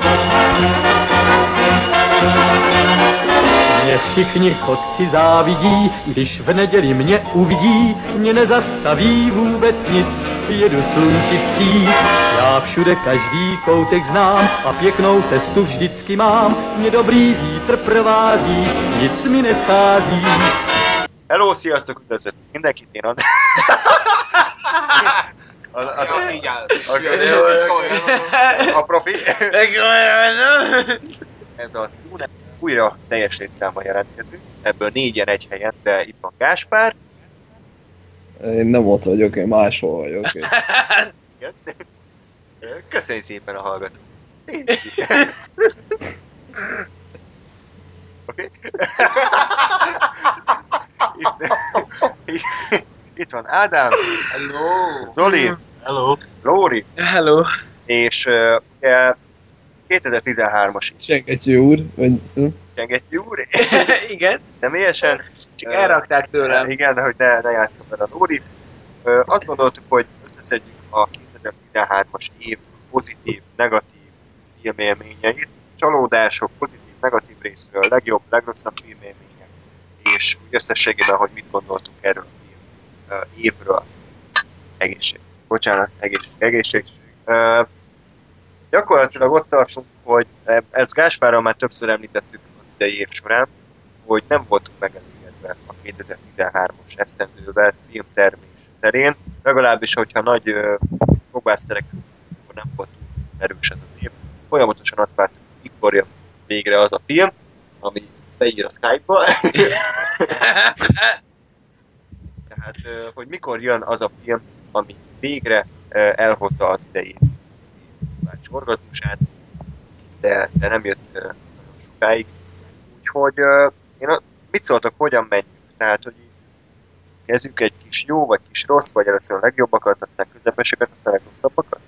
Mě všichni chodci závidí, když v neděli mě uvidí, mě nezastaví vůbec nic, jedu slunci vstříc. Já všude každý koutek znám a pěknou cestu vždycky mám, mě dobrý vítr provází, nic mi neschází. Hello, sziasztok, üdvözlök mindenkit, én András. A profi. Ez a Dune újra teljes létszámmal jelentkezünk, ebből 4-en egy helyen, de itt van Gáspár. Én nem ott vagyok, én máshol vagyok. Köszönjük szépen a hallgatót. Oké? Itt van Ádám, Hello. Zoli, Hello. Lóri, Hello. és 2013-as Csengettyű úr, vagy... Csengettyű úr, Igen. személyesen. Csak elrakták tőlem. Igen, hogy ne játszom el a Lóri. Azt gondoltuk, hogy összeszedjük a 2013-as év pozitív, negatív filmélményeit, csalódások, pozitív, negatív részről, legjobb, legrosszabb filmélmények, és összességében, hogy mit gondoltunk erről a évről. Egészség. Bocsánat, egészség. Gyakorlatilag ott tartunk, hogy ezt Gáspárral már többször említettük az idei év során, hogy nem voltunk megelégedve a 2013-as esztendővel filmtermés terén, legalábbis, hogyha nagy blockbusterek, akkor nem volt erős ez az év. Folyamatosan azt vártuk, hogy mikor jön végre az a film, ami beír a Skype-ba. Tehát, hogy mikor jön az a film, ami végre elhozza az idei orgazmusát, de nem jött nagyon sokáig. Úgyhogy mit szóltak, hogyan menjünk? Tehát, hogy kezdjük egy kis jó, vagy kis rossz, vagy először a legjobbakat, aztán közepeseket, aztán a legrosszabbakat?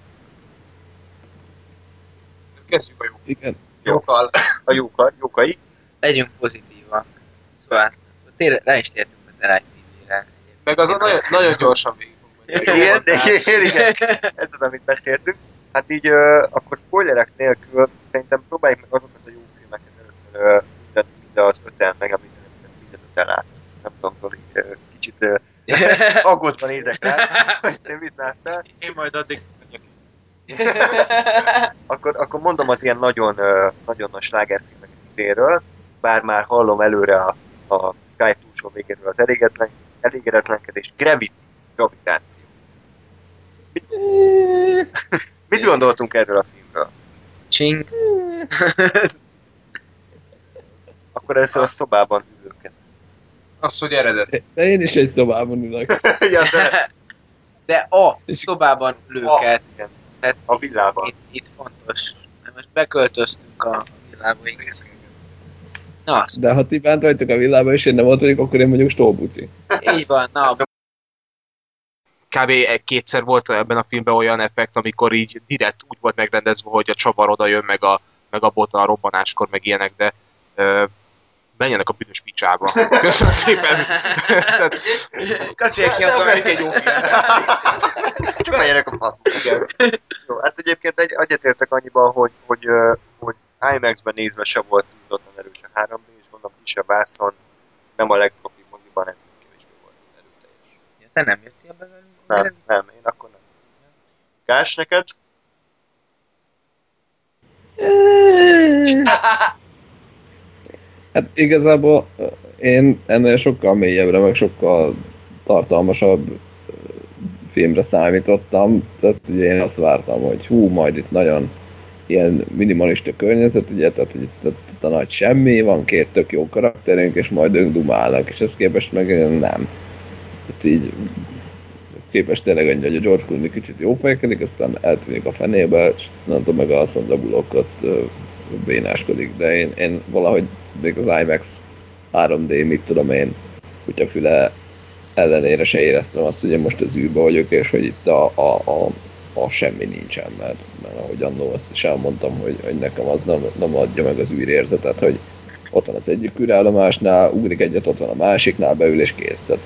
Kezdjük a jó. Igen. Jókkal. A jókai. Legyünk pozitívak. Szóval tényleg rá is tértünk az LITV-re. Meg azon nagyon gyorsan végig fogunk. Igen. Ez az, amit beszéltünk. Hát így akkor spoilerek nélkül szerintem próbáljuk meg azokat a jó filmeket először minden az 5-en megemlíteni, mind az 5-en lát. Nem tudom, Zoli, kicsit aggódva nézek rá, hogy te mit láttál. Én majd addig mondjak. Akkor mondom az ilyen nagyon nagy slágerfilmeket idénről, bár már hallom előre a Skype túlsó végéről az elégedetlenkedés. Gravitáció. Mit gondoltunk erről a filmről? Csing. Akkor először a szobában ülőket. Az, hogy eredet. De én is egy szobában ülök. Ja, De a szobában ülőket. igen. A villában. Itt fontos. Most beköltöztünk a villába. Na, De ha ti bent vagytok a villába és én nem ott vagyok, akkor én vagyok Stolbuci. így van, na. Kb. Kétszer volt ebben a filmben olyan effekt, amikor így direkt úgy volt megrendezve, hogy a csavar oda jön, meg a bota a robbanáskor, meg ilyenek, de menjenek a büdös picsába. Köszönöm szépen! Kapcsolják ki a Amerik egy jó film. Csak menjenek a faszba. Igen. Jó, hát egyébként egyetértek annyiban, hogy IMAX-ben nézve se volt túlzottan erős a 3D, és mondom, kisebb vászon, nem a legprofibb moziban, ez még kevésbé volt erőteljes. Te nem jöttél be velünk? Nem, én akkor nem. Gás, neked? Hát igazából én ennél sokkal mélyebbre, meg sokkal tartalmasabb filmre számítottam. Tehát ugye én azt vártam, hogy majd itt nagyon ilyen minimalista környezet, ugye, tehát hogy itt a nagy semmi, van két tök jó karakterünk, és majd ők dumálnak, és ezt képest meg nem. Tehát így képest tényleg annyi, hogy a George Clooney kicsit jófejkedik, aztán eltűnik a fenébe, és mondta meg a Sandra Bullockot bénáskodik, de én valahogy még az IMAX 3D, mit tudom én, kutyafüle ellenére se éreztem azt, hogy én most az űrbe vagyok, és hogy itt a semmi nincsen, mert ahogy annól azt is elmondtam, hogy nekem az nem adja meg az űrérzetet, hogy ott van az egyik űrállomásnál, ugrik egyet, ott van a másiknál, beül és kész. Tehát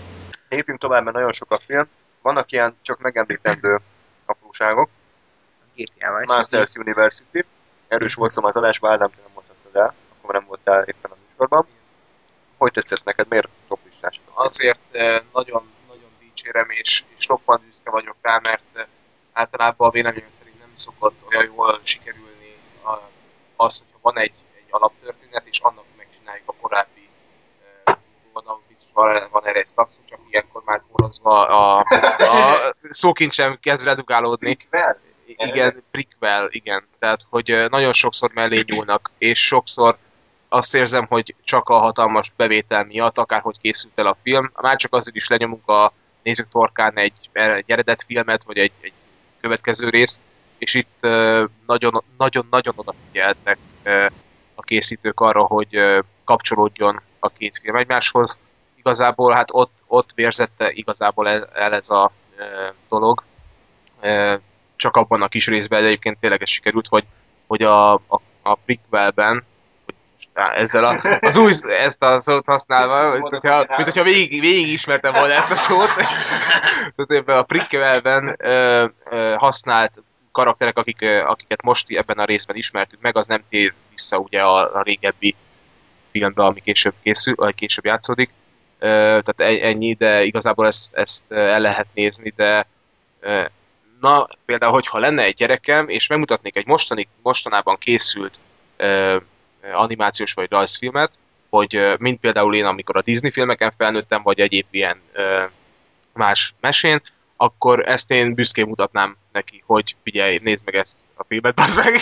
Lépjünk tovább, mert nagyon sok a film. Vannak ilyen csak megemlítendő apróságok. Két ilyen van. Masters University. Erős volt szó az adásban, Ádám, te nem mondhattad el, akkor nem voltál éppen a műsorban. Hogy tetszett neked, miért top listás? Azért nagyon, nagyon dicsérem, és roppant büszke vagyok rá, mert általában a véleményem szerint nem szokott olyan jól sikerülni az, hogyha van egy alaptörténet, és annak megcsináljuk a korábbi gondolom, biztos van erre egy szakszó, csak ilyenkor már morozva a szókincsem kezd redukálódni. Igen, prequel, igen. Tehát, hogy nagyon sokszor mellé nyúlnak, és sokszor azt érzem, hogy csak a hatalmas bevétel miatt, akárhogy készült el a film, már csak azért is lenyomunk a nézők torkán egy eredet filmet, vagy egy következő részt, és itt nagyon-nagyon odafigyeltek a készítők arra, hogy kapcsolódjon a két film egymáshoz. Igazából hát ott vérzette igazából el ez a dolog. Csak abban a kis részben egyébként tényleg ez sikerült, hogy a prequelben, ezzel ezt a szót használva, mint hogyha végig ismertem volna ezt a szót. Tehát ebben a prequelben használt karakterek, akiket most ebben a részben ismertük meg, az nem tér vissza ugye a régebbi filmbe, ami később játszódik. Tehát ennyi, de igazából ezt el lehet nézni, de na, például, hogyha lenne egy gyerekem, és megmutatnék egy mostanában készült animációs vagy rajzfilmet, hogy mint például én, amikor a Disney filmeken felnőttem, vagy egyéb ilyen más mesén, akkor ezt én büszkén mutatnám neki, hogy figyelj, nézd meg ezt a filmet, bazd meg!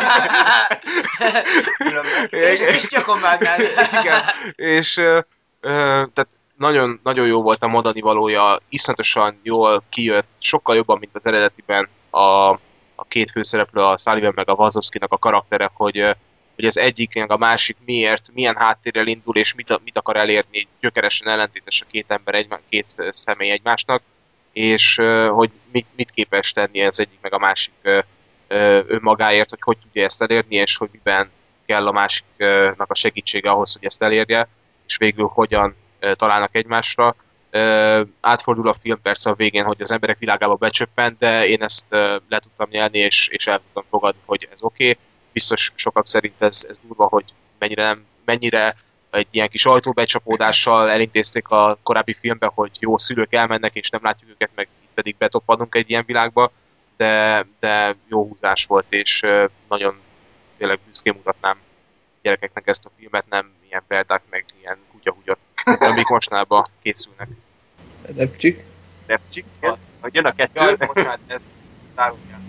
És nyakon vágnál. Igen, és tehát nagyon, nagyon jó volt a mondani valója, iszonyatosan jól kijött, sokkal jobban, mint az eredetiben a két főszereplő, a Sullivan meg a Wazowskinak a karaktere, hogy az egyik, meg a másik miért, milyen háttérrel indul, és mit akar elérni, gyökeresen ellentétes a két ember, két személy egymásnak, és hogy mit képes tenni az egyik, meg a másik önmagáért, hogy tudja ezt elérni, és hogy miben kell a másiknak a segítsége ahhoz, hogy ezt elérje, és végül hogyan találnak egymásra. Átfordul a film persze a végén, hogy az emberek világába becsöppent, de én ezt le tudtam nyelni, és el tudtam fogadni, hogy ez oké. Biztos sokak szerint ez durva, hogy mennyire egy ilyen kis ajtóbecsapódással elintézték a korábbi filmbe, hogy jó szülők elmennek, és nem látjuk őket, meg itt pedig betoppanunk egy ilyen világba, de jó húzás volt, és nagyon tényleg büszkén mutatnám gyerekeknek ezt a filmet, nem ilyen perdák, meg ilyen kutyahugyat, amik mostanában készülnek. Repcsik? Repcsik, igen. Hogy jön a kettő. Jaj, bocsánat, ez tárolják.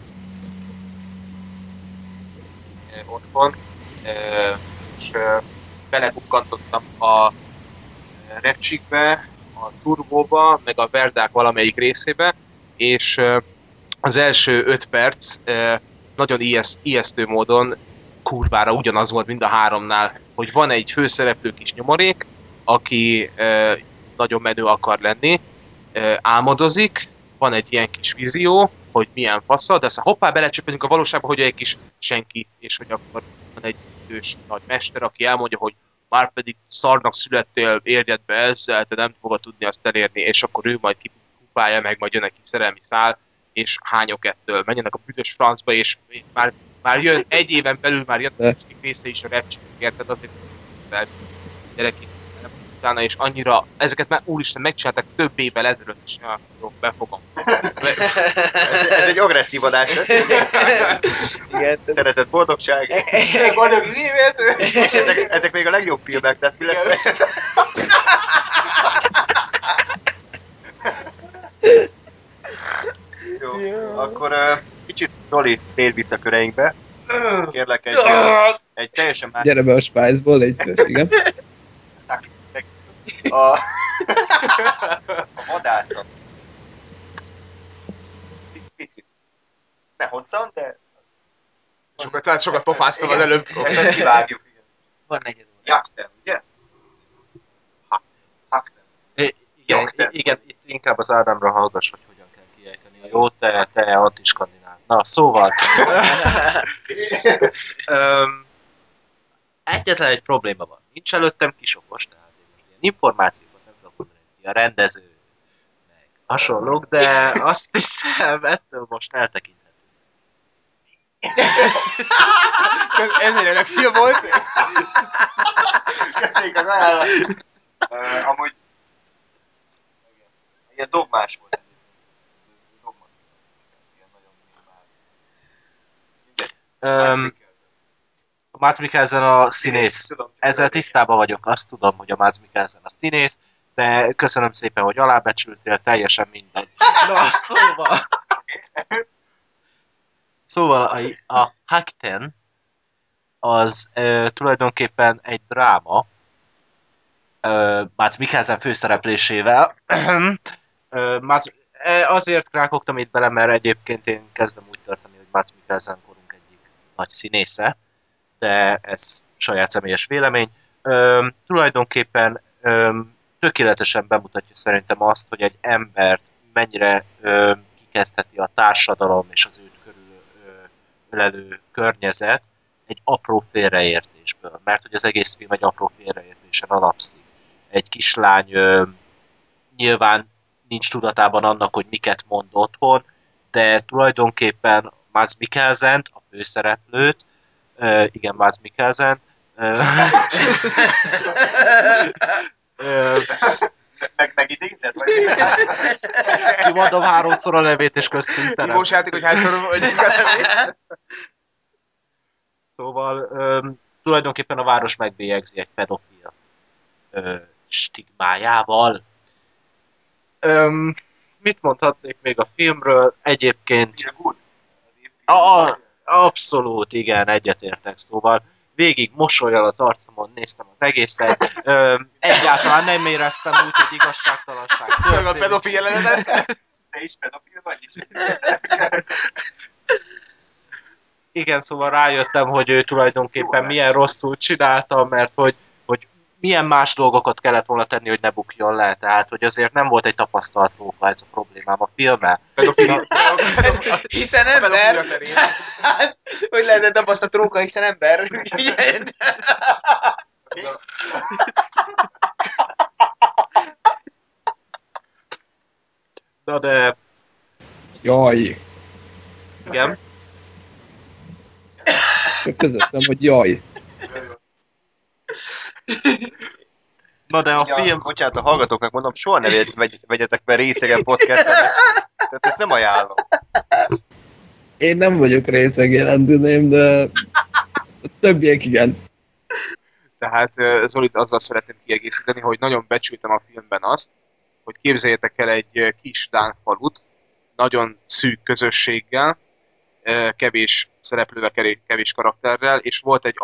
Otthon, és belekukkantottam a repcsikbe, a turbóba, meg a verdák valamelyik részébe, és az első 5 perc nagyon ijesztő módon kurvára ugyanaz volt mind a háromnál, hogy van egy főszereplő kis nyomorék, aki nagyon menő akar lenni, álmodozik, van egy ilyen kis vízió, hogy milyen fasza, de aztán hoppá belecsöppenünk a valóságba, hogy egy kis senki, és hogy akkor van egy idős nagy mester, aki elmondja, hogy már pedig szarnak születtél, érjed be ezzel, te nem fogod tudni azt elérni, és akkor ő majd kipróbálja meg, majd jön egy kis szerelmi szál, és hányok ettől, menjenek a büdös francba, és már jön, egy éven belül már jön a része is a repcsiknek, érted, azért gyerekek utána, és annyira, ezeket már úristen megcsinálták több évvel ezelőtt, és jó, befogom. Ez egy agresszív adás. Igen. Szeretett boldogság. Boldog évet! És ezek még a legjobb filmek, tehát illetve... Jó, akkor kicsit Zoli, tér vissza köreinkbe. Kérlek egy teljesen más... Gyere be a Spice-ból, légy szíves, igen. A vadászat. Picit. Ne hosszan, de... Sokat pofáztam az előbb. Ebben kivágjuk. Van negyed óra. Jakten, ugye? Jakten. Igen, itt inkább az Ádámra hallgass, hogy hogyan kell kiejteni. Jó, te antiskandináv. Na, szóval... Egyetlen egy probléma van. Nincs előttem kisokos, tehát én ilyen információkat nem tudok mondani, hogy a rendező, meg hasonlók, de azt hiszem, ettől most eltekinthetünk. Ez egy remek film volt. Köszönjük az ajánlatot. Amúgy ilyen dogmás volt. Dogma. Ilyen nagyon minimál. Mads Mikkelsen a színész. Ezzel tisztában vagyok, azt tudom, hogy a Mads Mikkelsen a színész, de köszönöm szépen, hogy alábecsültél, teljesen mindegy. Na, szóval a Hackten az tulajdonképpen egy dráma, Mads Mikkelsen főszereplésével. Azért rákogtam itt bele, mert egyébként én kezdem úgy tartani, hogy Mads Mikkelsen korunk egyik nagy színésze, de ez saját személyes vélemény. Tulajdonképpen tökéletesen bemutatja szerintem azt, hogy egy embert mennyire kikezdheti a társadalom és az őt körül ölelő környezet egy apró félreértésből. Mert hogy az egész film egy apró félreértésen alapszik. Egy kislány nyilván nincs tudatában annak, hogy miket mond otthon, de tulajdonképpen Mads Mikkelsent, a főszereplőt, igen, Mads Mikkelsen. Megidézed? Vagy? Kimondom 3-szor a nevét, és köztünk terem. Hívós játék, hogy hányszor vagy a nevét. Szóval tulajdonképpen a város megbélyegzi egy pedofil stigmájával. Mit mondhatnék még a filmről? Egyébként... Abszolút, igen, egyetértek, szóval végig mosollyal az arcomon néztem az egészet, egyáltalán nem éreztem úgy, hogy igazságtalanság történik. A pedofil jelenet? Te is pedofil vagy is? Igen, szóval rájöttem, hogy ő tulajdonképpen milyen rosszul csinálta, mert hogy milyen más dolgokat kellett volna tenni, hogy ne bukjon le. Tehát, hogy azért nem volt egy tapasztalt róka, ez a problémám a filmmel. Hiszen ember... Hogy lehetne tapasztalt róka, hiszen ember... Na de... Jaj! Igen? Csak közöttem, hogy jaj! Na de a film... Bocsánat, a hallgatóknak mondom, soha ne vegyetek be részegen podcastra, tehát ezt nem ajánlom. Én nem vagyok részeg, jelentőném, de a többiek igen. Tehát Zolit azzal szeretném kiegészíteni, hogy nagyon becsültem a filmben azt, hogy képzeljétek el egy kis dán falut, nagyon szűk közösséggel, kevés szereplővel, kevés karakterrel, és volt egy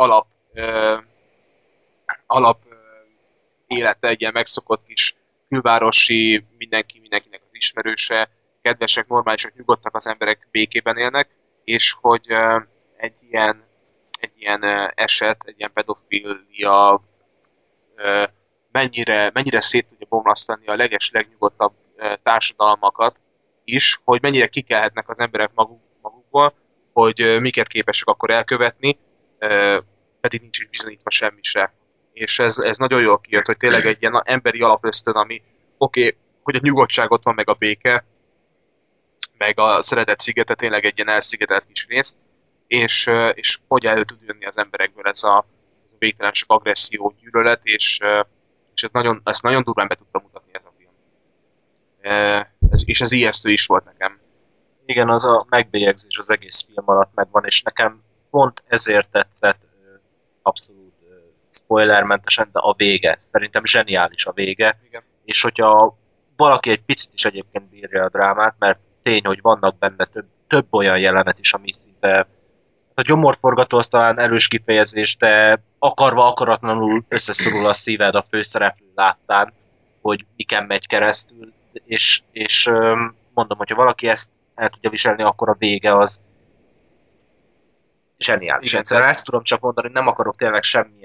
alap élete, egy ilyen megszokott kis külvárosi, mindenkinek az ismerőse, kedvesek, normálisak, nyugodtak az emberek, békében élnek, és hogy egy ilyen eset, egy ilyen pedofilia mennyire szét tudja bomlasztani a legnyugodtabb társadalmakat is, hogy mennyire kikelhetnek az emberek magukból, hogy miket képesek akkor elkövetni, pedig nincs is bizonyítva semmi se. És ez nagyon jól kijött, hogy tényleg egy ilyen emberi alapösztön, ami oké, hogy a nyugodtság ott van, meg a béke, meg a szeretett szigete, tényleg egy ilyen elszigetelt kis rész, és hogy elő tud jönni az emberekből ez a végtelen sok agresszió, gyűlölet, és ezt nagyon durván be tudta mutatni ez a film. És ez ijesztő is volt nekem. Igen, az a megbélyegzés az egész film alatt megvan, és nekem pont ezért tetszett, abszolút spoilermentesen, de a vége. Szerintem zseniális a vége. Igen. És hogyha valaki egy picit is egyébként bírja a drámát, mert tény, hogy vannak benne több olyan jelenet is, ami szinte a gyomorforgató az talán erős kifejezés, de akarva akaratlanul összeszorul a szíved a főszereplő láttán, hogy miken megy keresztül, és mondom, hogyha valaki ezt el tudja viselni, akkor a vége az zseniális. Igen, Egyszerűen ezt tudom csak mondani, nem akarok tényleg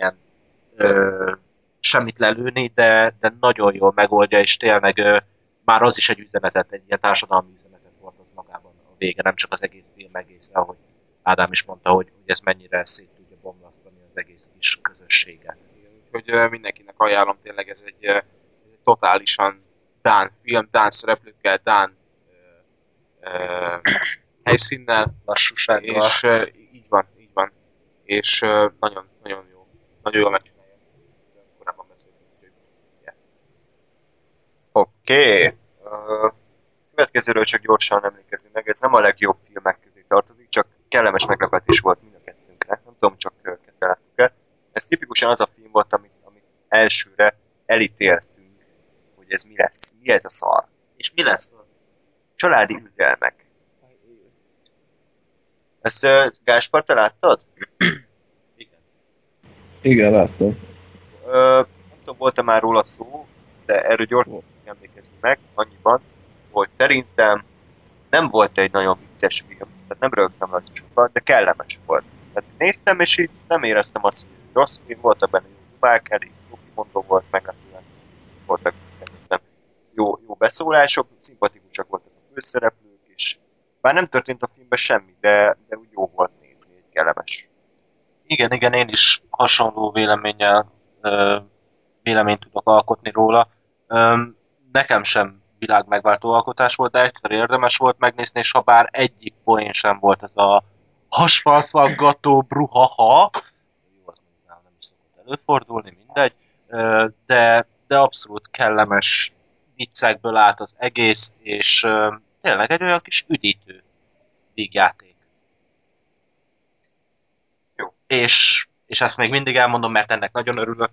semmit lelőni, de nagyon jól megoldja, és tényleg már az is egy üzenetet, egy ilyen társadalmi üzenetet volt az magában a vége, nem csak az egész film egész, ahogy Ádám is mondta, hogy ez mennyire szét tudja bomlasztani az egész kis közösséget. Úgyhogy mindenkinek ajánlom, tényleg ez egy totálisan dán film, dán szereplőkkel, dán helyszínnel, lassúsággal. És így van, így van. És nagyon, nagyon jó. Nagyon jól megcsinálja. Korábban beszéltünk, úgyhogy yeah. Oké. Következőről csak gyorsan emlékezni meg, ez nem a legjobb filmek közé tartozik, csak kellemes meglepetés volt mind a kettőnkre. Nem tudom, csak ketten láttuk-e. Ez tipikusan az a film volt, amit elsőre elítéltünk, hogy ez mi lesz, mi ez a szar. És mi lesz? Családi üzelmek. Ezt Gáspár, te láttad? Igen, láttam. Nem tudom, volt-e már róla szó, de erről gyorsan emlékezni meg, annyiban, hogy szerintem nem volt egy nagyon vicces film, tehát nem rögtem rajta sokat, de kellemes volt. Tehát néztem, és így nem éreztem azt, hogy rossz film, voltak benne jó hibák, elég szókimondó volt, meglepően voltak jó beszólások, szimpatikusak voltak a főszereplők, és bár nem történt a filmben semmi, de úgy jó volt nézni, egy kellemes. Igen, én is hasonló véleményt tudok alkotni róla. Nekem sem világ megváltó alkotás volt, de egyszer érdemes volt megnézni, és ha bár egyik poén sem volt ez a hasfalszaggató bruhaha, jó, az mondjuk nem is szokott előfordulni, mindegy, de abszolút kellemes viccekből állt az egész, és tényleg egy olyan kis üdítő vígjáték. Jó. És ezt még mindig elmondom, mert ennek nagyon örülök.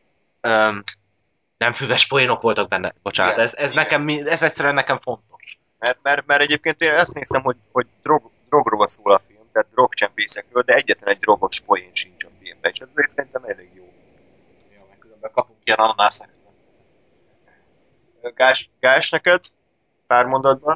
Nem füves poénok voltak benne, bocsánat, Igen, ez nekem, ez egyszerűen nekem fontos. Mert egyébként én azt néztem, hogy drogról szól a film, tehát drogcsempészekről, de egyetlen egy drogos poén sincs a filmben, és ez szerintem elég jó. Jó, meg különben kapunk ilyen ananász express. Gás neked? Pár mondatban?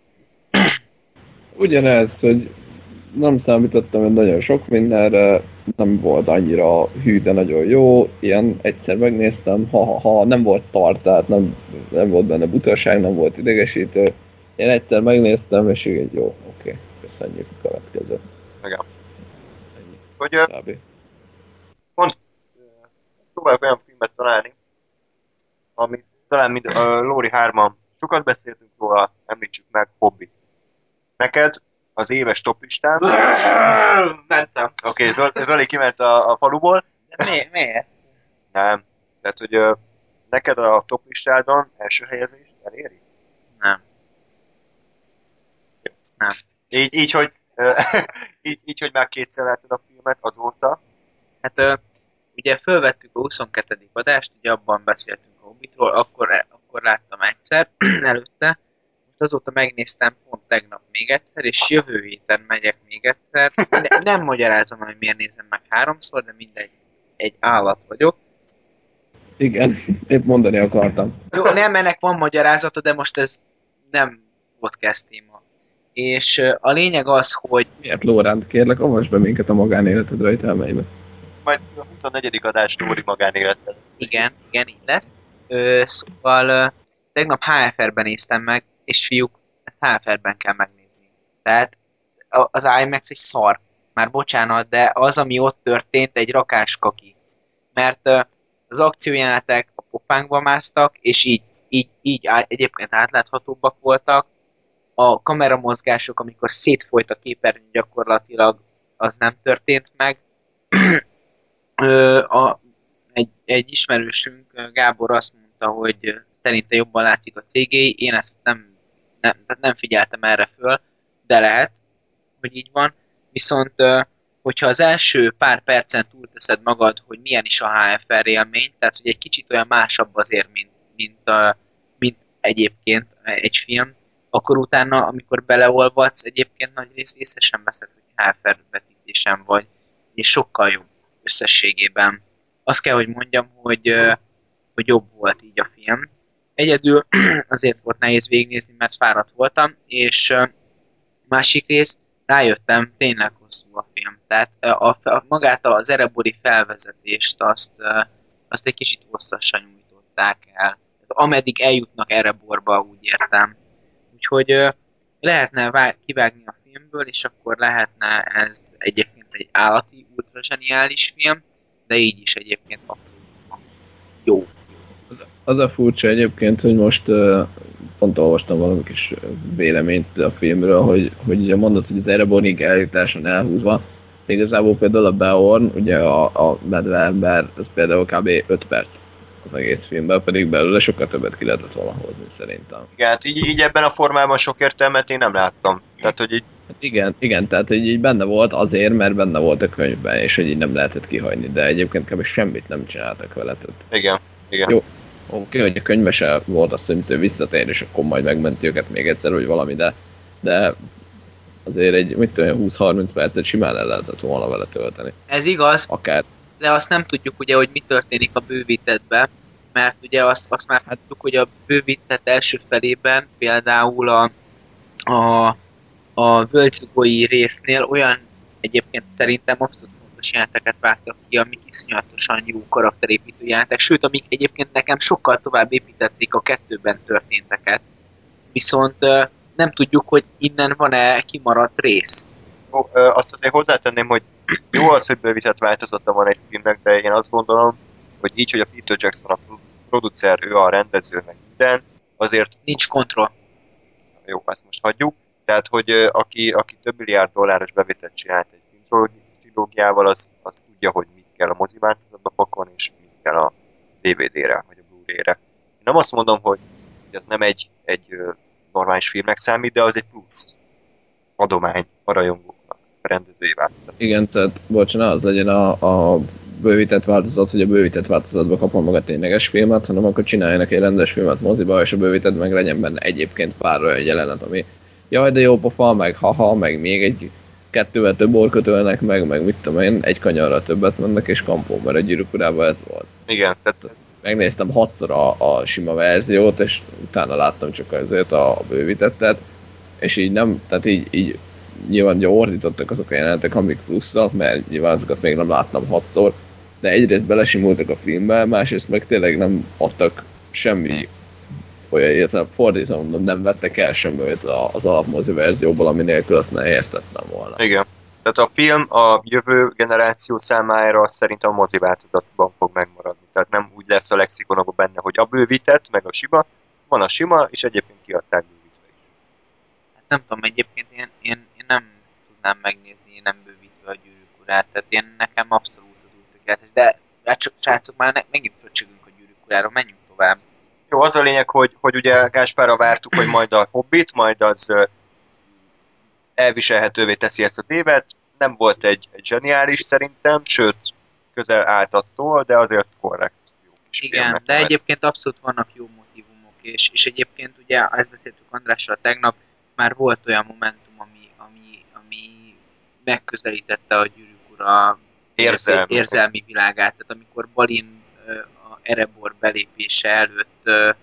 Ugyanez, hogy nem számítottam, hogy nagyon sok mindenre, nem volt annyira hű, de nagyon jó, ilyen egyszer megnéztem, ha nem volt tart, tehát nem volt benne butaság, nem volt idegesítő, én egyszer megnéztem, és így jó, oké, köszönjük a következő. Igen. Hogy Kb. pont próbálok olyan filmet találni, amit talán mind Lóri 3-an sokat beszéltünk róla, említsük meg, Hobbit. Neked az éves toplistán... Mentem. Oké, Zoli kiment a faluból. De miért? Nem. Tehát, hogy neked a toplistádon első helyezést eléri? Nem. Nem. Így, hogy hogy már kétszer láttad a filmet azóta. Hát ugye fölvettük a 22. adást, ugye abban beszéltünk a Hobbitról, akkor láttam egyszer előtte. Most azóta megnéztem pont tegnap még egyszer, és jövő héten megyek még egyszer. Nem magyarázom, hogy miért nézem meg 3-szor, de mindegy, egy állat vagyok. Igen, épp mondani akartam. Jó, nem, ennek van magyarázata, de most ez nem podcast téma. És a lényeg az, hogy... Miért, Lóránt, kérlek, avasd be minket a magánéletedre, hogy elmegybe. Majd a 24. adás Lóri magánéleted. Igen, így lesz. Szóval tegnap HFR-ben néztem meg, és fiúk, ezt HFR-ben kell megnézni. Tehát az IMAX egy szar. Már bocsánat, de az, ami ott történt, egy rakás kaki. Mert az akciójelenetek a pofánkba másztak, és így egyébként átláthatóbbak voltak. A kameramozgások, amikor szétfolyt a képernyő gyakorlatilag, az nem történt meg. Egy ismerősünk, Gábor azt mondta, hogy szerinte jobban látszik a CGI, én ezt nem figyeltem erre föl, de lehet, hogy így van. Viszont, hogyha az első pár percen túlteszed magad, hogy milyen is a HFR élmény, tehát hogy egy kicsit olyan másabb azért, mint egyébként egy film, akkor utána, amikor beleolvadsz, egyébként nagy részt észre sem veszed, hogy HFR vetítésen vagy, és sokkal jobb összességében. Azt kell, hogy mondjam, hogy jobb volt így a film. Egyedül azért volt nehéz végignézni, mert fáradt voltam, és másik rész, rájöttem, tényleg hosszú a film. Tehát magát az erebori felvezetést azt egy kicsit hosszasan nyújtották el. Ameddig eljutnak Ereborba, úgy értem. Úgyhogy lehetne kivágni a filmből, és akkor lehetne ez egyébként egy állati, ultra zseniális film, de így is egyébként abszolút jó. Az a furcsa egyébként, hogy most pont olvastam valami kis véleményt a filmről, hogy ugye mondod, hogy az Erebornig eljutáson elhúzva, igazából például a Beorn, ugye a medve ember, ez például kb. 5 perc az egész filmben, pedig belőle sokkal többet ki lehetett volna hozni szerintem. Igen, hát így ebben a formában sok értelmet én nem láttam. Tehát, hogy így... Hát igen, tehát hogy így benne volt azért, mert benne volt a könyvben, és hogy így nem lehetett kihagyni, de egyébként kb. Semmit nem csináltak vele. Tehát. Igen. Jó. Oké, hogy a könyvben se volt azt, hogy visszatér, és akkor majd megmenti őket még egyszer, vagy valami, de azért egy, 20-30 percet simán el lehetett volna vele tölteni. Ez igaz, Akár. de azt nem tudjuk ugye, hogy mi történik a bővítettben, mert ugye azt már tudjuk, hogy a bővített első felében például a völgyzugói résznél olyan egyébként szerintem abszolút fontos jeleneteket vágtak ki, amik iszonyatosan jó karakterépítő jelentek, sőt, amik egyébként nekem sokkal tovább építették a 2-ben történteket. Viszont nem tudjuk, hogy innen van-e kimaradt rész. Jó, azt azért hozzátenném, hogy jó az, hogy bővített változata van egy filmnek, de én azt gondolom, hogy így, hogy a Peter Jackson a producer, ő a rendező, meg minden, azért... Nincs kontroll. Jó, ezt most hagyjuk. Tehát, hogy aki több milliárd dolláros bevételt csinált egy filmtrilógiával, az tudja, hogy mit kell a moziváltozatba pakolni, és mit kell a DVD-re, vagy a Blu-ray-re. Én nem azt mondom, hogy ez nem egy normális filmnek számít, de az egy plusz adomány a rajongóknak, a rendezői változat. Igen, tehát bocsánat, az legyen a bővített változat, hogy a bővített változatba kapom maga tényleges filmet, hanem akkor csináljanak egy rendes filmet moziba, és a bővített meg legyen benne egyébként pár olyan jelenet, ami jaj, de jó pofa, meg haha, meg még egy 2-vel több orkötölnek meg mit tudom én, egy kanyarra többet mennek, és kampó, mert a Gyűrűk Urában ez volt. Igen, tehát... Megnéztem 6-szor a sima verziót, és utána láttam csak azért a bővítettet, és így nem, tehát így nyilván ugye ordítottak azok a jelenetek, amik pluszak, mert nyilván azokat még nem láttam 6-szor, de egyrészt belesimultak a filmbe, másrészt meg tényleg nem adtak semmi olyan, illetve fordítva mondom, nem vettek el semmit az alapmozi verzióból, ami nélkül azt ne értettem volna. Igen. Tehát a film a jövő generáció számára szerintem a mozi változatban fog megmaradni. Tehát nem úgy lesz a lexikonokban benne, hogy a bővített, meg a sima. Van a sima, és egyébként kiadták bővítve is. Hát nem tudom, egyébként én nem tudnám megnézni, nem bővítve a Gyűrűk Urát, tehát nekem abszolút az új tökéletes. De hát csak srácok, már megint fröccsögünk a Gyűrűk Urára, menjünk tovább. Jó, az a lényeg, hogy ugye Gáspárra vártuk, hogy majd a Hobbit, majd az elviselhetővé teszi ezt az évet. Nem volt egy zseniális szerintem, sőt, közel állt attól, de azért korrekt. Jó kis igen, filmnek de lesz. egyébként abszolút vannak jó motivumok, és egyébként ugye, ezt beszéltük Andrással tegnap, már volt olyan momentum, ami megközelítette a Gyűrűk Ura érzelmi világát. Tehát amikor Balin a Erebor belépése előtt,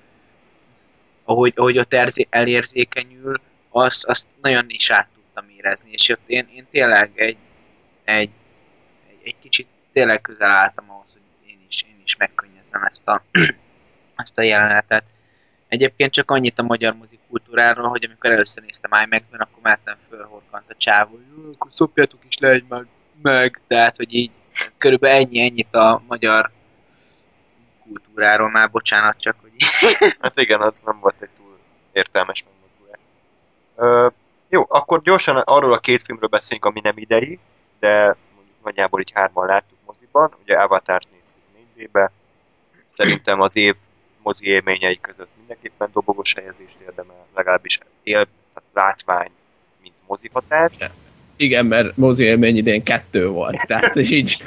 ahogy ott elérzékenyül, azt nagyon is át tudtam érezni, és ott én tényleg egy kicsit tényleg közel álltam ahhoz, hogy én is megkönnyezzem ezt a jelenetet. Egyébként csak annyit a magyar mozi kultúráról, hogy amikor először néztem IMAX-ben, akkor Márten fölhorkant a csávó, hogy akkor szopjátok is le meg, tehát hogy így körülbelül ennyit a magyar kultúráról, már bocsánat csak, hogy Hát igen, az nem volt egy túl értelmes megmozdulás. Jó, akkor gyorsan arról a 2 filmről beszéljünk, ami nem idei, de mondjuk nagyjából így 3-an láttuk moziban. Ugye Avatar-t néztük 4D-be. Szerintem az év mozi élményei között mindenképpen dobogos helyezést érdemel, legalábbis tehát látvány, mint mozihatás. Igen, mert mozi élmény idén 2 volt, tehát és így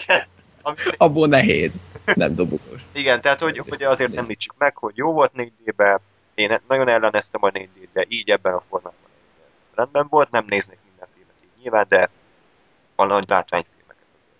abból nehéz, nem dobogos. Igen, tehát hogy azért említsük meg, hogy jó volt 4D-be, én nagyon elleneztem a 4D-t, de így ebben a formában rendben volt, nem néznék minden filmet így nyilván, de a nagy látványfilmeket azért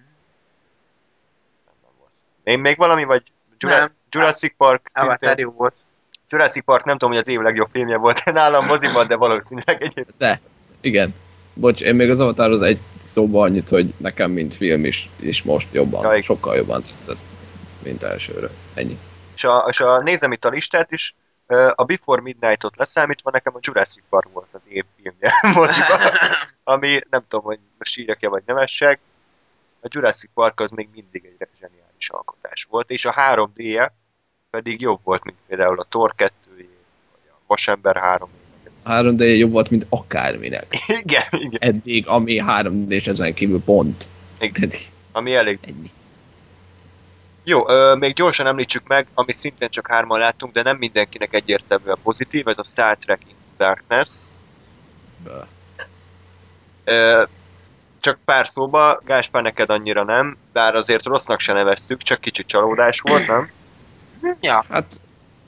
rendben volt. Még valami, vagy Jurassic Park? Avatar jó volt. Jurassic Park nem tudom, hogy az év legjobb filmje volt nálam moziban, de valószínűleg egyébként. De, igen. Bocs, én még az Avatarhoz egy szóba annyit, hogy nekem mint film is most jobban, sokkal jobban tetszett, mint elsőre. Ennyi. És nézem itt a listát is, a Before Midnight-ot leszámítva nekem a Jurassic Park volt az év filmje moziban, ami nem tudom, hogy most sírjak-e vagy nevessek. A Jurassic Park az még mindig egy zseniális alkotás volt, és a 3D-je pedig jobb volt, mint például a Thor 2-jé, vagy a Vasember 3-jé. 3D jobb volt, mint akárminek. Igen, igen. Eddig, ami 3D és ezen kívül pont. Igen. Ami elég. Ennyi. Jó, még gyorsan említsük meg, amit szintén csak hárman láttunk, de nem mindenkinek egyértelműen pozitív, ez a Star Trek Into Darkness. Bö. Csak pár szóba, Gáspár neked annyira nem, bár azért rossznak se neveztük, csak kicsit csalódás volt, nem? Ja, Hát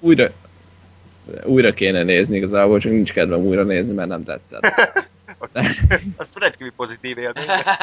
újra kéne nézni igazából, csak nincs kedvem újra nézni, mert nem tetszett. Az rendkívül pozitív élmény.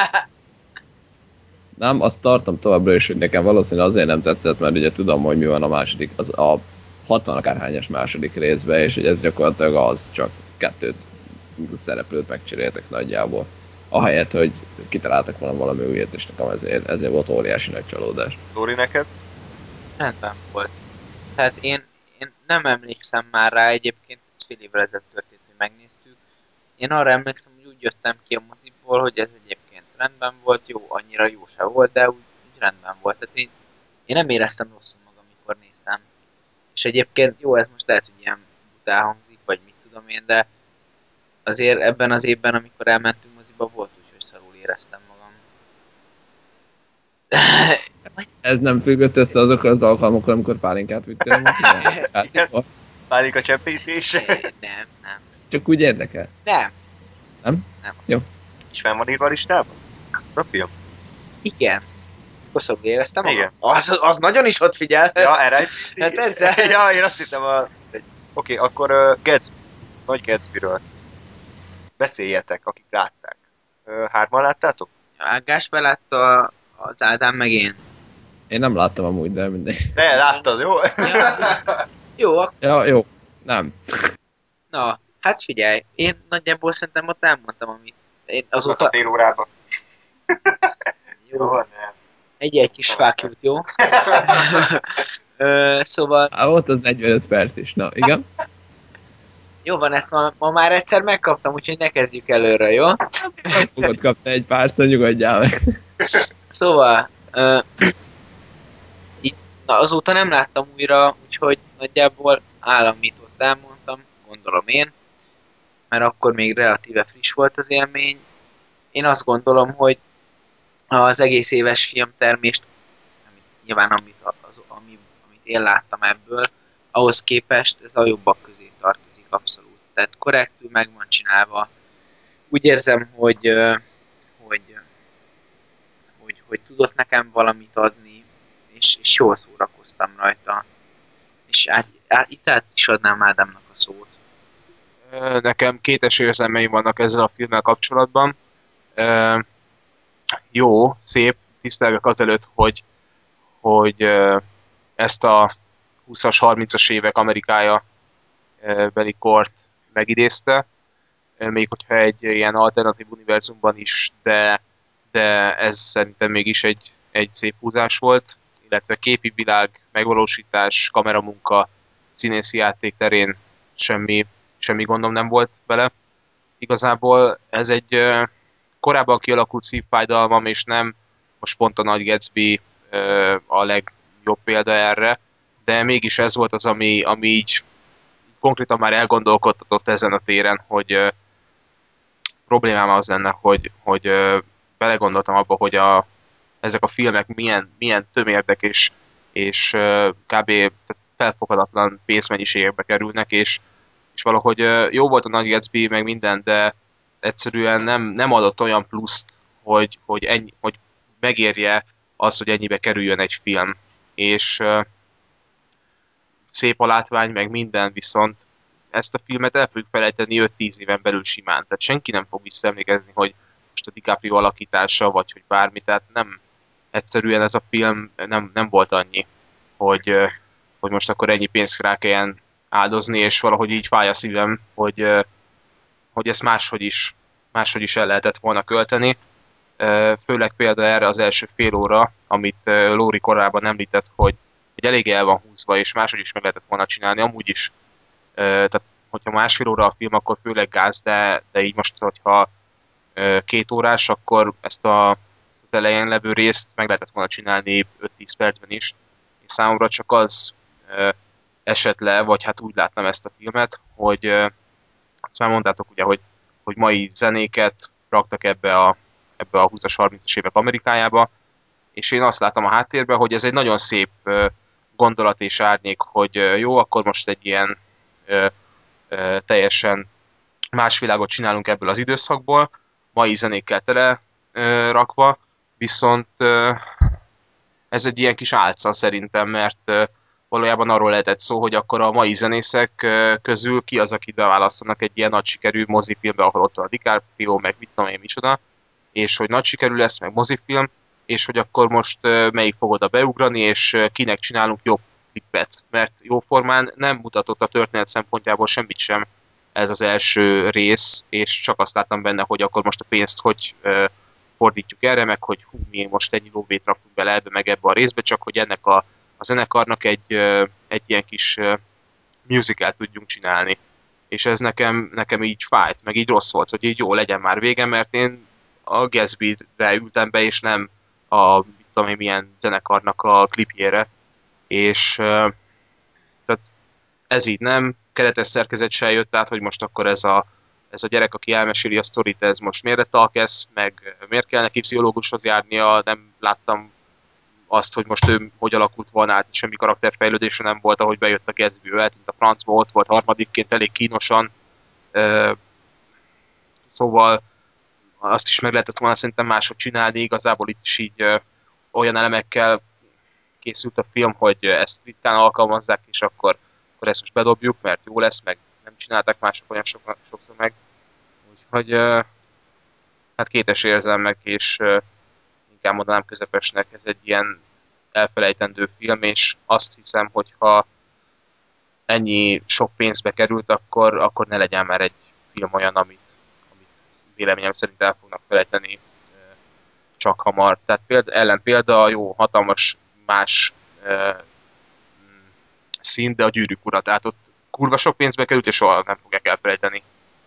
Nem, azt tartom továbbra is, hogy nekem valószínűleg azért nem tetszett, mert ugye tudom, hogy mi van a második, az a 60 akárhányas második részben, és hogy ez gyakorlatilag az, csak 2 szereplőt megcseréltek nagyjából. Ahelyett, hogy kitaláltak volna valami újat, és nekem ezért volt óriási nagy csalódás. Dóri, neked? rendben volt. Tehát én nem emlékszem már rá, egyébként ez fél évvel ezelőtt történt, hogy megnéztük. Én arra emlékszem, hogy úgy jöttem ki a moziból, hogy ez egyébként rendben volt, jó, annyira jó se volt, de úgy rendben volt. Tehát én nem éreztem rosszul magam, amikor néztem. És egyébként jó, ez most lehet, hogy ilyen bután hangzik, vagy mit tudom én, de azért ebben az évben, amikor elmentünk moziba, volt úgy, hogy szarul éreztem magam. Ez nem függött össze azokkal az alkalmakkal, amikor pálinkát vittél a moziba? Pálinka csempészés. Nem. Csak úgy érdekel. Nem. Nem? Nem. Jó. És fenn van írva a listában? A film? Igen. Koszorú éreztem magam? Igen. Az nagyon is ott figyel. Ja, erre. Hát persze. Ja, én azt hittem Oké, akkor Gatsby. Nagy Gatsbyről. Beszéljetek, akik látták. Hárman láttátok? Ágás belátta, az Ádám meg én. Én nem láttam amúgy, de mindegy. De, láttad, jó? Jó, Ja, jó. Nem. na, hát figyelj, én nagyjából szerintem ott elmondtam, amit én Az a azóta... fél órában. Jó, Nem. egy kis fákjút, jó? Szóval, Volt az 45 perc is, na igen. jó van, ezt ma már egyszer megkaptam, úgyhogy ne kezdjük előre, jó? Meg fogod kapni egy párszor, nyugodjál meg. Szóval, azóta nem láttam újra, úgyhogy nagyjából amit ott elmondtam, gondolom én, mert akkor még relatíve friss volt az élmény. Én azt gondolom, hogy az egész éves filmtermést, nyilván amit én láttam ebből, ahhoz képest ez a jobbak közé tartozik abszolút. Tehát korrektül meg van csinálva. Úgy érzem, hogy tudott nekem valamit adni, és jól szórakoztam rajta. És itt át is adnám Ádámnak a szót. Nekem kétes érzelmeim vannak ezzel a filmmel kapcsolatban. Jó, szép, tisztelgek azelőtt, hogy ezt a 20-as, 30-as évek Amerikája beli kort megidézte, még hogyha egy ilyen alternatív univerzumban is, de ez szerintem mégis egy szép húzás volt, illetve képi világ, megvalósítás, kameramunka, színészi játék terén semmi gondom nem volt vele. Igazából ez egy korábban kialakult szívfájdalmam, és nem most pont a Nagy Gatsby a legjobb példa erre, de mégis ez volt az, ami így konkrétan már elgondolkodtatott ezen a téren, hogy problémám az lenne, hogy belegondoltam abba, hogy ezek a filmek milyen tömérdek és kb. Felfoghatatlan pénzmennyiségekbe kerülnek, és valahogy jó volt a Nagy Gatsby, meg minden, de egyszerűen nem adott olyan pluszt, hogy megérje az, hogy ennyibe kerüljön egy film. És szép a látvány, meg minden, viszont ezt a filmet el fogjuk felejteni 5-10 éven belül simán. Tehát senki nem fog visszaemlékezni, hogy most a DiCaprio alakítása, vagy hogy bármi, tehát nem, egyszerűen ez a film nem volt annyi, hogy most akkor ennyi pénzt rá kelljen áldozni, és valahogy így fáj a szívem, hogy ezt máshogy is el lehetett volna költeni. Főleg például erre az első fél óra, amit Lóri korábban említett, hogy elég el van húzva, és máshogy is meg lehetett volna csinálni, amúgy is. Tehát, hogyha másfél óra a film, akkor főleg gáz, de így most, hogyha 2 órás, akkor ezt az elején levő részt meg lehetett volna csinálni 5-10 percben is. És számomra csak az esett le, vagy hát úgy láttam ezt a filmet, hogy ezt már mondtátok ugye, hogy mai zenéket raktak ebbe a 20-as, 30-as évek Amerikájába, és én azt látom a háttérben, hogy ez egy nagyon szép gondolat és árnyék, hogy jó, akkor most egy ilyen teljesen más világot csinálunk ebből az időszakból, mai zenékkel tele rakva, viszont ez egy ilyen kis álca szerintem, mert valójában arról lehetett szó, hogy akkor a mai zenészek közül ki az, akit beválasztanak egy ilyen nagy sikerű mozifilmbe, ahol ott a DiCaprio, meg mit tudom én micsoda, és hogy nagy sikerű lesz, meg mozifilm, és hogy akkor most melyik fog oda beugrani, és kinek csinálunk jobb klipet, mert jóformán nem mutatott a történet szempontjából semmit sem ez az első rész, és csak azt láttam benne, hogy akkor most a pénzt hogy fordítjuk erre, meg hogy hú, mi most ennyi lóvét raktunk bele ebbe, meg ebbe a részbe, csak hogy ennek a zenekarnak egy ilyen kis musical tudjunk csinálni. És ez nekem így fájt, meg így rossz volt, hogy így jó, legyen már vége, mert én a Gatsby-re ültem be, és nem a mit tudom én milyen zenekarnak a klipjére, és tehát ez így nem, keretes szerkezet se jött át, hogy most akkor ez a gyerek, aki elmeséli a sztorit, ez most miért talkesz, meg miért kell neki pszichológushoz járnia, nem láttam azt, hogy most ő hogy alakult volna át, semmi karakterfejlődése nem volt, ahogy bejött a Gatsby, ő eltűnt a francba, ott volt harmadikként elég kínosan, szóval azt is meg lehetett volna szerintem máshogy csinálni, igazából itt is így olyan elemekkel készült a film, hogy ezt ritkán alkalmazzák, és akkor ezt most bedobjuk, mert jó lesz, meg nem csinálták mások olyan sokszor meg. Úgyhogy hát kétes érzelmek, és inkább mondanám közepesnek, ez egy ilyen elfelejtendő film, és azt hiszem, hogy ha ennyi sok pénzbe került, akkor ne legyen már egy film olyan, amit véleményem szerint el fognak felejteni csak hamar. Tehát ellenpélda, jó, hatalmas más szín, de a Gyűrűk ura, tehát ott kurva sok pénzbe került, és soha nem fogják elfelejteni.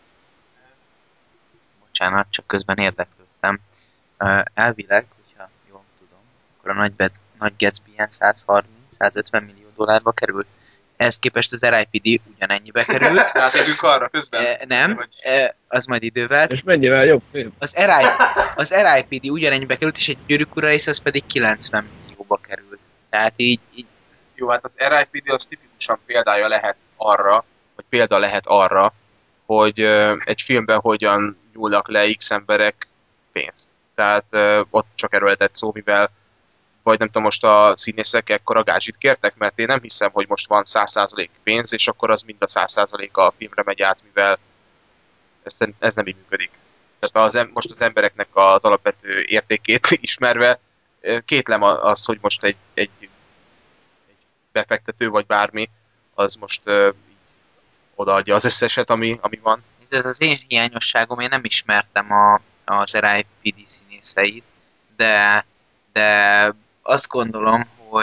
Bocsánat, csak közben érdeklődtem. Elvileg, hogyha jól tudom, akkor a Nagy Gatsby ilyen 130-150 millió dollárba került. Ehhez képest az R.I.P.D. ugyanennyibe került. Rátérünk arra közben? Nem, az majd idővel. És mennyivel jobb film? Az R.I.P.D. ugyanennyibe került, és egy Gyűrűk ura rész az pedig 90 millióba került. Tehát így Jó, hát az R.I.P.D. az tipikusan példa lehet arra, hogy egy filmben hogyan nyúlnak le X emberek pénzt. Tehát ott csak erről lehetett szó, mivel vagy nem tudom, most a színészek ekkora gázsit kértek, mert én nem hiszem, hogy most van 100% pénz, és akkor az mind a 100% a filmre megy át, mivel ez nem így működik. Tehát most az embereknek az alapvető értékét ismerve kétlem az, hogy most egy befektető vagy bármi, az most így odaadja az összeset, ami van. ez az én hiányosságom, én nem ismertem az R.I.P.D. színészeit, de azt gondolom,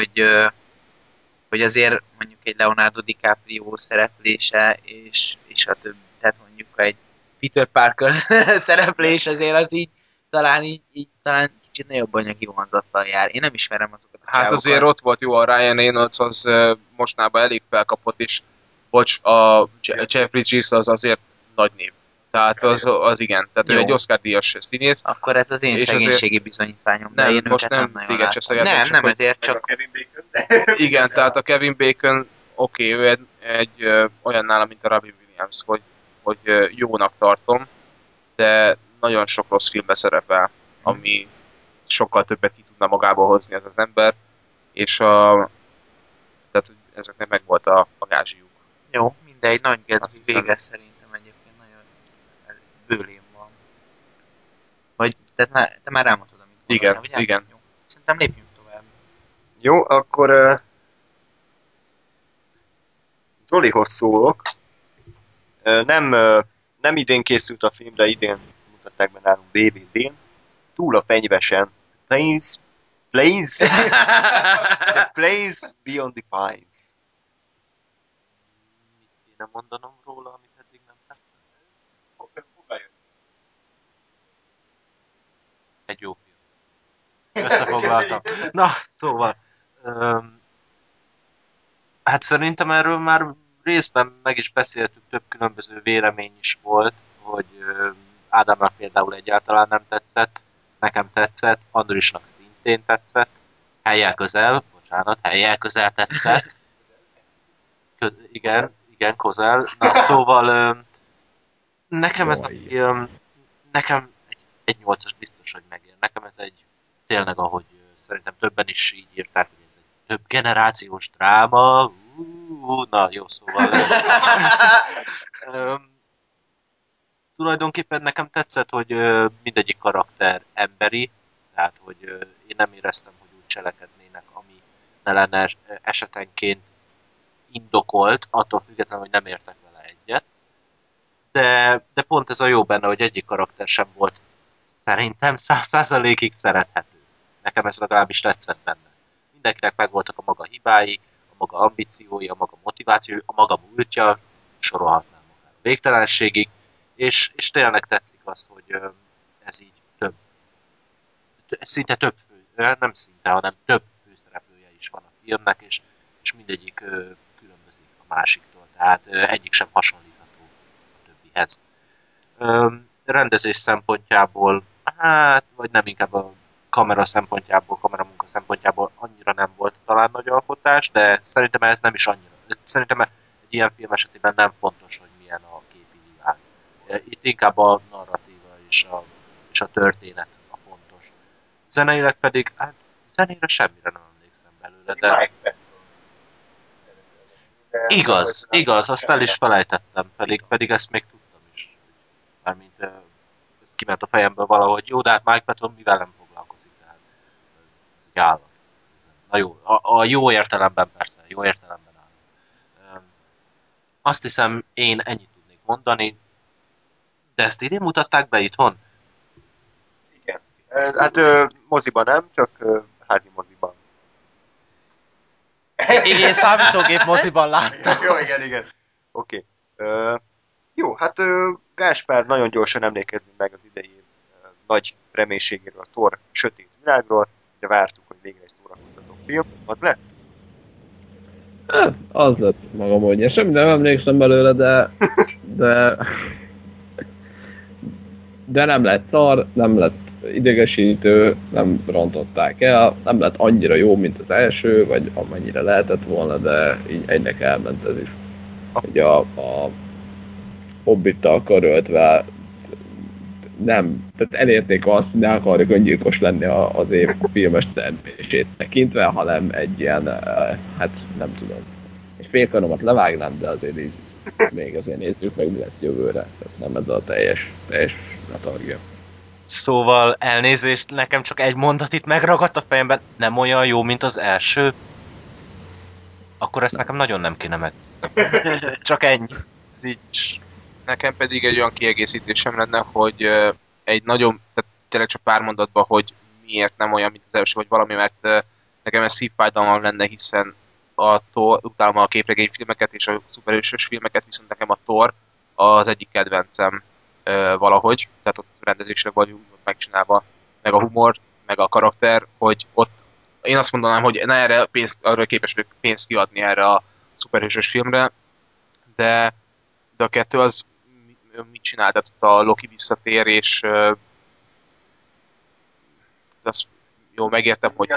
hogy azért mondjuk egy Leonardo DiCaprio szereplése, és a többi, tehát mondjuk egy Peter Parker szereplés azért az így talán kicsit nagyobb anyagi vonzattal jár. Én nem ismerem azokat a Hát azért ott volt jó, a Ryan Reynolds az mostanában elég felkapott, és bocs, a Jeff Bridges az azért nagy név. Tehát az igen, tehát ő egy Oscar-díjas színész. Akkor ez az én szegénységi bizonyítványom, de én most nem téged se szegénység. Nem, ezért csak... Kevin Bacon. Igen, tehát a Kevin Bacon, oké, ő egy olyan nála, mint a Robbie Williams, hogy jónak tartom, de nagyon sok rossz filmbe szerepel, ami sokkal többet ki tudna magából hozni ez az ember, és tehát ezeknek meg volt a gázsiuk. Jó, mindegy, Nagy Gatsby vége szerintem egyébként nagyon bőlén van. Vagy, te már elmondtad, amit gondoltam, ugye? Igen. Jó. Szerintem lépjünk tovább. Jó, akkor Zolihoz szólok. Nem idén készült a film, de idén mutatták be nálunk DVD-n. Túl a fenyvesen. The Place Beyond the Pines. Mit kéne mondanom róla, amit eddig nem tettem? Egy jó film. Összefoglaltam. Na, szóval... hát szerintem erről már részben meg is beszéltük, több különböző vélemény is volt, hogy Ádámnak például egyáltalán nem tetszett, nekem tetszett, Andrisnak szintén tetszett, helyjel közel tetszett. Igen, közel. Na, szóval nekem ez a film, nekem egy 8-as biztos, hogy megér. Nekem ez egy, tényleg, ahogy szerintem többen is így írták, hogy ez egy több generációs dráma. Na, jó, szóval. Tulajdonképpen nekem tetszett, hogy mindegyik karakter emberi, tehát, hogy én nem éreztem, hogy úgy cselekednének, ami ne lenne esetenként indokolt, attól függetlenül, hogy nem értek vele egyet. De pont ez a jó benne, hogy egyik karakter sem volt szerintem 100%-ig szerethető. Nekem ez legalábbis tetszett benne. Mindenkinek megvoltak a maga hibái, a maga ambíciói, a maga motivációi, a maga múltja, sorolhatnám magát végtelenségig, és tényleg tetszik az, hogy ez így szinte több nem szinte, hanem több főszereplője is van a filmnek, és mindegyik különbözik a másiktól, tehát egyik sem hasonlítható a többihez. Rendezés szempontjából, hát, vagy nem, inkább a kameramunka szempontjából annyira nem volt talán nagy alkotás, de szerintem ez nem is annyira. Szerintem egy ilyen film esetében nem fontos, hogy milyen a képi világ. Itt inkább a narratíva és a történet a fontos. Zeneileg pedig, hát zenére semmire nem emlékszem belőle, de... Igaz, azt el is felejtettem, pedig ezt még tudtam is. Mármint ez kiment a fejemből valahogy, jó, de hát Mike Patton mivel nem foglalkozik, tehát ez egy állat. Na jó, a jó értelemben persze, jó értelemben állat. Azt hiszem, én ennyit tudnék mondani, de ezt idén mutatták be itthon? Igen. Hát moziban nem, csak házi moziban. Én számítógép moziban láttam. Jó, igen. Oké. Jó, hát Gáspár, nagyon gyorsan emlékezzünk meg az idei év nagy reménységéről, a Thor sötét világról, de vártuk, hogy végre egy szórakoztató film. Az lett? Hát, az lett magam, hogy én semmi nem emlékszem belőle, de nem lett szar, nem lett idegesítő, nem rontották el, nem lett annyira jó, mint az első, vagy amennyire lehetett volna, de így egynek elment ez is. Ugye a Hobbittal karöltve nem, tehát elérték azt, ne akarjuk öngyilkos lenni az év filmes termését tekintve, hanem egy ilyen, hát nem tudom, egy félkaromat levágnám, de azért így még azért nézzük meg, mi lesz jövőre. Tehát nem ez a teljes letargia. Szóval elnézést, nekem csak egy mondat itt megragadt a fejemben, nem olyan jó, mint az első. Akkor ezt nekem nagyon nem kéne meg. Csak ennyi. Ez így... Nekem pedig egy olyan kiegészítésem lenne, hogy egy nagyon, tehát tényleg csak pár mondatban, hogy miért nem olyan, mint az első, vagy valami, mert nekem ez szívfájdalmam lenne, hiszen utálom a képregényfilmeket és a szuperhősös filmeket, viszont nekem a Thor az egyik kedvencem valahogy, tehát ott rendezésre vagy úgy megcsinálva, meg a humor, meg a karakter, hogy ott én azt mondanám, hogy ne erre arra képes vagyok pénzt kiadni erre a szuperhősös filmre, de a kettő az mit csinál? Tehát a Loki visszatér, és azt jó, megértem, hogy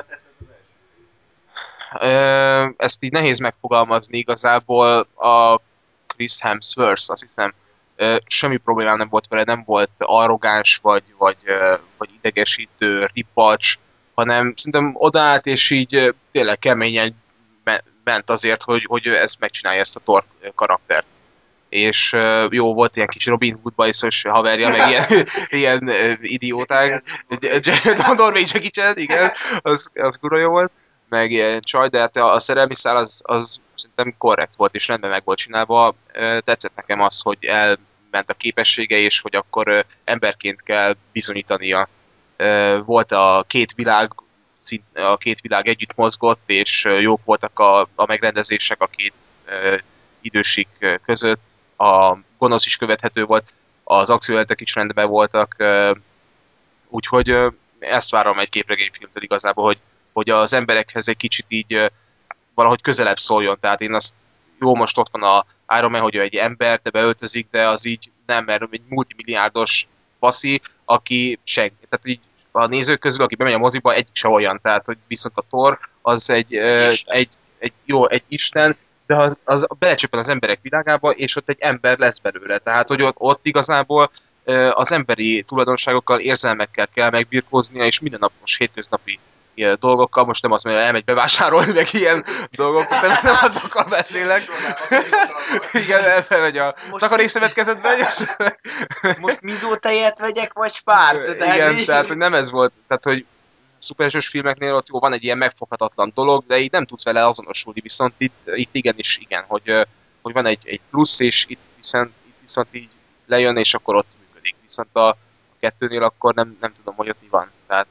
ezt így nehéz megfogalmazni igazából. A Chris Hemsworth, azt hiszem, semmi problémám nem volt vele, nem volt arrogáns, vagy idegesítő, ripacs, hanem szerintem odaállt, és így tényleg keményen ment azért, hogy ezt megcsinálja, ezt a Thor karaktert. És jó, volt ilyen kis Robin Hood bajszos haverja, meg ilyen idióták. Norvég Jackie Chan, igen, az kurva jó volt. Meg ilyen csaj, de hát a szerelmi szál az szerintem korrekt volt, és rendben meg volt csinálva. Tetszett nekem az, hogy elment a képessége, és hogy akkor emberként kell bizonyítania. Volt a két világ együtt mozgott, és jók voltak a megrendezések a két időség között. A gonosz is követhető volt, az akciójelenetek is rendben voltak, úgyhogy ezt várom egy képregényfilmtől igazából, hogy az emberekhez egy kicsit így valahogy közelebb szóljon. Tehát én azt, jó, most ott van Iron Man, hogy ő egy ember, de beöltözik, de az így nem, mert egy multimilliárdos faszi, aki tehát így a nézők közül, aki bemegy a moziba, egyik se olyan, tehát hogy viszont a Thor az egy isten, de az belecsöppen az emberek világába, és ott egy ember lesz belőle. Tehát, hogy ott igazából az emberi tulajdonságokkal, érzelmekkel kell megbirkóznia, és mindennapos hétköznapi ilyen dolgokkal, most nem azt mondja, hogy elmegy bevásárolni, meg ilyen dolgok, de nem azokkal beszélek. Igen, elmegy a takarékszövetkezetbe. Most mizótejet vegyek, vagy spárt? Igen, tehát hogy nem ez volt, tehát hogy szuperhősös filmeknél ott jó, van egy ilyen megfoghatatlan dolog, de így nem tudsz vele azonosulni, viszont itt igenis igen, hogy van egy plusz, és itt viszont így lejön, és akkor ott működik. Viszont a kettőnél akkor nem tudom, hogy ott mi van. Tehát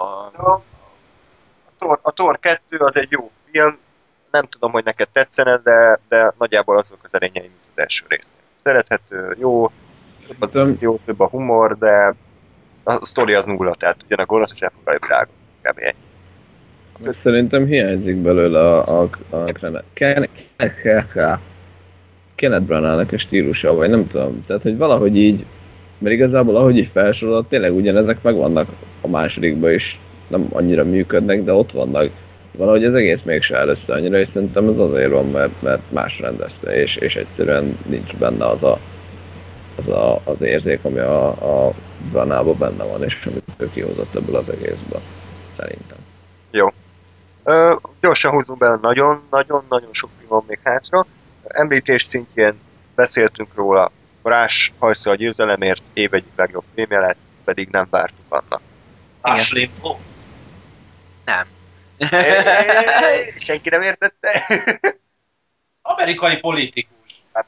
A Thor 2 az egy jó film, nem tudom, hogy neked tetszene, de nagyjából azok az erényei, mint az első rész. Szerethető, jó, több a humor, de a sztori az nulla, tehát ugyan a gonosz és elfoglalja a világot. Kb. Ennyi. Szerintem hiányzik belőle a Kenneth Branagh-nak a stílusa, vagy nem tudom. Tehát, hogy valahogy így, mert igazából ahogy így felsorolod, tényleg ugyanezek megvannak a másodikban is, nem annyira működnek, de ott vannak. Valahogy az egész mégse áll össze annyira, és szerintem ez azért van, mert más rendezte, és egyszerűen nincs benne az érzék, ami a Branagh-ban benne van, és amit ő kihozott ebből az egészből, szerintem. Jó. Gyorsan húzunk bele, nagyon sok film van még hátra. Említés szintjén beszéltünk róla, Varázs hajsza a győzelemért év egyik legjobb filmje lett, pedig nem vártuk annak. Ashley. Nem. Senki nem értette? Amerikai politikus. Hát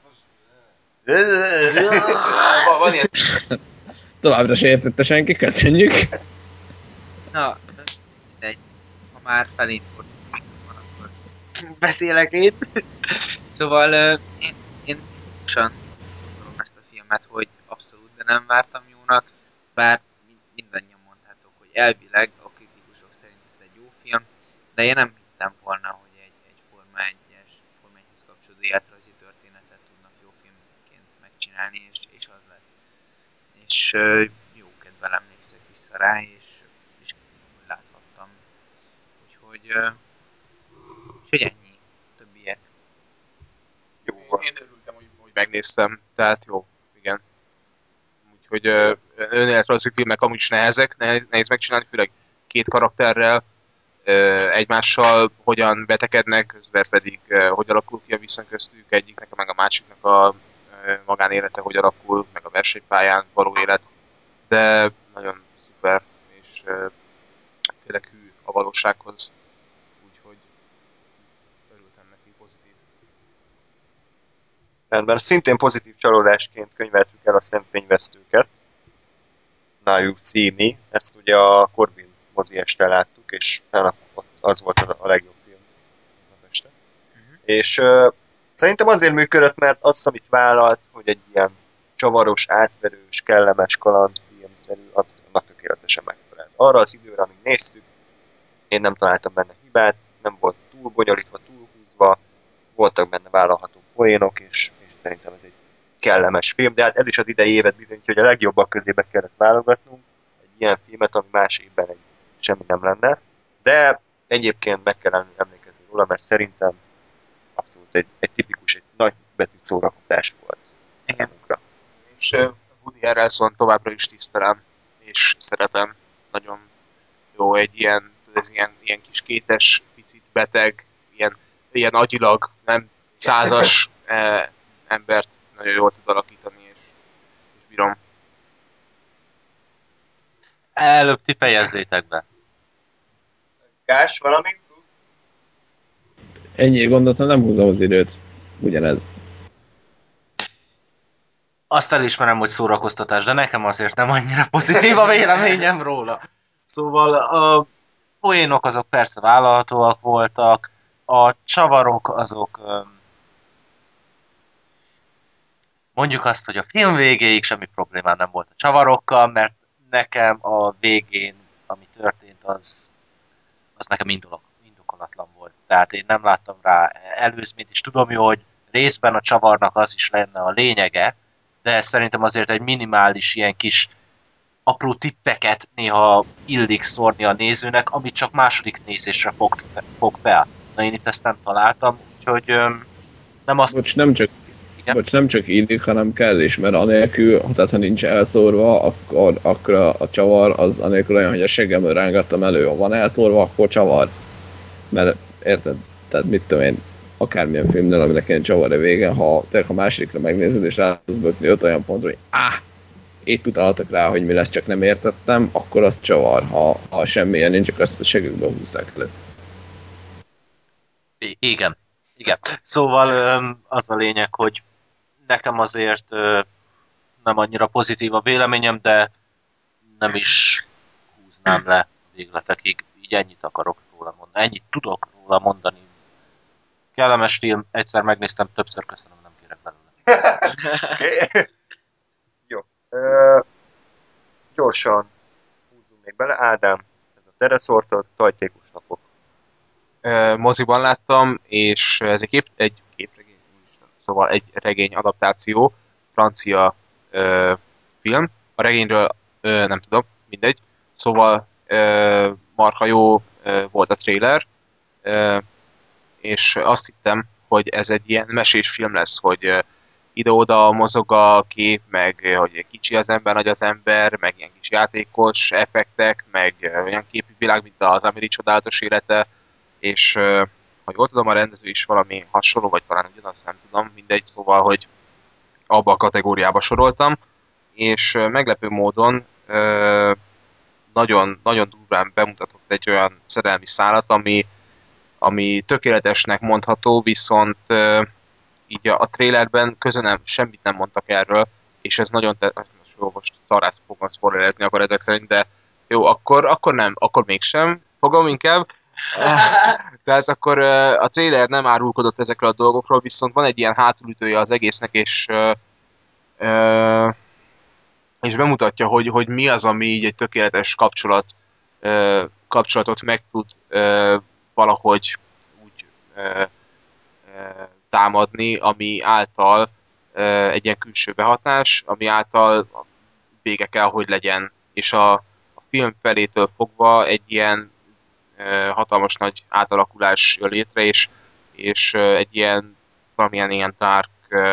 van ilyen. Továbbra se értette senki, köszönjük! Na, mindegy. Ha már felén fordultam, akkor beszélek itt. Szóval én pontosan gondolom ezt a filmet, hogy abszolút, de nem vártam jónak, bár mindannyian mondhatok, hogy elvileg a kritikusok szerint ez egy jó film, de én nem hittem volna, hogy egy Forma 1-hez kapcsolódó életrajzi történetet tudnak jó filmként megcsinálni, és az lett. És jó kedvel emlékszek vissza rá, és úgy láthattam. Úgyhogy ennyi, többiek. Jó van. Én örültem, hogy megnéztem, tehát jó, igen. Úgyhogy önéletrajzi filmek amúgy is nehéz megcsinálni, főleg két karakterrel, egymással hogyan betegednek, közben pedig hogy alakul ki a viszony köztük egyiknek, meg a másiknak a magánélete, hogy alakul, meg a versenypályán való élet, de nagyon szuper, és tényleg hű a valósághoz, úgyhogy örültem neki, pozitív. Rendben, szintén pozitív csalódásként könyveltük el a szemfényvesztőket. Now You See Me, ezt ugye a Corbin mozi este láttuk, és az volt a legjobb film az este. És szerintem azért működött, mert azt, amit vállalt, hogy egy ilyen csavaros, átverős, kellemes kalandfilmszerű, azt annak tökéletesen megfelelt. Arra az időre, amíg néztük, én nem találtam benne hibát, nem volt túl bonyolítva, túl húzva, voltak benne vállalható poénok, és szerintem ez egy kellemes film, de hát ez is az idei évet bizonyítja, hogy a legjobbak közébe kellett válogatnunk egy ilyen filmet, ami más évben semmi nem lenne, de egyébként meg kell emlékezni róla, mert szerintem abszolút egy tipikus, egy nagy betű szórakozás volt számunkra. És Woody Harrelson továbbra is tisztelem, és szeretem, nagyon jó egy ilyen kis kétes, picit beteg, ilyen agyilag, nem százas embert nagyon jól tud alakítani, és bírom. előbb ti fejezzétek be. Gás, valami plusz? Ennyi gondoltam, nem húzom az időt. Ugyanez. Azt elismerem, hogy szórakoztatás, de nekem azért nem annyira pozitív a véleményem róla. Szóval a poénok azok persze vállalhatóak voltak, a csavarok azok mondjuk azt, hogy a film végéig semmi problémám nem volt a csavarokkal, mert nekem a végén, ami történt, az nekem indokolatlan volt. Tehát én nem láttam rá előzményt, és tudom jó, hogy részben a csavarnak az is lenne a lényege, de szerintem azért egy minimális ilyen kis apró tippeket néha illik szórni a nézőnek, amit csak második nézésre fog fel. Na én itt ezt nem találtam, úgyhogy nem azt... Bocs, nem csak, Igen. bocs, nem csak illik, hanem kell is, mert anélkül, tehát ha nincs elszórva, akkor a csavar az anélkül olyan, hogy a seggemről rángattam elő. Ha van elszórva, akkor csavar. Mert érted? Tehát mit tudom én, akármilyen filmnél, aminek ilyen csavar a vége, ha másodikra megnézed, és rá tudsz bökni 5 olyan pontra, hogy itt utaltak rá, hogy mi lesz, csak nem értettem, akkor az csavar. Ha semmilyen nincs, csak azt a segükből húzták le. Igen. Igen. Szóval az a lényeg, hogy nekem azért nem annyira pozitív a véleményem, de nem is húznám le végletekig. Így ennyit akarok róla mondani. Ennyit tudok róla mondani. Kellemes film, egyszer megnéztem, többször köszönöm, nem kérek belőle. Okay. Jó. Gyorsan húzzunk még bele. Ádám, ez a tereszortod, tajtékus napok. Moziban láttam, és ez egy képregény, szóval egy regény adaptáció, francia film. A regényről nem tudom, mindegy. Szóval marha jó volt a trailer, és azt hittem, hogy ez egy ilyen mesés film lesz, hogy ide-oda mozog a kép, meg hogy kicsi az ember, nagy az ember, meg ilyen kis játékos effektek, meg olyan képi világ, mint az Amélie csodálatos élete, és ha jól tudom, a rendező is valami hasonló, vagy talán ugyanaz, nem tudom, mindegy, szóval, hogy abba a kategóriába soroltam, és meglepő módon nagyon, nagyon durván bemutatott egy olyan szerelmi szálat, ami tökéletesnek mondható, viszont így a trailerben közben semmit nem mondtak erről, és ez nagyon most szarát fogom spoilerezni akkor ezek szerint, de jó, akkor nem, akkor mégsem fogom inkább. Tehát akkor a trailer nem árulkodott ezekről a dolgokról, viszont van egy ilyen hátulütője az egésznek, és bemutatja, hogy mi az, ami így egy tökéletes kapcsolatot meg tud valahogy úgy támadni, ami által egy ilyen külső behatás, ami által vége kell, hogy legyen. És a film felétől fogva egy ilyen hatalmas nagy átalakulás jön létre, és egy ilyen valamilyen ilyen dark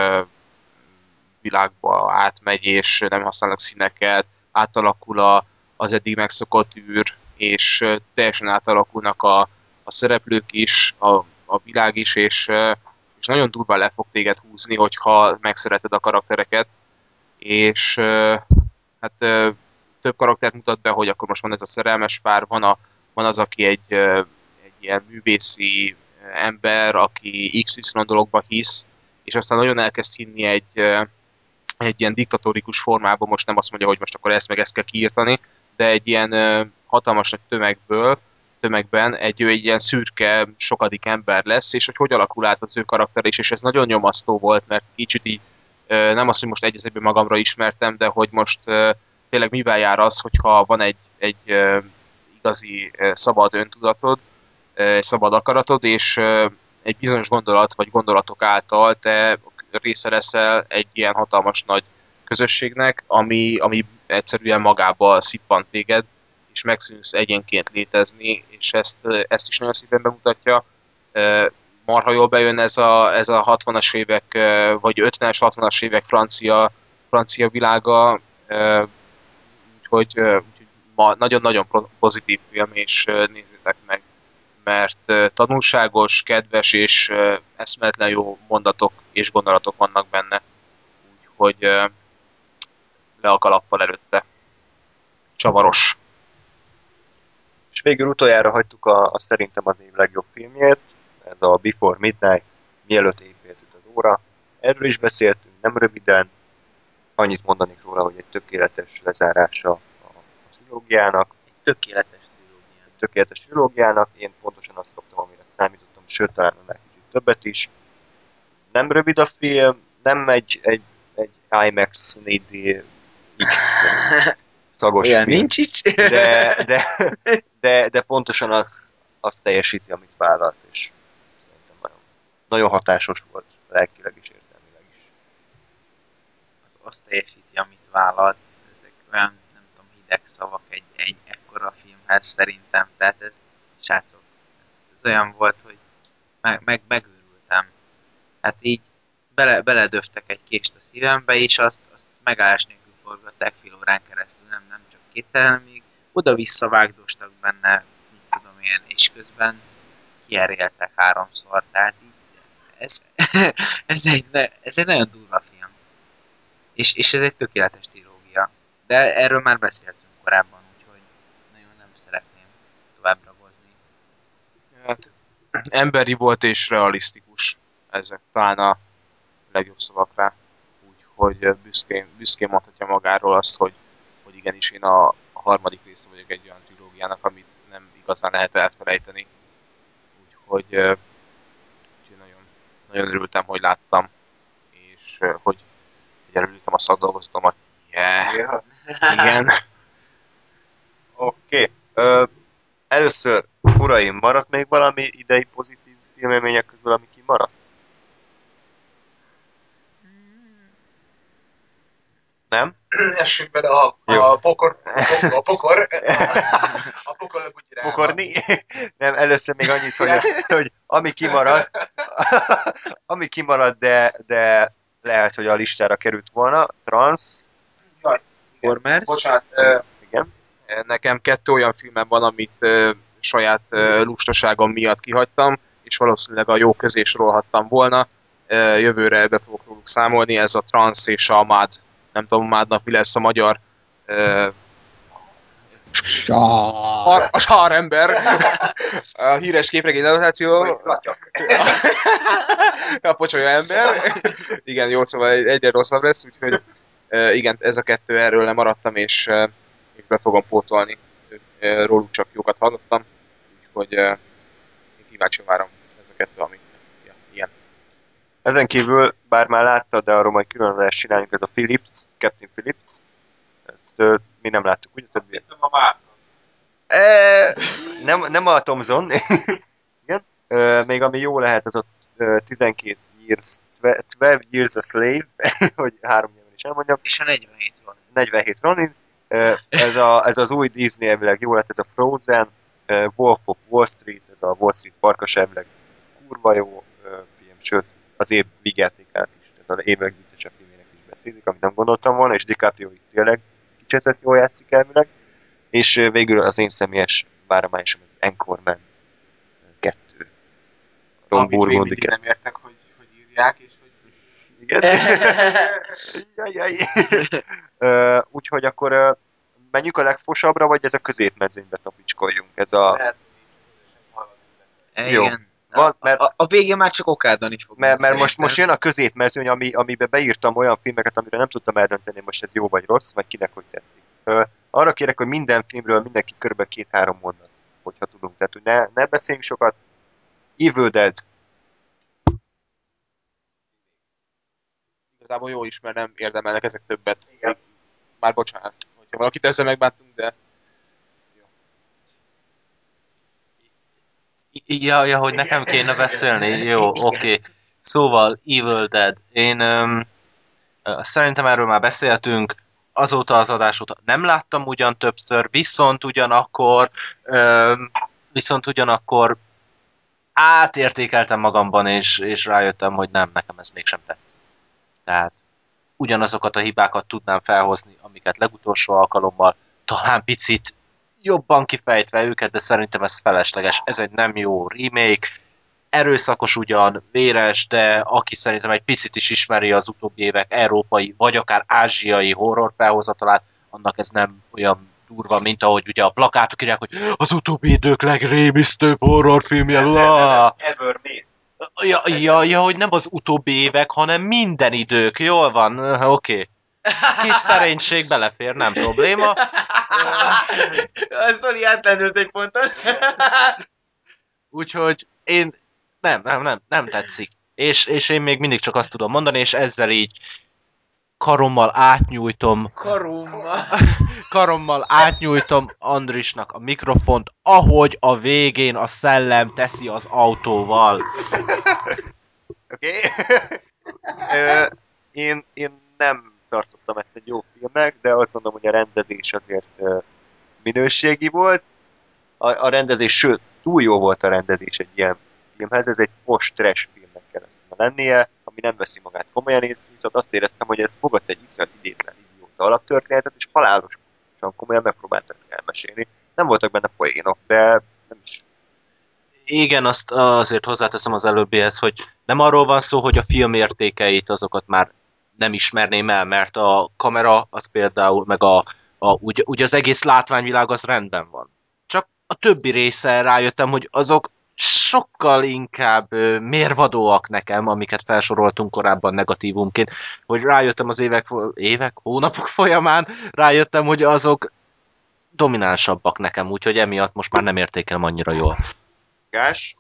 világba átmegy, és nem használnak színeket, átalakul az eddig megszokott űr, és teljesen átalakulnak a szereplők is, a világ is, és nagyon durván le fog téged húzni, hogyha megszereted a karaktereket, és hát több karaktert mutat be, hogy akkor most van ez a szerelmes pár, van az, aki egy ilyen művészi ember, aki XY dologba hisz, és aztán nagyon elkezd hinni egy ilyen diktatórikus formában, most nem azt mondja, hogy most akkor ezt meg ezt kell kiírtani, de egy ilyen hatalmas nagy tömegben egy ilyen szürke, sokadik ember lesz, és hogy alakul át az ő karakter is, és ez nagyon nyomasztó volt, mert kicsit így nem azt, hogy most egy egyben magamra ismertem, de hogy most tényleg mivel jár az, hogyha van egy igazi szabad öntudatod, szabad akaratod, és egy bizonyos gondolat vagy gondolatok által te része leszel egy ilyen hatalmas nagy közösségnek, ami egyszerűen magába szippant téged, és megszűnsz egyenként létezni, és ezt is nagyon szépen bemutatja. Marha jól bejön ez a 60-as évek, vagy 50-es, 60-as évek francia világa, úgyhogy nagyon-nagyon pozitív film, és nézzétek meg, mert tanulságos, kedves és eszméletlen jó mondatok és gondolatok vannak benne, úgyhogy le a kalappal előtte. Csavaros. És végül utoljára hagytuk a szerintem az év legjobb filmjét, ez a Before Midnight, mielőtt éjfélt üt az óra. Erről is beszéltünk, nem röviden, annyit mondanék róla, hogy egy tökéletes lezárása a trilógiának. Tökéletes trilógiának, én pontosan azt kaptam, amire számítottam, sőt talán annál kicsit többet is. Nem rövid a film, nem egy IMAX 4DX szagos olyan film. nincs itt. De pontosan az teljesíti, amit vállalt, és szerintem nagyon hatásos volt. lelkileg is, érzelmileg is. Azt teljesíti, amit vállalt. Ezek olyan, nem tudom, hideg szavak egy ekkora filmhez szerintem. Tehát ez, srácok, ez olyan volt, hogy megőrültem. Hát így beledöftek egy kést a szívembe, és azt megállás nélkül forgatták fél órán keresztül, nem csak kétszer, hanem még oda-vissza vágdostak benne, mit tudom én, és közben kieréltek 3-szor, tehát így ez egy nagyon durva film. És ez egy tökéletes trilógia. De erről már beszéltünk korábban, úgyhogy nagyon nem szeretném tovább ragozni. Hát, emberi volt és realisztikus. Ezek talán a legjobb szavak rá. Úgyhogy büszkén mondhatja magáról azt, hogy igenis én a harmadik része vagyok egy olyan trilógiának, amit nem igazán lehet elfelejteni. Úgyhogy nagyon, nagyon örültem, hogy láttam, és hogy örültem a szakdolgozatomat. Yeah. Igen. Oké. Először, uraim, maradt még valami idei pozitív filmélmények közül, ami kimaradt? Nem? Essünk bele a pokor bugyrába. Pokorni? Nem, először még annyit, hogy ami kimaradt, de lehet, hogy a listára került volna. Trans. Formers. Bocsánat, Igen. Nekem 2 olyan filmem van, amit saját lustaságom miatt kihagytam, és valószínűleg a jó közé sorolhattam volna. Jövőre be fogok róluk számolni, ez a Trans és a MÁD. Nem tudom, MÁD-nak mi lesz a magyar... A sárember. A híres képregény adaptáció. A pocsolya ember. Igen, jó, szóval egyre rosszabb lesz, úgyhogy igen, ez a 2 erről lemaradtam, és be fogom pótolni. Róluk csak jókat hallottam, úgyhogy én kíváncsi várom ez a 2, ami ilyen. Ezen kívül, bár már láttad, de arról majd külön adást csináljunk, ez a Philips, Captain Philips. Ezt mi nem láttuk, ugye? Azt hittem a Márton. Nem a Thomson. Igen. Még ami jó lehet, az a 12 Years a Slave, hogy 3 nyelven is elmondjam. És a 47 van. 47 Ronin. Ez az új Disney elvileg jó lett, ez a Frozen, Wolf of Wall Street, ez a Wall Street farkas elvileg kurva jó film, sőt az év vígjátékát is, ez az év legviccesebb filmének is becézik, amit nem gondoltam volna, és DiCaprio itt tényleg kicsit jól játszik elvileg. És végül az én személyes várományosom az Anchorman 2. Ron Amit még Burgundy mindig 2. nem értek, hogy írják, és hogy... Igen. Jajjaj. Úgyhogy akkor menjünk a legfosabbra, vagy ez a középmezőnybe tapicskoljunk? Ez a... Lehet, Jó. Igen. Van, mert A végén már csak okádon is fog. mert most jön a középmezőny, amiben beírtam olyan filmeket, amire nem tudtam eldönteni, most ez jó vagy rossz, vagy kinek hogy tetszik. Arra kérek, hogy minden filmről mindenki kb. 2-3 mondat, hogyha tudunk. Tehát, hogy ne beszéljünk sokat. Evil Dead. Igazából jó is, mert nem érdemelnek ezek többet. Igen. Már bocsánat, hogyha valakit ezzel megbántunk, de... Ja, hogy nekem kéne beszélni? Jó, oké. Szóval, Evil Dead. Én szerintem erről már beszéltünk, azóta az adás óta nem láttam ugyan többször, viszont ugyanakkor átértékeltem magamban, és rájöttem, hogy nem, nekem ez mégsem tetszik. Tehát ugyanazokat a hibákat tudnám felhozni, amiket legutolsó alkalommal, talán picit jobban kifejtve őket, de szerintem ez felesleges. Ez egy nem jó remake, erőszakos ugyan, véres, de aki szerintem egy picit is ismeri az utóbbi évek európai, vagy akár ázsiai horror felhozatalát, annak ez nem olyan durva, mint ahogy ugye a plakátok írják, hogy az utóbbi idők legrémisztőbb horrorfilmje. Ever made. Ja, hogy nem az utóbbi évek, hanem minden idők. Jól van, oké. Kis szerénység belefér, nem probléma. A Zoli átlendült egy ponton. Úgyhogy én nem tetszik. És én még mindig csak azt tudom mondani, és ezzel így karommal átnyújtom Andrisnak a mikrofont, ahogy a végén a szellem teszi az autóval. Oké? Én nem tartottam ezt egy jó filmnek, de azt gondolom, hogy a rendezés azért minőségi volt. A rendezés, sőt, túl jó volt a rendezés egy ilyen filmhez. Ez egy post-trash filmnek kellett volna lennie, ami nem veszi magát komolyan, és viszont azt éreztem, hogy ez fogott egy iszonyat idétlen idióta alaptörténetet, és halálosan komolyan megpróbáltak ezt elmesélni. Nem voltak benne poénok, de nem is. Igen, azt azért hozzáteszem az előbbihez, hogy nem arról van szó, hogy a film értékeit azokat már nem ismerném el, mert a kamera az például, meg úgy az egész látványvilág az rendben van. Csak a többi része rájöttem, hogy azok sokkal inkább mérvadóak nekem, amiket felsoroltunk korábban negatívumként, hogy rájöttem az hónapok folyamán, rájöttem, hogy azok dominánsabbak nekem, úgyhogy emiatt most már nem értékelem annyira jól. Gás?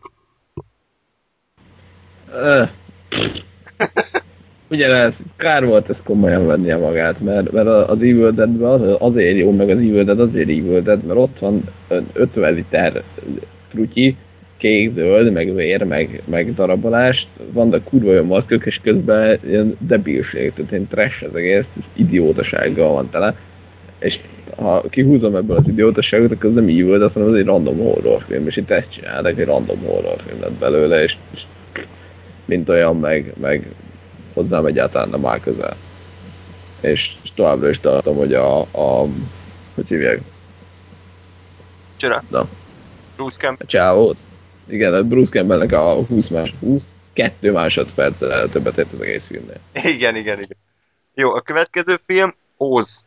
Ugyanez, kár volt ezt komolyan vennie magát, mert az Evil Deadben azért jó, meg az Evil Dead azért Evil Dead, mert ott van 50 liter trutyi, kék-zöld, meg vér, meg darabolás, vannak kurva jó maszkok, és közben ilyen debilség, tehát ilyen trash az egész, idiótasággal van tele. És ha kihúzom ebből az idiótaságot, akkor az nem Evil Dead, hanem az egy random horrorfilm, és itt ezt csináltak, egy random horrorfilm lett belőle, és mint olyan, meg hozzám egyáltalán nem áll közel. És továbbra is tartom, hogy hogy hívják? Csinál? Na. Bruce Campbell. A csávót. Igen, a Bruce Campbellnek a 22 másodperccel többet ért az egész filmnél. Igen. Jó, a következő film Oz.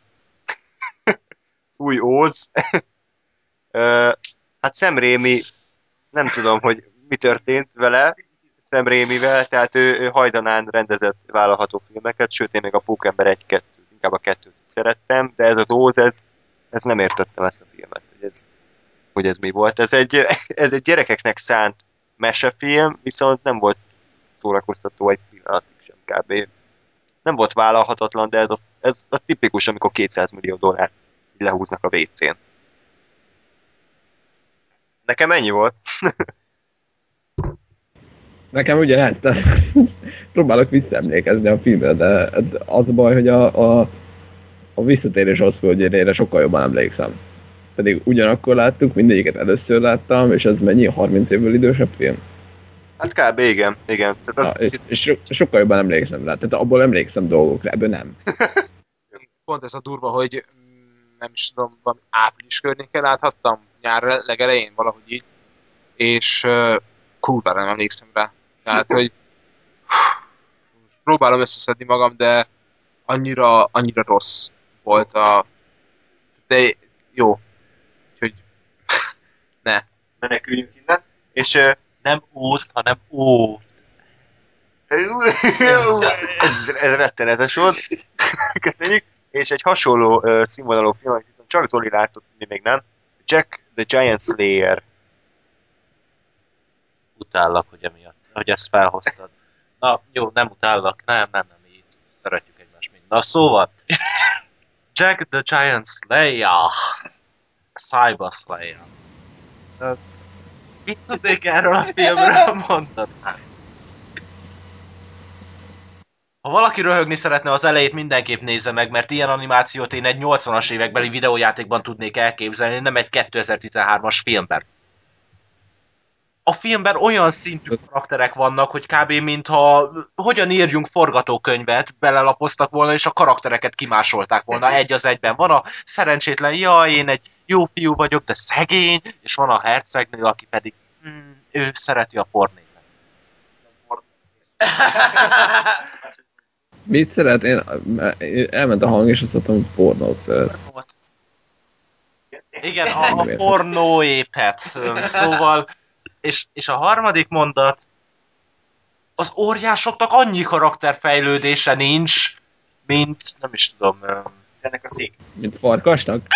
Új Oz. Hát Sam Raimi, nem tudom, hogy mi történt vele, Sam Raimivel, tehát ő hajdanán rendezett vállalható filmeket, sőt én még a Pókember 1-2, inkább a 2-t szerettem, de ez az Oz, ez nem értettem ezt a filmet, hogy ez mi volt. Ez egy gyerekeknek szánt mesefilm, viszont nem volt szórakoztató egy pillanatig sem kb. Nem volt vállalhatatlan, de ez a tipikus, amikor $200 millió lehúznak a WC-n. Nekem ennyi volt. Nekem ugyanez, próbálok visszaemlékezni a filmre, de az a baj, hogy a visszatérés Oszföldjére sokkal jobban emlékszem. Pedig ugyanakkor láttuk, mindegyiket először láttam, és ez mennyi? 30 évvel idősebb film? Hát kb. Igen. Tehát és sokkal jobban emlékszem rá, tehát abból emlékszem dolgokra, ebből nem. Pont ez a durva, hogy nem is tudom, valami április környéken láthattam, nyár legelején, valahogy így, és kurvára nem emlékszem rá. Tehát, hogy próbálom összeszedni magam, de annyira rossz volt de jó. Úgyhogy ne. Meneküljünk innen. És Nem Ózt, hanem Ó. ez rettenetes volt. Köszönjük. És egy hasonló színvonalú film, amit csak Zoli látott, mi még nem. Jack the Giant Slayer. Utállak, hogy ezt felhoztad. Na, jó, nem utállak, nem, így szeretjük egymást mind. Na, szóval, Jack the Giant Slayer. Cyber Slayer. Mit tudnék erről a filmről mondani? Ha valaki röhögni szeretne, az elejét mindenképp nézze meg, mert ilyen animációt én egy 80-as évekbeli videójátékban tudnék elképzelni, nem egy 2013-as filmben. A filmben olyan szintű karakterek vannak, hogy kb. Mintha hogyan írjunk forgatókönyvet, belelapoztak volna, és a karaktereket kimásolták volna egy az egyben. Van a szerencsétlen, én egy jó fiú vagyok, de szegény, és van a hercegnő, aki pedig ő szereti a pornét. Mit szeret? Én elment a hang, és azt mondtam, hogy pornót szeret. Igen, a pornóépet. Szóval, és a harmadik mondat, az óriásoknak annyi karakterfejlődése nincs, mint, nem is tudom, Ennek a szék. Mint farkasnak?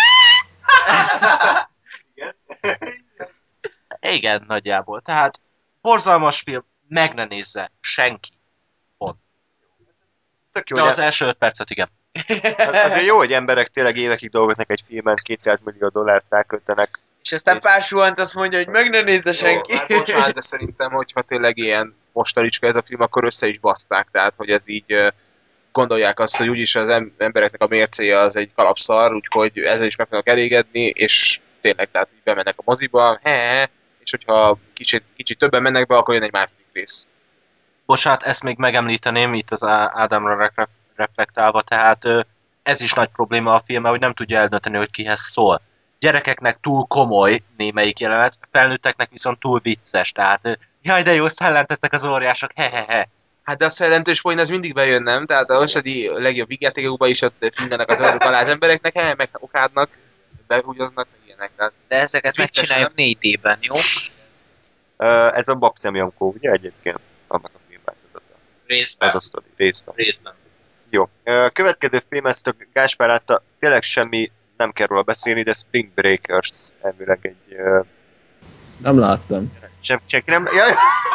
Igen, nagyjából. Tehát borzalmas film, meg ne nézze senki. Pont. Tök jó, De az első 5 percet igen. azért jó, hogy emberek tényleg évekig dolgoznak egy filmen, $200 millió ráköltenek. És aztán Pás Juhant azt mondja, hogy meg ne nézze senki. Jó, már bocsánat, de szerintem, hogyha tényleg ilyen ostolicska ez a film, akkor össze is baszták, tehát hogy ez így gondolják azt, hogy úgyis az embereknek a mércéje az egy kalapszar, úgyhogy ezzel is meg tudnak elégedni, és tényleg, tehát így bemennek a moziba, és hogyha kicsit többen mennek be, akkor jön egy második rész. Bocsánat, ezt még megemlíteném itt az Ádámra reflektálva, tehát ez is nagy probléma a filmben, hogy nem tudja eldönteni, hogy kihez szól. Gyerekeknek túl komoly némelyik jelenet, felnőtteknek viszont túl vicces, tehát jaj, de jó, szellentettek az óriások, hehehe. Hát de a szellentős poén az mindig bejön, nem? Tehát a Vasadi legjobb vigyátékokban is ott mindennek az örök alá az embereknek, meg okádnak, behúgyoznak, meg ilyenek. Tehát De ezeket megcsináljuk 4D-ben, jó? Ez a Babszem Jankó, ugye egyébként? Annak a filmváltozata. Részben. Ez a sztori, részben. Részben. Jó. Következő film, ezt a Gáspár látta, tényleg semmi nem kell róla beszélni, de Spring Breakers elvileg egy... Nem láttam. Senki nem... Jaj!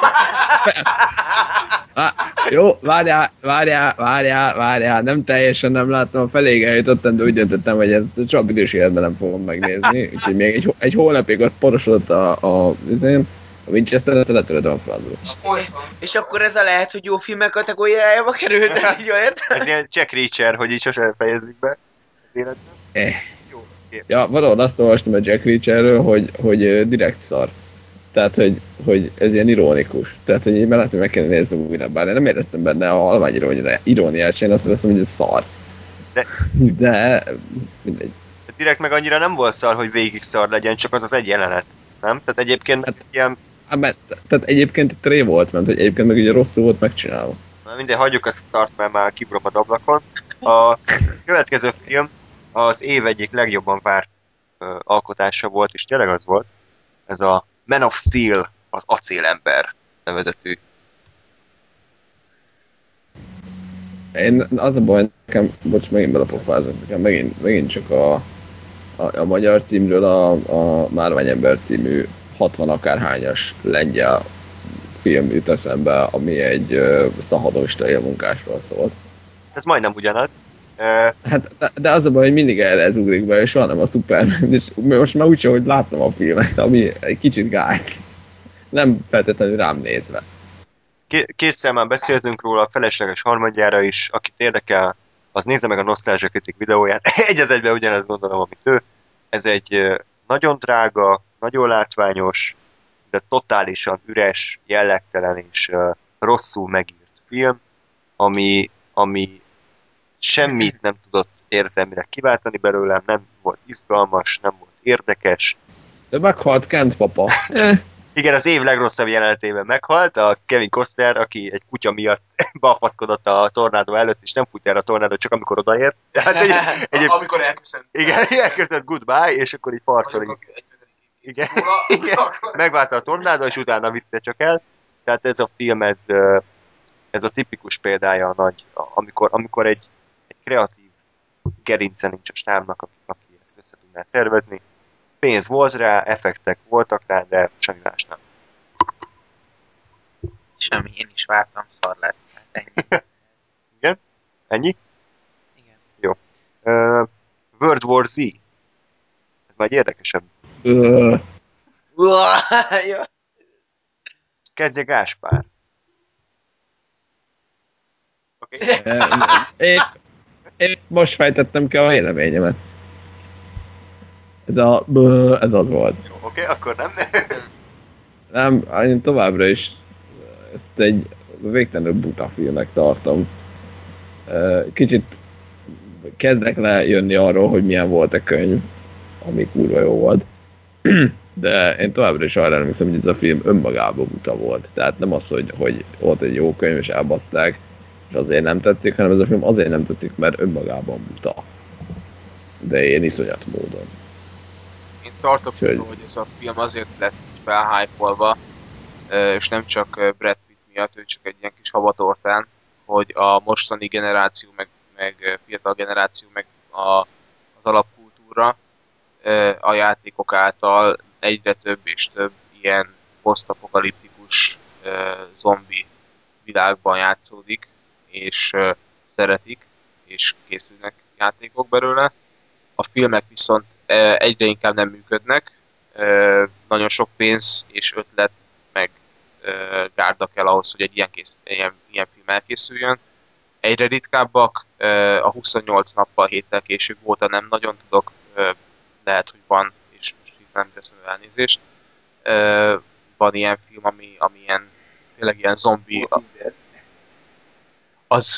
Jó, várjál, nem teljesen nem láttam, a feléig eljutottam, de úgy döntöttem, hogy ezt csak idős életben nem fogom megnézni, úgyhogy még egy hónapig ott porosodott a Winchester, ezt letöröd a francba. És akkor ez a lehet, hogy jó filmek kategóriájába került, így van, érted? Ez ilyen Jack Reacher, hogy így sosem fejezzük be az életben. Jó, oké. Ja, valahol azt olvastam a Jack Reacherről, hogy direkt szar. Tehát, hogy ez ilyen ironikus. Tehát, hogy én lehet, hogy meg kell nézni újra, bár én nem éreztem benne a halvány iróniát, én azt veszem, hogy ez szar. De mindegy. Direkt meg annyira nem volt szar, hogy végig szar legyen, csak az egy jelenet. Nem? Tehát egyébként ilyen... Tehát egyébként itt ré volt, mert hogy egyébként meg ugye rosszul volt megcsinálva. Na minden, hagyjuk ezt a start, mert már kibrom a ablakon. A következő film az év egyik legjobban várt alkotása volt, és tényleg az volt. Ez a Man of Steel, az acélember nevezetű. Én az a baj, nekem, bocs, megint belapofázok, nekem megint csak a magyar címről a Márványember című 60 akárhányas lengyel film jut eszembe, ami egy szahadonista élmunkásról szólt. Ez majdnem ugyanaz. Hát, de az a baj, hogy mindig erre ez ugrik be, és soha nem a Superman, és most már úgy, hogy láttam a filmet, ami egy kicsit gáz. Nem feltétlenül rám nézve. Kétszer már beszéltünk róla a felesleges harmadjára is, akit érdekel, az nézze meg a Nostalgia Kritik videóját. Egy az egyben ugyanezt gondolom, amit ő. Ez egy nagyon drága, nagyon látványos, de totálisan üres, jellegtelen és rosszul megírt film, ami semmit nem tudott érzelmileg kiváltani belőlem, nem volt izgalmas, nem volt érdekes. De meghalt Kent papa. Igen, az év legrosszabb jelenetében meghalt, a Kevin Costner, aki egy kutya miatt balfaszkodott a tornádó előtt, és nem fut el a tornádó, csak amikor odaért. Hát amikor elköszönt. Igen, elköszönt goodbye, és akkor így farcolik. Igen, igen. Megválta a tornádó, és utána vitte csak el. Tehát ez a film, ez a tipikus példája a nagy, amikor egy kreatív gerince nincs a stábnak, aki ezt össze tudná szervezni. Pénz volt rá, effektek voltak rá, de semmi más nem. Semmi, én is vártam, szar lett. Ennyi. Igen? Ennyi? Igen. Jó. World War Z. Ez már egy érdekesebb. Jó. Kezdje Gáspár. Oké. Én most fejtettem ki a véleményemet. Ez az volt. Jó, oké, akkor nem. Nem, én továbbra is ezt egy végtelenül buta filmnek tartom. Kicsit kezdek lejönni arról, hogy milyen volt a könyv, ami kurva jó volt. De én továbbra is arra emlékszem, hogy ez a film önmagában buta volt. Tehát nem az, hogy volt egy jó könyv és elbaszták, és azért nem tetszik, hanem ez a film azért nem tetszik, mert önmagában buta. De én iszonyat módon. Én tartok, hogy ez a film azért lett felhypolva, és nem csak Brad Pitt miatt, ő csak egy ilyen kis havatortán, hogy a mostani generáció, meg fiatal generáció, meg az alapkultúra a játékok által egyre több és több ilyen posztapokaliptikus zombi világban játszódik, és szeretik, és készülnek játékok belőle. A filmek viszont egyre inkább nem működnek, nagyon sok pénz és ötlet, meg gárda kell ahhoz, hogy egy ilyen film elkészüljön. Egyre ritkábbak, a 28 nappal héttel később óta nem nagyon tudok, lehet, hogy van, és most itt nem teszem elnézést. Van ilyen film, ami ilyen, tényleg ilyen zombi, az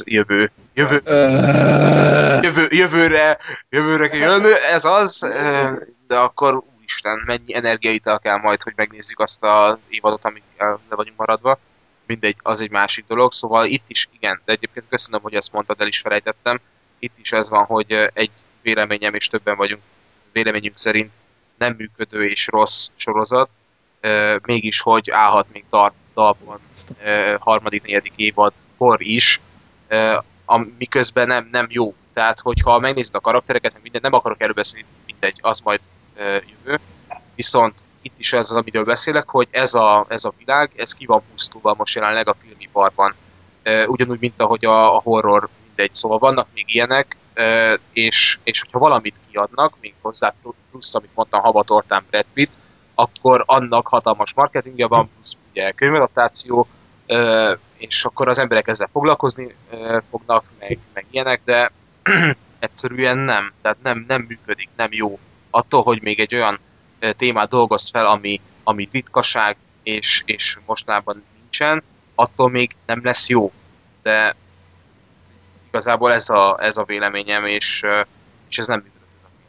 jövőre kell jönni, ez az, de akkor úristen, mennyi energiaital kell majd, hogy megnézzük azt az évadot, amit le vagyunk maradva. Mindegy, az egy másik dolog, szóval itt is igen, de egyébként köszönöm, hogy ezt mondtad, el is felejtettem. Itt is ez van, hogy egy véleményem, és többen vagyunk véleményünk szerint nem működő és rossz sorozat, mégis, hogy állhat még talpon harmadik, negyedik évadkor is, miközben nem jó. Tehát, hogyha megnézed a karaktereket, meg mindent, nem akarok erről beszélni, mindegy, az majd jövő. Viszont itt is ez az, amiről beszélek, hogy ez a világ, ez ki van pusztulva most jelenleg a filmiparban. Ugyanúgy, mint ahogy a horror, mindegy, szóval vannak még ilyenek, és hogyha valamit kiadnak, még hozzá plusz, amit mondtam, Havatortán Brad Pitt, akkor annak hatalmas marketingje van, plusz ugye könyvadaptáció, és akkor az emberek ezzel foglalkozni fognak, meg ilyenek, de egyszerűen nem. Tehát nem működik, nem jó. Attól, hogy még egy olyan témát dolgoz fel, ami ritkaság, és mostanában nincsen, attól még nem lesz jó. De igazából ez a véleményem, és ez nem működik.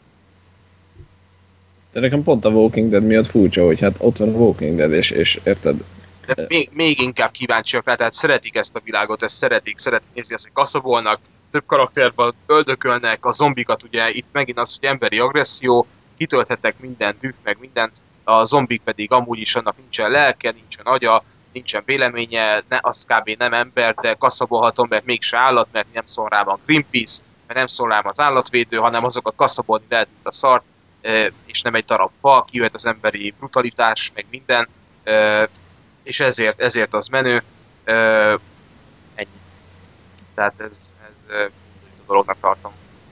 De nekem pont a Walking Dead miatt furcsa, hogy hát ott van a Walking Dead, és érted? De még inkább kíváncsiak rá, tehát szeretik ezt a világot, ezt szeretik nézni azt, hogy kaszabolnak, több karakterben öldökölnek, a zombikat ugye itt megint az, hogy emberi agresszió, kitölthetek minden düh, meg mindent, a zombik pedig amúgy is annak nincsen lelke, nincsen agya, nincsen véleménye, az kb. Nem ember, de kaszabolhatom, mert mégse állat, mert nem szól rám a Greenpeace, mert nem szól rám az állatvédő, hanem azokat kaszabolni lehet, mint a szart, és nem egy darab fa, kijöhet az emberi brutalitás, meg minden, és ezért az menő, ennyi. Tehát ez a dolognak tartom.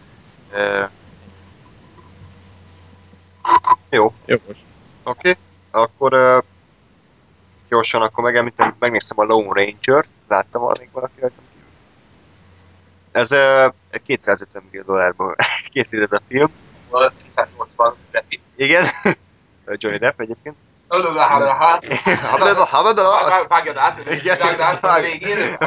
Jó. Jogos. Oké. Akkor gyorsan akkor megnéztem a Lone Ranger-t. Láttam valamelyik valaki rajtam kívül. Ez $250 millió készített a film. 280 Reddit. Igen. Johnny Depp egyébként. Vágjad át, vágjad át a végén.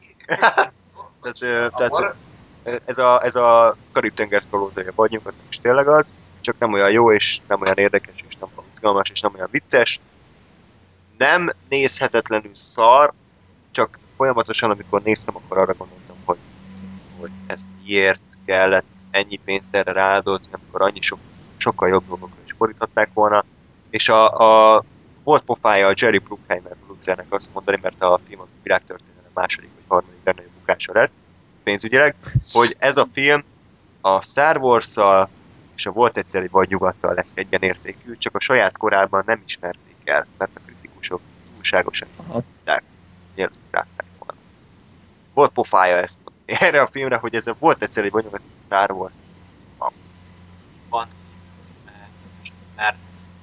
Tehát ez a Karib-tenger kalózai vagyunk, az is tényleg az, csak nem olyan jó, és nem olyan érdekes, és nem olyan izgalmas, és nem olyan vicces. Nem nézhetetlenül szar, csak folyamatosan, amikor néztem, akkor arra gondoltam, hogy ezt miért kellett ennyi pénzt erre rááldozni, amikor annyi sokkal jobb dolgokra is fordíthatták volna. És volt pofája a Jerry Bruckheimer producernek azt mondani, mert a film a világtörténelem második vagy harmadik legnagyobb bukása lett pénzügyileg, hogy ez a film a Star Wars-szal és a Volt egyszer egy vadnyugattal lesz egyenértékű, csak a saját korában nem ismerték el, mert a kritikusok túlságosan mielőtt rágták volna. Volt pofája ezt mondani erre a filmre, hogy ez Volt egyszer egy vadnyugat Star Wars. Van. Mert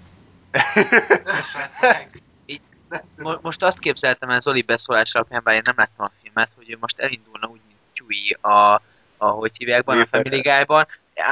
Most azt képzeltem el Zoli beszólása alapján, bár én nem láttam a filmet, hogy ő most elindulna úgy, mint Chewie ahogy hívják a Family Guy-ban,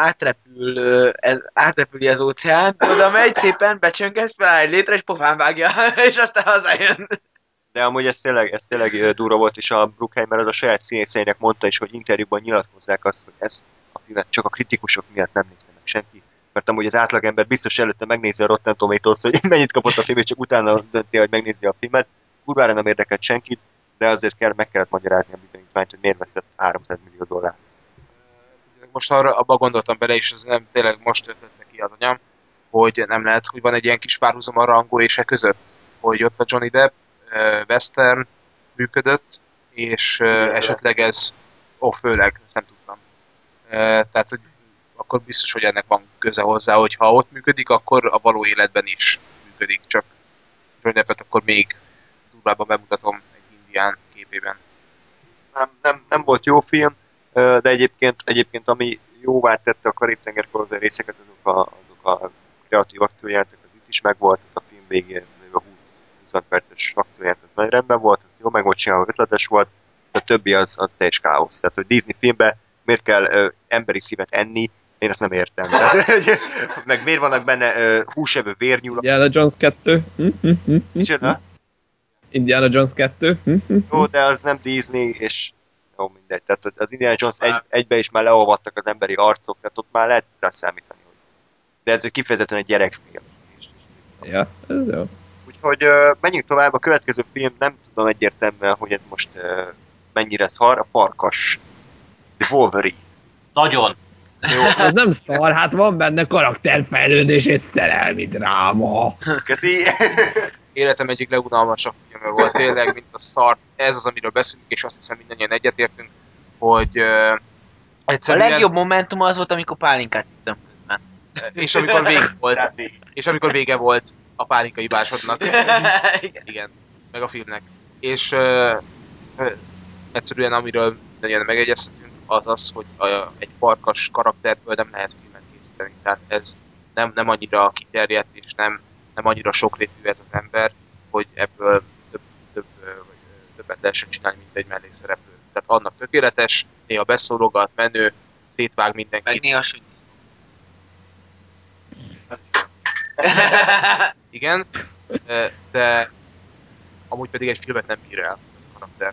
átrepüli az óceánt, oda megy szépen, becsönget, feláll egy létre, és pofán vágja, és aztán hazajön. De amúgy ez tényleg durva volt, és a Bruckheimer az a saját színészeinek mondta is, hogy interjúban nyilatkozzák azt, hogy ez a filmet csak a kritikusok miatt nem nézte meg senki. Mert amúgy az átlagember biztos előtte megnézi a Rotten Tomatoes, hogy mennyit kapott a film, és csak utána dönti, hogy megnézi a filmet. Kurvára nem érdekelt senkit, de azért meg kellett magyarázni a bizonyítványt, hogy miért veszett $300 millió. Most abba gondoltam bele, és ez nem tényleg most ötlette ki az anyám, hogy nem lehet, hogy van egy ilyen kis párhuzam a Rango és között, hogy ott a Johnny Depp western működött, és esetleg ez, főleg, ezt nem tudtam. Tehát, hogy akkor biztos, hogy ennek van köze hozzá, hogy ha ott működik, akkor a való életben is működik, csak Johnny Deppet akkor még durvábban bemutatom egy indián képében. Nem volt jó film, de egyébként ami jóvá tette a Karib-tenger kalózai részeket, azok a kreatív akciójáték, az itt is megvolt, a film végén a 20 20 perces akcióját, az nagyon rendben volt, az jó meg volt csinálva, ötletes volt, de a többi az teljes káosz. Tehát, hogy Disney filmben miért kell emberi szívet enni, én ezt nem értem. Tehát, meg miért vannak benne húsevő vérnyúlak. Indiana Jones 2. Micsoda? Indiana Jones 2. Jó, de az nem Disney, és jó, mindegy. Tehát az Indiana Jones egybe is már leolvadtak az emberi arcok, tehát ott már lehet rá számítani. De ez kifejezetten egy gyerekfilm. Ja, ez jó. Úgyhogy menjünk tovább, a következő film, nem tudom egyértelműen, hogy ez most mennyire szar, a Farkas. The Wolverine. Nagyon. Jó, Ez nem szar, hát van benne karakterfejlődés és szerelmi dráma. köszi. Életem egyik legunalmasabb filmje volt tényleg, mint a szar. Ez az, amiről beszélünk, és azt hiszem mindannyian egyetértünk, hogy A egyszerűen... legjobb momentum az volt, amikor pálinkát ittem közben. És amikor vége volt. Tehát végig. És amikor vége volt a pálinkai básodnak. Igen. Igen, meg a filmnek. És egyszerűen amiről nagyon megegyeztetünk, az az, hogy egy farkas karakterből nem lehet filmet készíteni. Tehát ez nem annyira kiterjedt, és nem annyira sokrétű ez az ember, hogy ebből többet lehessen csinálni, mint egy mellékszereplő. Tehát annak tökéletes, néha beszólogat, menő, szétvág mindenkit. Meg néha süt. Igen, de amúgy pedig egy filmet nem bír el a karakter.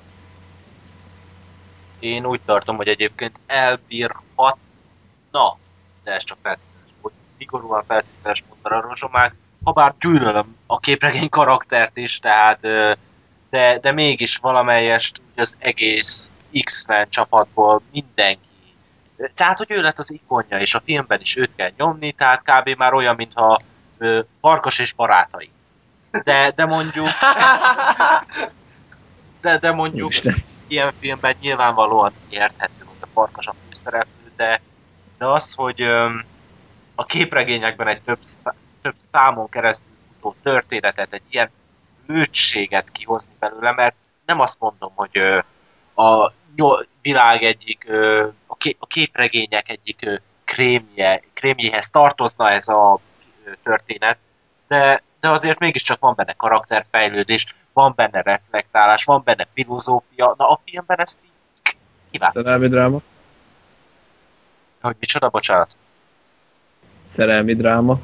Én úgy tartom, hogy egyébként elbírhatna, de ez csak feltételes volt, szigorúan feltételes mondta a rozsomák, ha bár gyűlölöm a képregény karaktert is, tehát de mégis valamelyest az egész X-Men csapatból mindenki. Tehát, hogy ő lett az ikonja, és a filmben is őt kell nyomni, tehát kb. Már olyan, mintha Farkas és barátai. De mondjuk... De mondjuk ilyen filmben nyilvánvalóan érthető, hogy a Farkas a főszereplő, de az, hogy a képregényekben egy több számon keresztül futó történetet, egy ilyen lőttséget kihozni belőle, mert nem azt mondom, hogy a világ egyik, a képregények egyik krémjéhez tartozna ez a történet, de azért mégiscsak van benne karakterfejlődés, van benne reflektálás, van benne filozófia, na a filmben ezt így kívántam. Szerelmi dráma. Hogy micsoda, bocsánat? Szerelmi dráma.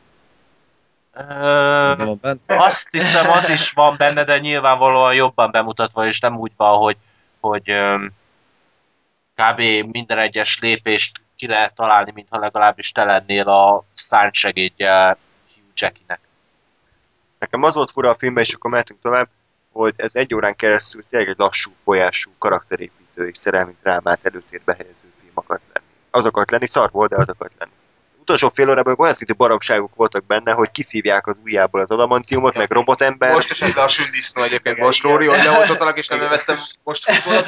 Van benne? Azt hiszem, az is van benne, de nyilvánvalóan jobban bemutatva, és nem úgy van, hogy kb. Minden egyes lépést ki lehet találni, mintha legalábbis te lennél a szárnysegédje Hugh Jackie-nek. Nekem az volt fura a filmben, és akkor mehetünk tovább, hogy ez 1 órán keresztül tényleg egy lassú, folyású, karakterépítő és szerelmi drámát előtérbe helyező film akart lenni. Az akart lenni, szar volt, de az akart lenni. Utolsó fél órában olyan szintű baromságok voltak benne, hogy kiszívják az ujjából az adamantiumot, meg robotember. Most esett le a sündisznó egyébként, most Lóri, hogy leoltottalak, és nem vettem most futólag.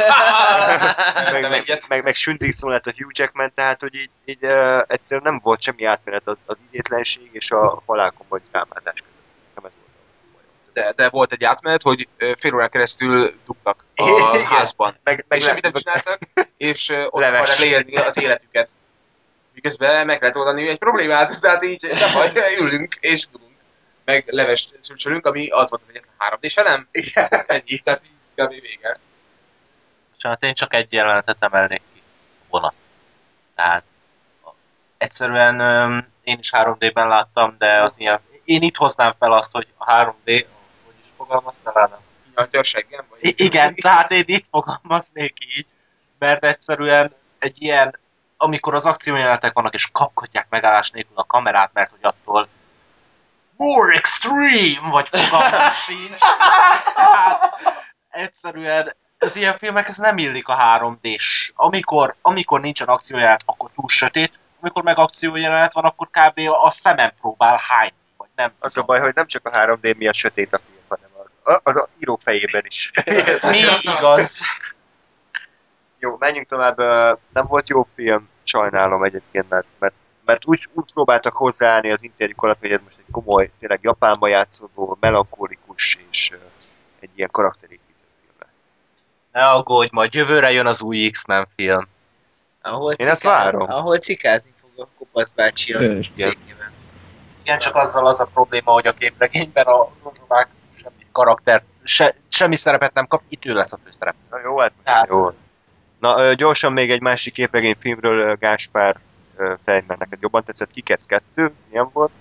meg sündisznó lett a Hugh Jackman, tehát hogy így egyszerűen nem volt semmi átmenet az idétlenség és a halálkomoly drámázás között. Nem ez volt. De volt egy átmenet, hogy fél órán keresztül dugtak a házban. És semmit nem csináltak, és ott akarják leélni az életüket. Miközben meg lehet oldani egy problémát, tehát így nem baj, ülünk és dugunk. Meg levest szülcsölünk, ami az volt, hogy egyetlen 3D-s elem. Ennyi, tehát így kb. Vége. Bocsánat, én csak egy jelenetet emelnék ki. Vonat. Tehát egyszerűen én is 3D-ben láttam, de az ilyen... Én itt hoznám fel azt, hogy a 3D, hogy is fogalmaztál, Ádám? Nyaltja a seggem? Vagy? Igen, tehát én itt fogalmaznék így, mert egyszerűen egy ilyen, amikor az akciójelenetek vannak, és kapkodják megállás nélkül a kamerát, mert hogy attól more extreme, vagy fogalmam sincs. Hát, egyszerűen az ilyen filmek, ez nem illik a 3D-s. Amikor nincsen akciójelenet, akkor túl sötét, amikor meg akciójelenet van, akkor kb. A szemem próbál hányni, vagy nem. Az a baj, hogy nem csak a 3D miatt sötét a film, hanem az a író fejében is. Mi igaz? Jó, menjünk tovább. Nem volt jó film, sajnálom egyébként, mert úgy próbáltak hozzáállni az interjúk alatt, hogy ez most egy komoly, tényleg Japánban játszódó, melankolikus és egy ilyen karakterépítő film lesz. Ne aggódj, majd jövőre jön az új X-Men film. Én ezt várom. Ahol cikázni fog a Kopasz bácsi a székében. Igen, csak azzal az a probléma, hogy a képregényben a rozsomák semmit karaktert, semmi szerepet nem kap, itt ő lesz a főszerep. Na jó, hát Tehát- jó. Na, gyorsan még egy másik képregényfilmről, Gáspár Fejmer, neked jobban tetszett, Kick-Ass 2, milyen volt?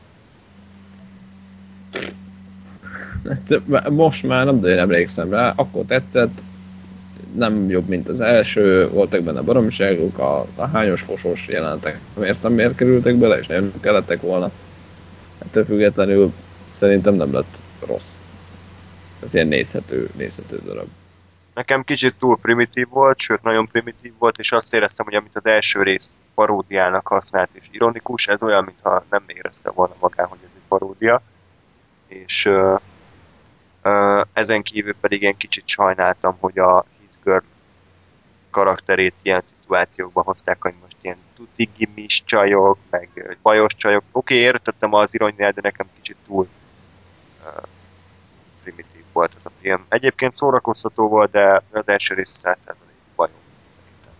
Hát, most már nem, de én emlékszem rá, akkor tetszett, nem jobb, mint az első, voltak benne baromságok, a hányos fosos jelentek, nem értem miért kerültek bele, és nem kellettek volna. Ettől függetlenül szerintem nem lett rossz. Ez ilyen nézhető darab. Nekem kicsit túl primitív volt, sőt nagyon primitív volt, és azt éreztem, hogy amit az első rész paródiának használt és ironikus, ez olyan, mintha nem érezte volna magán, hogy ez egy paródia. És ezen kívül pedig én kicsit sajnáltam, hogy a Hit Girl karakterét ilyen szituációkba hozták, hogy most ilyen tuti gimis csajok, meg bajos csajok. Oké, értettem az ironiát, de nekem kicsit túl primitív volt az a film. Egyébként szórakoztató volt, de az első rész 100% bajom, szerintem.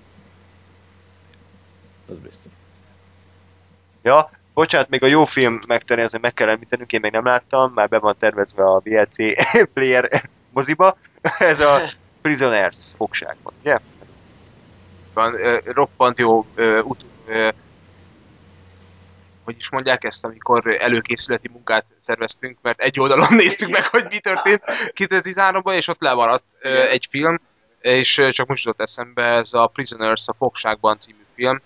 Az biztos. Ja, bocsánat, még a jó film megtenni, ezért meg kell említenünk, én még nem láttam, már be van tervezve a VLC player moziba. Ez a Prisoners fogságban, ugye? Van, roppant jó, hogy is mondják ezt, amikor előkészületi munkát szerveztünk, mert egy oldalon néztük meg, hogy mi történt 2013-ban, és ott lemaradt egy film, és csak most jutott eszembe, ez a Prisoners, a Fogságban című film.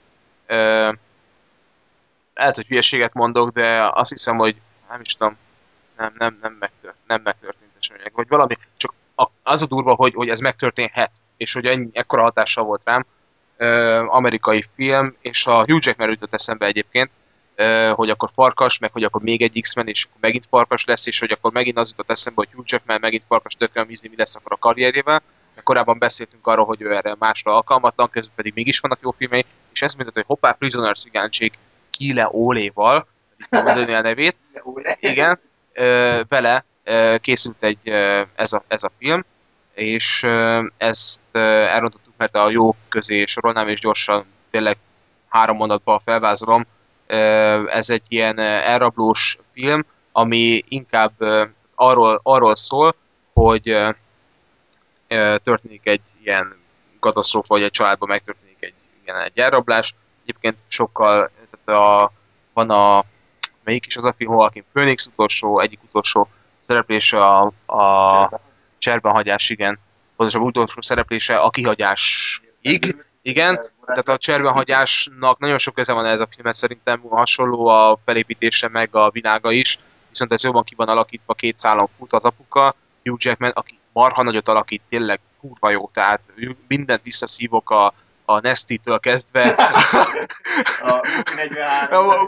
Lehet, hogy hülyeséget mondok, de azt hiszem, hogy nem is tudom, nem megtörtént események, vagy valami, csak az a durva, hogy ez megtörténhet, és hogy ekkora hatással volt rám. Amerikai film, és a Hugh Jackman jutott eszembe egyébként, hogy akkor farkas, meg hogy akkor még egy X-Men, és akkor megint farkas lesz, és hogy akkor megint az jutott eszembe, hogy Hugh Jackman megint farkas tökre bízni, mi lesz akkor a karrierjével. Korábban beszéltünk arról, hogy ő erre másra alkalmatlan, közben pedig mégis vannak jó filmei, és ez mondta, hogy hoppá, Prisoners Igáncsék Kile Óléval, mondani a nevét, igen, vele készült ez a film, és ezt elrontottuk, mert a jó közé sorolnám, és gyorsan tényleg 3 mondatban felvázolom. Ez egy ilyen elrablós film, ami inkább arról szól, hogy történik egy ilyen katasztrófa, vagy egy családban megtörténik egy elrablás. Egyébként sokkal, tehát melyik is az a film, Joaquin Phoenix egyik utolsó szereplése a cserbenhagyás, igen. Pontosan utolsó szereplése a kihagyásig, igen. Tehát a cserbenhagyásnak nagyon sok köze van ez a filmet, szerintem hasonló a felépítése meg a világa is, viszont ez jobban ki van alakítva, 2 szálon fut az apuka, Hugh Jackman, aki marha nagyot alakít, tényleg kurva jó, tehát mindent visszaszívok a Nesty-től kezdve. A 43.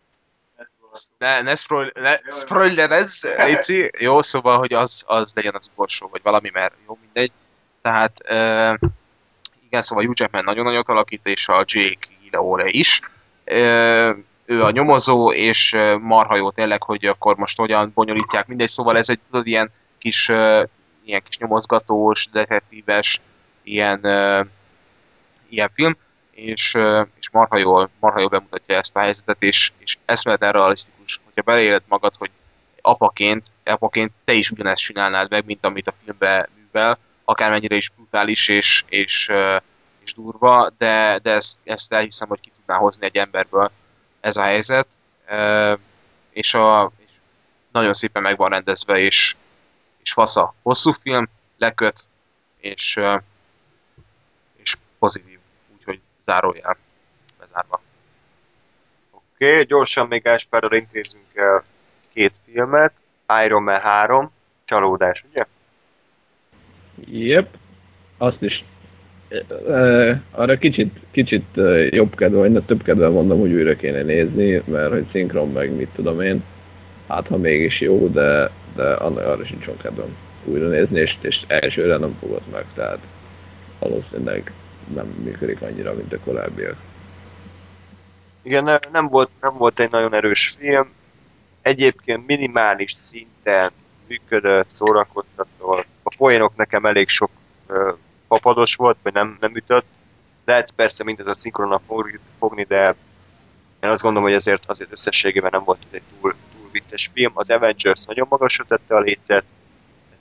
Ne spoilerezz, Léci. Jó, szóval, hogy az legyen az utolsó, vagy valami, mert jó, mindegy. Tehát, igen, szóval Hugh Jackman nagyon nagyot alakít, és a Jake Gyllenhaal is. Ő a nyomozó, és marha jó tényleg, hogy akkor most hogyan bonyolítják, mindegy, szóval ez egy tudod, ilyen kis nyomozgatós, detektíves, ilyen film, és marha jól bemutatja ezt a helyzetet, és eszméletlen realisztikus, hogyha beleéled magad, hogy apaként te is ugyanezt csinálnád meg, mint amit a filmben művel, akármennyire is brutális és durva, de ezt elhiszem, hogy ki tudná hozni egy emberből ez a helyzet, és nagyon szépen meg van rendezve, és fasza. Hosszú film, leköt, és pozitív, úgyhogy zárójel bezárva. Oké, gyorsan még Gáspárral intézünk el 2 filmet. Iron Man 3, csalódás, ugye? Yep, azt is. Arra kicsit jobb kedve, vagy több kedve mondom, hogy újra kéne nézni, mert hogy szinkron meg mit tudom én, hát ha mégis jó, de arra sincs olyan kedvem újra nézni, és elsőre nem fogod meg, tehát valószínűleg nem működik annyira, mint a korábbiak. Igen, nem volt egy nagyon erős film. Egyébként minimális szinten működött, szórakoztató. A poénok nekem elég sok papados volt, vagy nem ütött. Lehet persze mindez a szinkronnal fogni, de én azt gondolom, hogy azért összességében nem volt egy túl vicces film. Az Avengers nagyon magasra tette a lécet,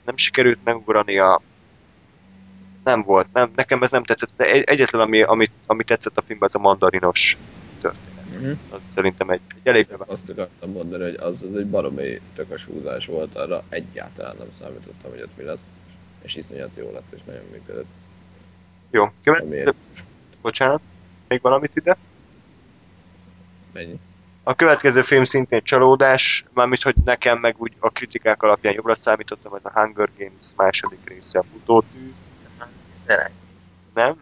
nem sikerült megugrania. Nem volt, nekem ez nem tetszett, de egyetlen ami tetszett a filmben, az a mandarinos történet. Az szerintem egy elég Azt akartam mondani, hogy az egy baromi tökös húzás volt, arra egyáltalán nem számítottam, hogy ott mi lesz. És iszonyat jó lett, és nagyon működött. Jó, bocsánat, még valamit ide? Mennyi? A következő film szintén csalódás, mármint hogy nekem meg úgy a kritikák alapján jobbra számítottam, ez a Hunger Games második része, a Futótűz. Nem?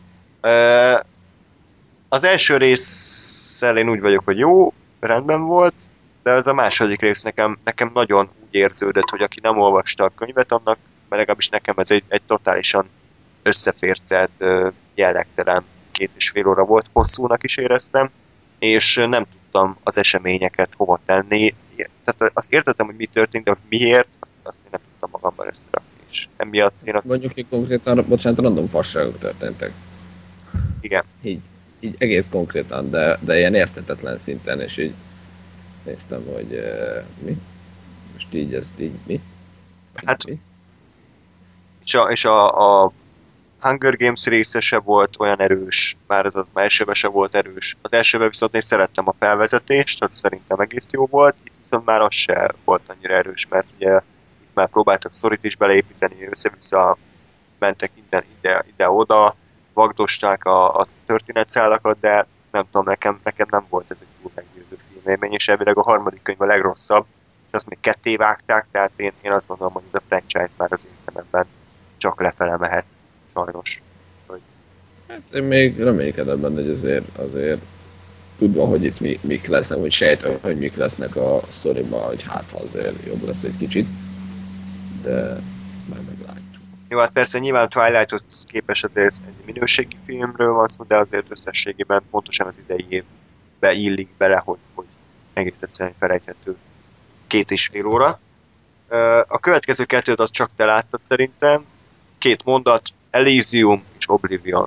Az első résszel én úgy vagyok, hogy jó, rendben volt, de ez a második rész nekem nagyon úgy érződött, hogy aki nem olvasta a könyvet, annak, mert legalábbis nekem ez egy totálisan összefércelt, jellegtelen 2,5 óra volt, hosszúnak is éreztem, és nem tudtam az eseményeket hova tenni. Tehát azt értettem, hogy mi történt, de hogy miért, azt én nem tudtam magamban összerakni. És emiatt én Mondjuk, hogy konkrétan, bocsánat, random fasságok történtek. Igen. Így egész konkrétan, de ilyen érthetetlen szinten, és így néztem, hogy mi? Most így ezt így mi? Hát, mi? És a Hunger Games része se volt olyan erős, már az elsőben se volt erős. Az elsőben viszont én szerettem a felvezetést, az szerintem egész jó volt, itt viszont már az se volt annyira erős, mert ugye itt már próbáltak sztorit is beleépíteni, össze-vissza mentek ide-oda, vagdosták a történetszálakat, de nem tudom, nekem nem volt ez egy túl meggyőző filmélmény, és elvileg a harmadik könyv a legrosszabb, és azt még ketté vágták, tehát én azt gondolom, hogy ez a franchise már az én szememben csak lefele mehet, sajnos. Hát én még reménykedem benne, hogy azért tudva, hogy itt mik lesznek, hogy sejtem, hogy mik lesznek a sztoriban, hogy hát azért jobb lesz egy kicsit, de majd meglátjuk. Jó, hát persze nyilván Twilight-hoz képest azért egy minőségi filmről van szó, de azért összességében pontosan az idei évbe illik bele, hogy egész egyszerűen felejthető 2,5 óra. A következő kettőt az csak te láttad szerintem. 2 mondat, Elysium és Oblivion.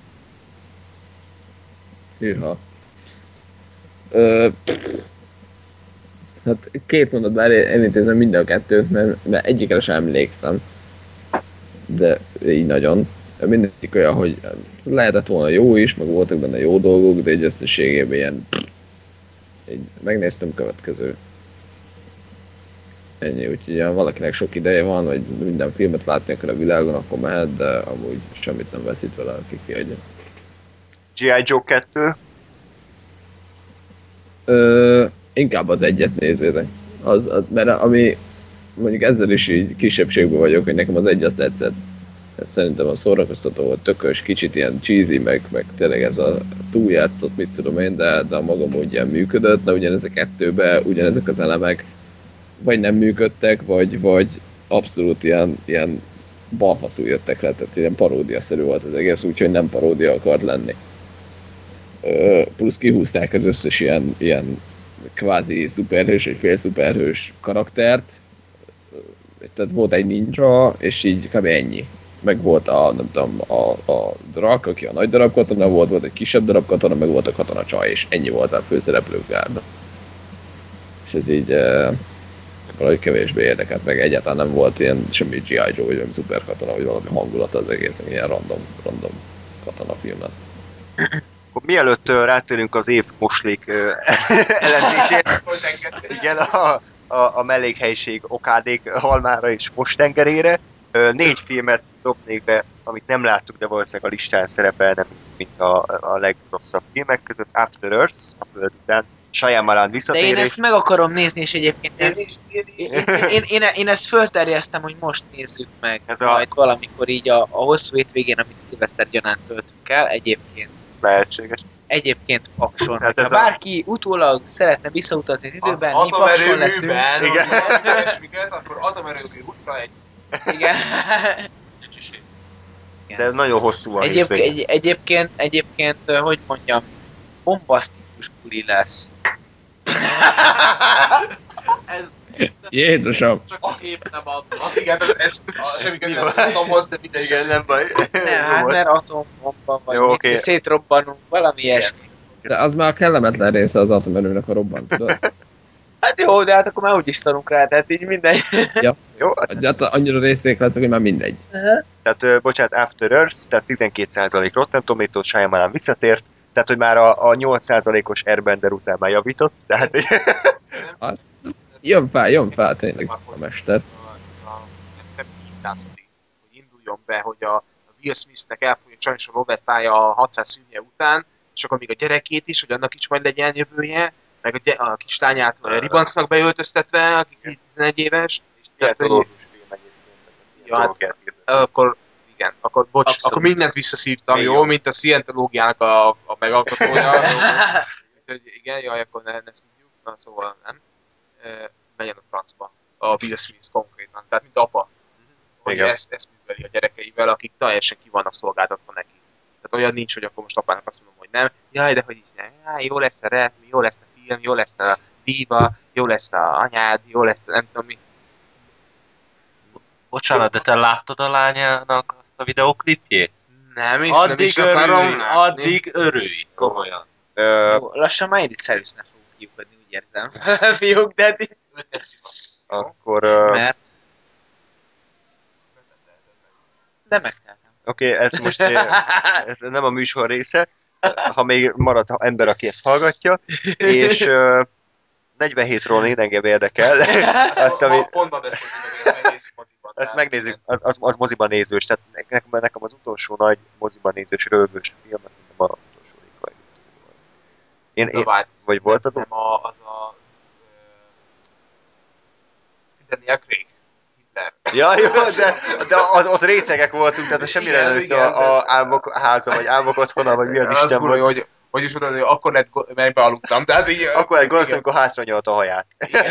Hűha. Hát 2 mondatban elintézem mind a kettőt, mert egyikre sem emlékszem. De így nagyon. Mindegyik olyan, hogy lehetett volna jó is, meg voltak benne jó dolgok, de egy összességében ilyen... Így megnéztem következő. Ennyi, úgyhogy ha valakinek sok ideje van, vagy minden filmet látni akar a világon, akkor mehet, de amúgy semmit nem veszít vele, aki kiadja. G.I. Joe 2? Inkább az egyet nézzétek. Mert ami mondjuk ezzel is így kisebbségben vagyok, hogy nekem az egy az tetszett. Ez szerintem a szórakoztató volt, tökös, kicsit ilyen cheesy, meg tényleg ez a túljátszott, mit tudom én, de a maga módján működött, de ugyanez a kettőben, ugyanezek az elemek vagy nem működtek, vagy abszolút ilyen balfaszul jöttek le, tehát ilyen paródiaszerű volt az egész, úgyhogy nem paródia akart lenni. Plusz kihúzták az összes ilyen kvázi szuperhős, vagy fél szuperhős karaktert, tehát volt egy ninja, és így kb. Ennyi. Meg volt nem tudom, a drak, aki a nagy darab katona volt egy kisebb darab katona, meg volt a katona csaj, és ennyi volt a főszereplők gárda. És ez így valahogy kevésbé érdekelt, meg egyáltalán nem volt ilyen semmi G.I. Joe, vagy valami szuper katona, vagy valami hangulata az egésznek, ilyen random katonafilm lett. Mielőtt rátérünk az év moslék ellenzésére, igen, a mellékhelyiség okádék halmára és mostengerére, 4 filmet dobnék be, amit nem láttuk, de valószínűleg a listán szerepelne, mint a legrosszabb filmek között. After Earth, a Föld után, Shyamalan visszatérés. De én ezt meg akarom nézni, és egyébként én ezt fölterjesztem, hogy most nézzük meg. Majd valamikor így a hosszú hétvégén, amit Szilveszter gyanánt töltünk el, egyébként. Lehetséges. Egyébként Pakson. Hát ha bárki utólag szeretne visszautazni az időben, mi Pakson leszünk. Igen. Akkor Atomerőmű utca 1. Igen. De nagyon hosszú a Egyébként, hogy mondjam, bombasztikus buli lesz. Ez... Jézusom! Csak a kép nem adta. Igen, ez semmi közben az atomhoz, de mindegy. Igen, nem baj. Nem, hát mert atombomba vagy, jó, okay. Szétrobbanunk, valami ilyesmi. De az már a kellemetlen része az atomerőnek a robbant, tudod? Hát jó, de hát akkor már úgyis szarunk rá, tehát így mindegy. Jó? De hát annyira részék leszek, hogy már mindegy. Tehát, bocsánat, After Earth, tehát 12% Rotten Tomatoes, Shyamalan visszatért, tehát, hogy már a 8%-os Airbender után már javított, tehát... Az, jön fel tényleg a mester. Nem hintázati, hogy induljon be, hogy a Will Smithnek elfogja sajnos a Robertája a 600 szűnye után, és akkor még a gyerekét is, hogy annak is majd legyen jövője, meg a kislányát Ribancnak beöltöztetve, aki 11 éves. Scientológus film egyébként. Ja, hát, akkor igen, akkor bocs, Abszolút. akkor mindent visszaszívtam, Igen. jó, mint a Scientológiának a megalkotója. Úgyhogy igen, jaj, akkor ne ezt mondjuk, na szóval nem. Menjen a francba. A Will Smith konkrétan, tehát mint apa. Hogy Igen. ezt műveli a gyerekeivel, akik teljesen ki vannak szolgáltatva neki. Tehát olyan nincs, hogy akkor most apának azt mondom, hogy nem. Jaj, de hogy is nem. Jaj, jó lesz a rap, jó lesz a film, jó lesz a diva, jó lesz a anyád, jó lesz a nem tudom mi. Bocsánat, de te láttad a lányának azt a videóklipjét? Nem is, nem is Addig akarom örülj, látni. addig örülj, komolyan. Jó, lassan már én itt Szerűsznek fogunk kiukadni, úgy érzem. Fiúk, de hát így- Akkor... Mert... De megteltem. Oké, ez most ez nem a műsor része, ha még marad ember, aki ezt hallgatja, és 47 Ronin engem érdekel. Azt, ami, Pontban beszéltünk, hogy megnézzük moziban. ezt megnézzük, az moziban nézős, tehát nekem az utolsó nagy moziban nézős rögős film, azt hiszem a utolsó vagy. Vagy volt az? Nem, az a... Daniel Craig. Hitler. Ja, jó, de ott részegek voltunk, tehát semmire nem össze igen, a álmok háza, vagy álmok otthona, vagy mi az Az Isten kurva, volt. hogy is mondani, hogy akkor lett, mert bealudtam. Tehát így... Akkor egy gonosz, amikor hátra nyalt a haját.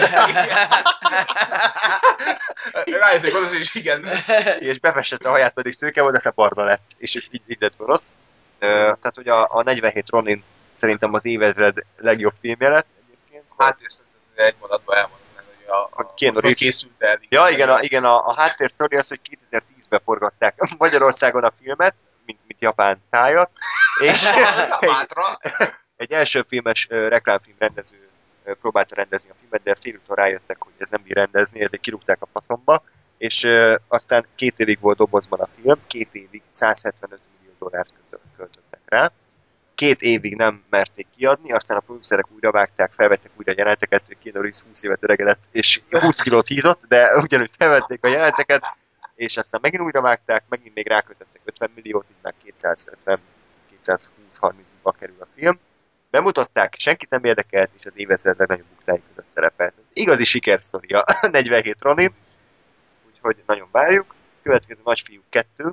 Rájössz, hogy gonosz, és igen. És befestette a haját, pedig szőke volt, de szeparda lett, és így lett gonosz. Tehát, hogy a 47 Ronin szerintem az évezred legjobb filmje lett egyébként. Hát, és egy mondatban elmondom, hogy Keanu Reeves. készült el. Ja, igen, a háttérsztori az, hogy 2010-ben forgatták Magyarországon a filmet, mint japán tájat, és egy első filmes reklámfilm rendező próbálta rendezni a filmet, de félúton rájöttek, hogy ez nem bír rendezni, ezért kirúgták a faszomba, és aztán 2 évig volt dobozban a film, 2 évig 175 millió dollárt költöttek rá, 2 évig nem merték kiadni, aztán a producerek újra vágták, felvettek újra a jeleneteket, Keanu Reeves 20 évet öregedett, és 20 kilót hízott, de ugyanúgy felvették a jeleneteket, és aztán megint újra vágták, megint még rákötöttek 50 milliót, így már 250-220-30-ba kerül a film. Bemutatták, senkit nem érdekelt, és az évezred legnagyobb buktáig között szerepelt. Igazi sikersztori a 47 Ronin, úgyhogy nagyon várjuk. Következő Nagyfiúk 2.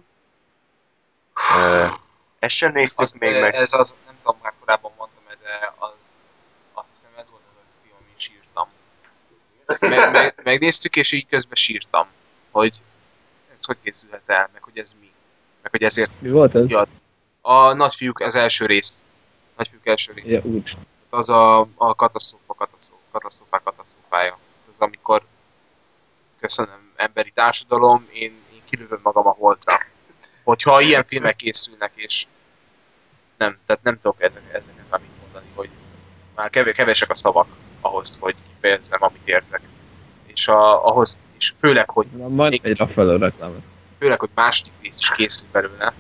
Ezt sem néztük még meg. Ez az, nem tudom, már korábban mondtam, de az, azt hiszem ez volt az a film, amin sírtam. Megnéztük, és így közben sírtam, hogy ez hogy készülhet el, meg hogy ez mi. Meg hogy ezért... Mi volt ez? Ja, a Nagyfiúk az első rész. Nagyfiúk első rész. Ja, úgy. Az a katasztrófája. Az amikor köszönöm, emberi társadalom, én kilövöm magam a holtra. Hogyha ilyen filmek készülnek, és nem, tehát nem tudok ezeket amit mondani, hogy már kevesek a szavak ahhoz, hogy kifejezzem, amit érzek. És ahhoz, és főleg, hogy Majd egy Raffaello reklámot. főleg, hogy második rész is készül belőle.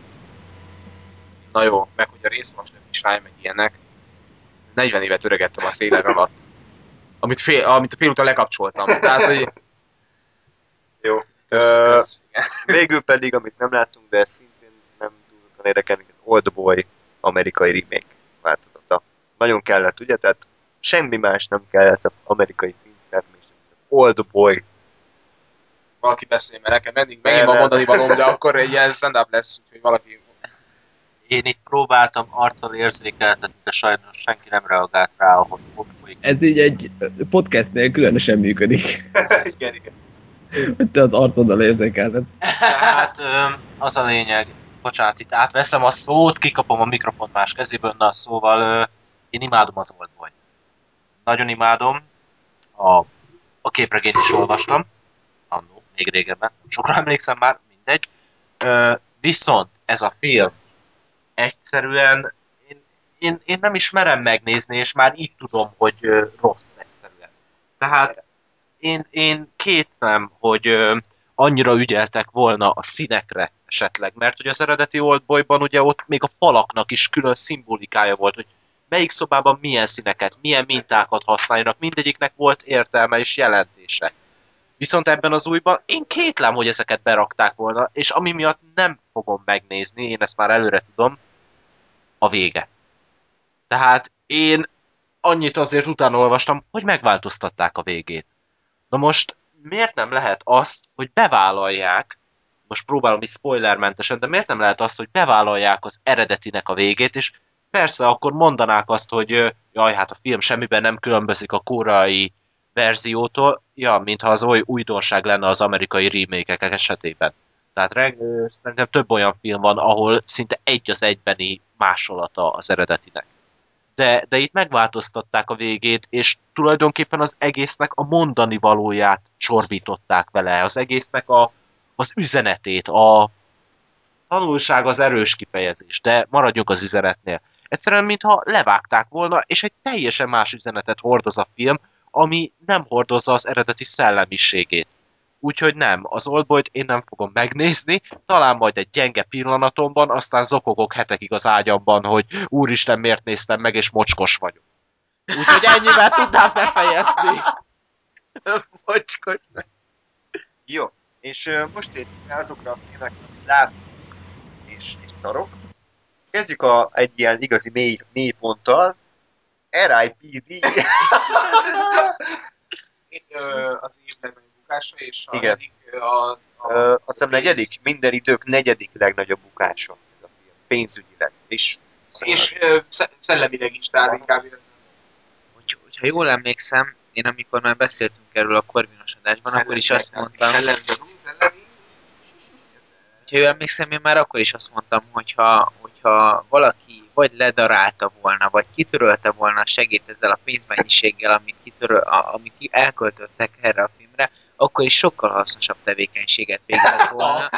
Na jó, meg hogy a rész most nem is ráj, meg ilyenek. 40 évet öregettem a trailer alatt. Amit a fél után lekapcsoltam. Tehát, hogy... Jó. Végül pedig, amit nem láttunk, de szintén nem túlzottan érdekel, Oldboy amerikai remake változata. Nagyon kellett, ugye? Tehát semmi más nem kellett az amerikai filmtermésnek. Az Oldboy. Valaki beszél, mert nekem megint van mondani valóm, de akkor egy ilyen stand-up lesz, úgyhogy valaki... Én itt próbáltam arccal érzékeltetni, de sajnos senki nem reagált rá, ahogy folyik. Ez így egy podcastnél különösen működik. Igen. Hogy te az arcoddal érzékelted. Tehát az a lényeg, bocsánat, itt átveszem a szót, kikapom a mikrofont más kezéből, na szóval én imádom az Oldboy. Nagyon imádom, a képregényt is olvastam, annó, még régebben, sokra emlékszem már, mindegy. Viszont ez a film egyszerűen én nem is merem megnézni, és már így tudom, hogy rossz egyszerűen. Tehát én kétlem, hogy annyira ügyeltek volna a színekre esetleg, mert ugye az eredeti Oldboyban ugye ott még a falaknak is külön szimbolikája volt, hogy melyik szobában milyen színeket, milyen mintákat használjanak, mindegyiknek volt értelme és jelentése. Viszont ebben az újban én kétlem, hogy ezeket berakták volna, és ami miatt nem fogom megnézni, én ezt már előre tudom, a vége. Tehát én annyit azért utána olvastam, hogy megváltoztatták a végét. Na most miért nem lehet azt, hogy bevállalják, most próbálom is spoilermentesen, de miért nem lehet azt, hogy bevállalják az eredetinek a végét, és persze akkor mondanák azt, hogy jaj, hát a film semmiben nem különbözik a koreai verziótól, ja, mintha az oly újdonság lenne az amerikai remake-ek esetében. Tehát szerintem több olyan film van, ahol szinte egy az egybeni másolata az eredetinek. De itt megváltoztatták a végét, és tulajdonképpen az egésznek a mondani valóját csorbították vele, az egésznek az üzenetét, a tanulság az erős kifejezés, de maradjunk az üzenetnél. Egyszerűen, mintha levágták volna, és egy teljesen más üzenetet hordoz a film, ami nem hordozza az eredeti szellemiségét. Úgyhogy nem, az Oldboyt én nem fogom megnézni, talán majd egy gyenge pillanatomban, aztán zokogok hetekig az ágyamban, hogy úristen, miért néztem meg, és mocskos vagyok. Úgyhogy ennyivel tudnám befejezni. Mocskos. Jó, és most érjük rá azokra a filmekre, amit látunk, és szarok. Kezdjük egy ilyen igazi mély ponttal. R.I.P.D. Az év legnagyobb bukása, és a Igen. negyedik az... Azt hiszem negyedik, minden idők negyedik legnagyobb bukása ez a film, pénzügyileg. És szellemileg is, tehát inkább... Hogyha jól emlékszem, én amikor már beszéltünk erről a Corvinos adásban, akkor is azt mondtam... Szellemi. Ha jól emlékszem, én már akkor is azt mondtam, hogyha valaki vagy ledarálta volna, vagy kitörölte volna a segét ezzel a pénzmennyiséggel, amit elköltöttek erre a filmre, akkor is sokkal hasznosabb tevékenységet végzett volna,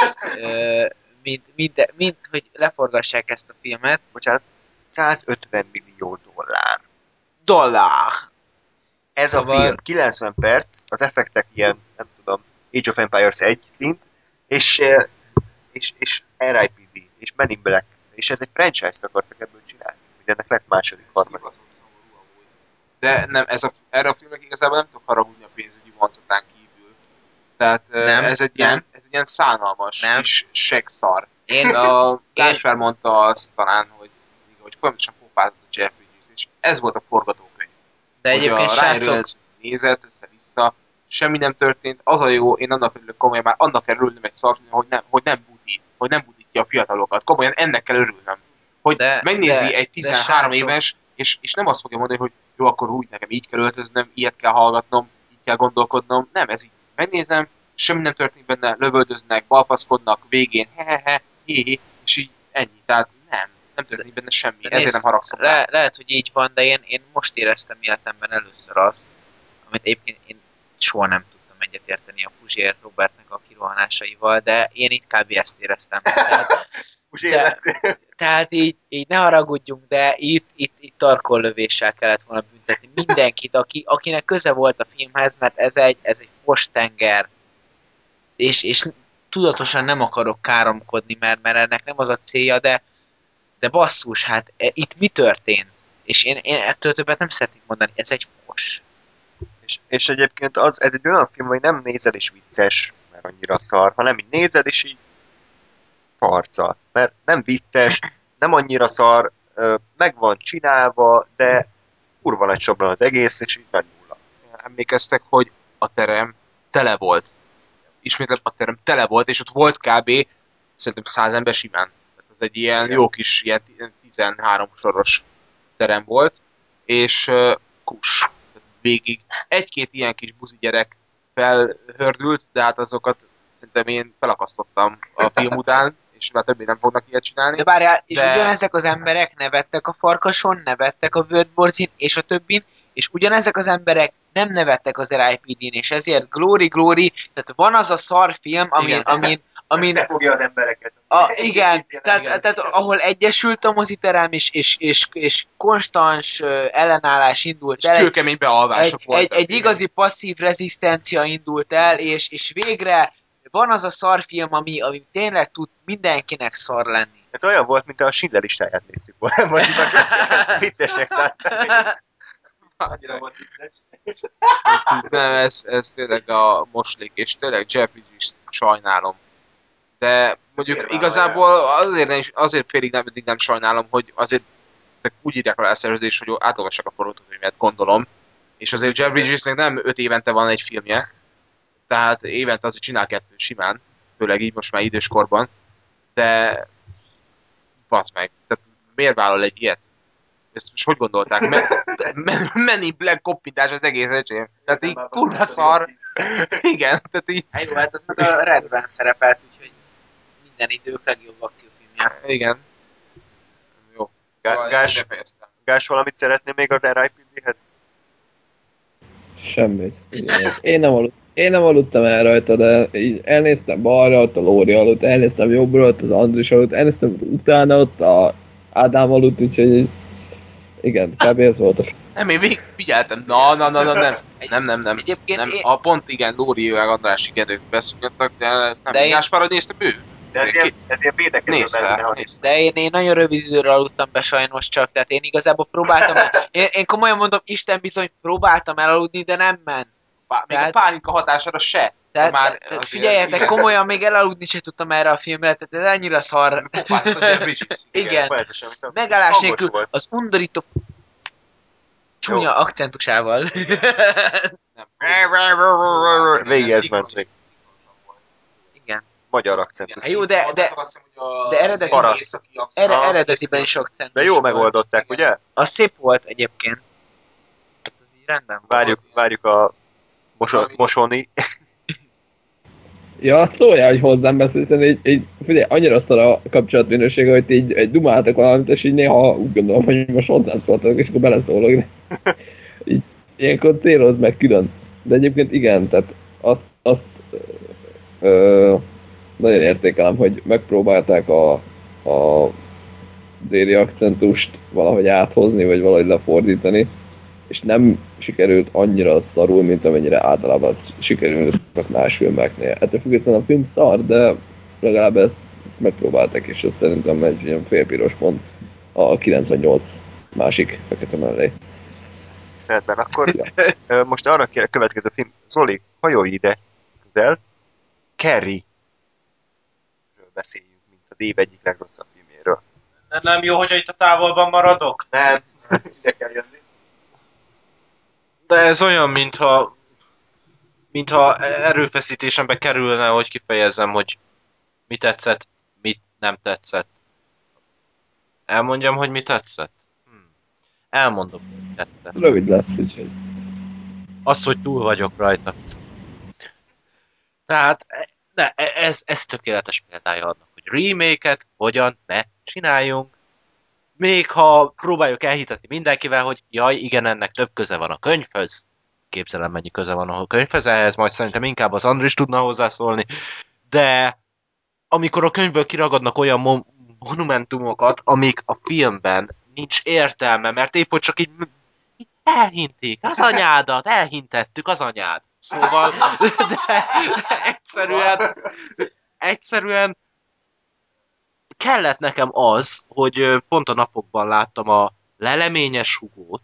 mint hogy leforgassák ezt a filmet. bocsánat, 150 millió dollár. Dollár! Ez a film 90 perc, az effektek ilyen, nem tudom, Age of Empires 1 szint, és R.I.P.D. és Men in Black, és ez egy franchise-t akartak ebből csinálni, hogy ennek lesz második, harmadik. De nem, erre a filmnek igazából nem tudok haragudni a pénzügyi vonzatán kívül. Tehát nem, ez egy ilyen szánalmas és seggszar. Én Gáspár mondta azt talán, hogy folyamatosan popázott a Jeff Bridges, és ez volt a forgatókönyv. De egyébként srácok... Nézett össze-vissza, semmi nem történt, az a jó, én annak örülök komolyan, már annak kell örülnöm egy szarfilm, hogy nem budítja a fiatalokat. Komolyan ennek kell örülnöm. Hogy megnézi egy 13 éves, és nem azt fogja mondani, hogy jó, akkor úgy nekem így kell öltöznöm, ilyet kell hallgatnom, így kell gondolkodnom. Nem, ez így. Megnézem, semmi nem történik benne, lövöldöznek, balfaszkodnak, végén he, és így ennyi. Tehát nem történik benne semmi, ezért nem haragszom. Lehet, hogy így van, de én most éreztem életemben először azt, amit egyébként én soha nem tudtam egyetérteni a Puzsér Robertnek a kirohanásaival, de én itt kb. Ezt éreztem. Tehát így ne haragudjunk, de itt tarkollövéssel kellett volna büntetni mindenkit, akinek köze volt a filmhez, mert ez egy postenger, és tudatosan nem akarok káromkodni, mert ennek nem az a célja, de basszus, hát itt mi történt? És én ettől többet nem szeretnék mondani, ez egy fos. És egyébként ez egy olyan film, hogy nem nézed és vicces, mert annyira szar, hanem így nézed és így farca. Mert nem vicces, nem annyira szar, meg van csinálva, de kurva nagy sobran az egész, és így nagy nulla. Emlékeztek, hogy a terem tele volt. Ismétlem, a terem tele volt, és ott volt kb. Szerintem 100 ember simán. Ez egy ilyen jó kis, ilyen 13 soros terem volt, és kus. Végig egy-két ilyen kis buzi gyerek felhördült, de hát azokat szerintem én felakasztottam a film után, és már többé nem fognak ilyet csinálni. De várjál, és ugyanezek az emberek nevettek a farkason, nevettek a vörtborzin, és a többin, és ugyanezek az emberek nem nevettek az R.I.P.D.-n, és ezért glory, tehát van az a szar film, amin Összefogja az embereket. igen, tehát ahol egyesült a moziterem, és konstans ellenállás indult És el, kőkemény bealvások voltak. egy igazi passzív rezisztencia indult el, és végre van az a szarfilm, ami tényleg tud mindenkinek szar lenni. Ez olyan volt, mint a Schindler listáját nézzük volna. Vagy viccesnek szánták. Annyira volt vicces. Nem, ez tényleg a moslék, és tényleg Jeff Bridges sajnálom. De mondjuk Miért igazából azért félig nem sajnálom, hogy azért úgy írják alá a szerződést, hogy átolvassák a forgatókönyvet, gondolom. És azért Jeff Bridgesnek nem 5 évente van egy filmje, tehát évente azért csinál 2 simán, főleg így most már időskorban. De basz meg, tehát miért vállal egy ilyet? Ezt most hogy gondolták? Menni Black koppintás az egész esély. Tehát így kurva szar. Igen, tehát így... Jó, hát az meg a Redben szerepelt, úgyhogy minden idők legjobb akciófilmje. Igen. Jó. Gás, valamit szeretném még az R.I.P.D.-hez? Semmit. Én nem aludtam el rajta, de így elnéztem balra, ott a Lóri aludt, elnéztem jobbra, ott az Andris aludt, elnéztem utána, ott a Ádám aludt, úgyhogy igen, kb. Ez volt a... Nem, én végig figyeltem. Nem. Egyébként nem. A pont igen, Lóri, meg András, igen, ők beszélgettek, de nem. De én- Gáspár, hogy néztem ő? De ez ilyen védekező Nézze. mechanizmus. De én nagyon rövid időre aludtam be sajnos csak, tehát én igazából próbáltam, én komolyan mondom, Isten bizony próbáltam elaludni, de nem ment. Még a Tehát- pálinka hatására se. Tehát, Már tehát azért- figyeljetek, igen. komolyan még elaludni se tudtam erre a filmre, tehát ez annyira szar. Kopászott a Jeff Bridges. Igen, Folyamatosan, mint a- megállás hangos nélkül volt. az undorító csúnya akcentusával. Végig ez ment még. Igen. Magyar akcentus. Jó, de eredetiben- Parasz. Eredetiben is akcentus. De jó volt. megoldották, ugye? Az szép volt egyébként. Az így rendben volt. Várjuk a mosoni. Ja, szóljál, hogy hozzám beszélsz, így figyelj, annyira szar a kapcsolatminősége, hogy így dumáltak valamit, és így néha úgy gondolom, hogy most hozzám szóltak, és akkor beleszólok. De így, ilyenkor célozd meg külön. De egyébként igen, tehát azt nagyon értékelem, hogy megpróbálták a déli akcentust valahogy áthozni, vagy valahogy lefordítani, és nem sikerült annyira szarul, mint amennyire általában sikerült más filmeknél. Ettől függetlenül a film szar, de legalább ezt megpróbálták, és ez szerintem egy ilyen félpiros pont a 98 másik fekete mellé. Rendben, akkor most arra kér a következő film. Zoli, hajolj ide közel. Carrie. Beszéljünk, mint az év egyik legrosszabb filmjéről. Nem jó, hogy itt a távolban maradok? Nem, ide kell jönni. De ez olyan, mintha erőfeszítésembe kerülne, hogy kifejezzem, hogy mi tetszett, mit nem tetszett. Elmondjam, hogy mi tetszett? Elmondom, hogy mi tetszett. Rövid lesz, úgyhogy. Az, hogy túl vagyok rajta. Tehát ez tökéletes példája annak, hogy remake-et hogyan ne csináljunk. Még ha próbáljuk elhitetni mindenkivel, hogy jaj, igen, ennek több köze van a könyvhöz. Képzelem, mennyi köze van a könyvhöz, ehhez majd szerintem inkább az Andris tudna hozzászólni. De amikor a könyvből kiragadnak olyan monumentumokat, amik a filmben nincs értelme, mert épp hogy csak így elhinték az anyádat, elhintettük az anyád. Szóval, de egyszerűen kellett nekem az, hogy pont a napokban láttam a Leleményes Hugót,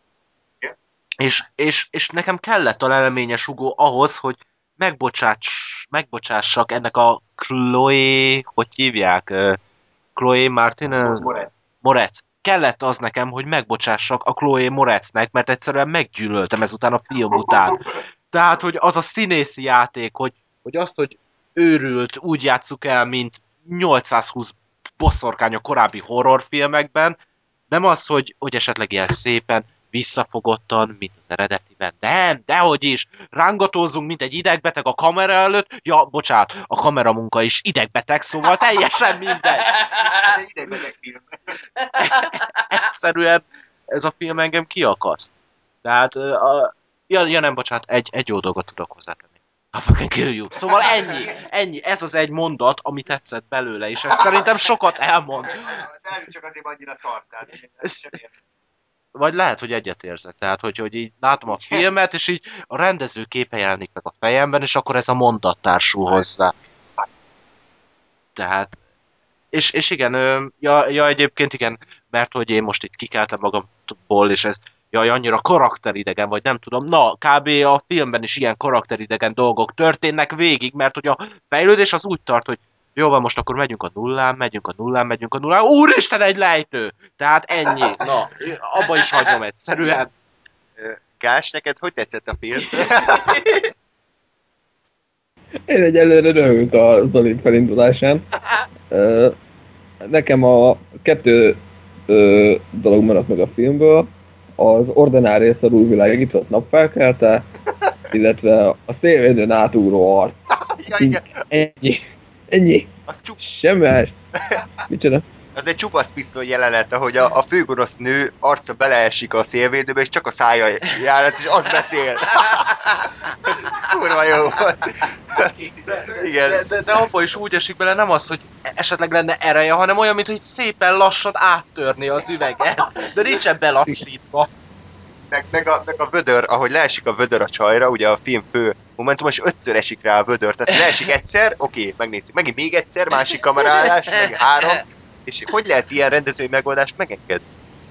és nekem kellett a Leleményes Hugó ahhoz, hogy megbocsássak ennek a Chloe, hogy hívják? Chloe Martin? Moretz. Kellett az nekem, hogy megbocsássak a Chloe Moretznek, mert egyszerűen meggyűlöltem ezután a film után. Tehát, hogy az a színészi játék, hogy azt, hogy őrült, úgy játsszuk el, mint 820 boszorkány a korábbi horrorfilmekben, nem az, hogy esetleg ilyen szépen, visszafogottan, mint az eredetiben. Nem, dehogy is. Rángatózunk, mint egy idegbeteg a kamera előtt. Ja, bocsánat, a kameramunka is idegbeteg, szóval teljesen mindegy. Ez egy idegbeteg film. Egyszerűen ez a film engem kiakaszt. Tehát, ja nem, bocsánat, egy jó dolgot tudok hozzátenni. I fucking kill you. Szóval ennyi. Ez az egy mondat, ami tetszett belőle, és ez szerintem sokat elmond. De ez csak azért annyira szart, tehát sem értem. Vagy lehet, hogy egyetérzek. Tehát, hogy így látom a filmet, és így a rendező képe jelenik meg a fejemben, és akkor ez a mondat társul hozzá. Tehát, és igen, egyébként igen, mert hogy én most itt kikeltem magamból, és ez annyira karakteridegen, vagy nem tudom, na, kb. A filmben is ilyen karakteridegen dolgok történnek végig, mert hogy a fejlődés az úgy tart, hogy jó van, most akkor megyünk a nullán, úristen, egy lejtő! Tehát ennyi, na, abba is hagyom egyszerűen. Gás, neked hogy tetszett a film? Én egyelőre röhögök a Zoli felindulásán. Nekem a kettő dolog maradt meg a filmből. Az ordinári szarúvilágított napfelkelte, illetve a szélvédőn átugró arc. Ja, igen. Ennyi. Az Semmi más. Micsoda? Az egy csupasz pisztoly jelenet, ahogy a főgonosz nő arca beleesik a szélvédőbe, és csak a szája jár, és az beszél. Ez kurva jó volt. Igen. De abban is úgy esik bele, nem az, hogy esetleg lenne ereje, hanem olyan, mint hogy szépen lassan áttörni az üveget. De nincsen belassítva. Meg a vödör, ahogy leesik a vödör a csajra, ugye a film fő momentum, és 5-ször esik rá a vödör. Tehát leesik egyszer, oké, megnézzük. Megint még egyszer, másik kamerálás, meg 3. És hogy lehet ilyen rendezői megoldást megengedni?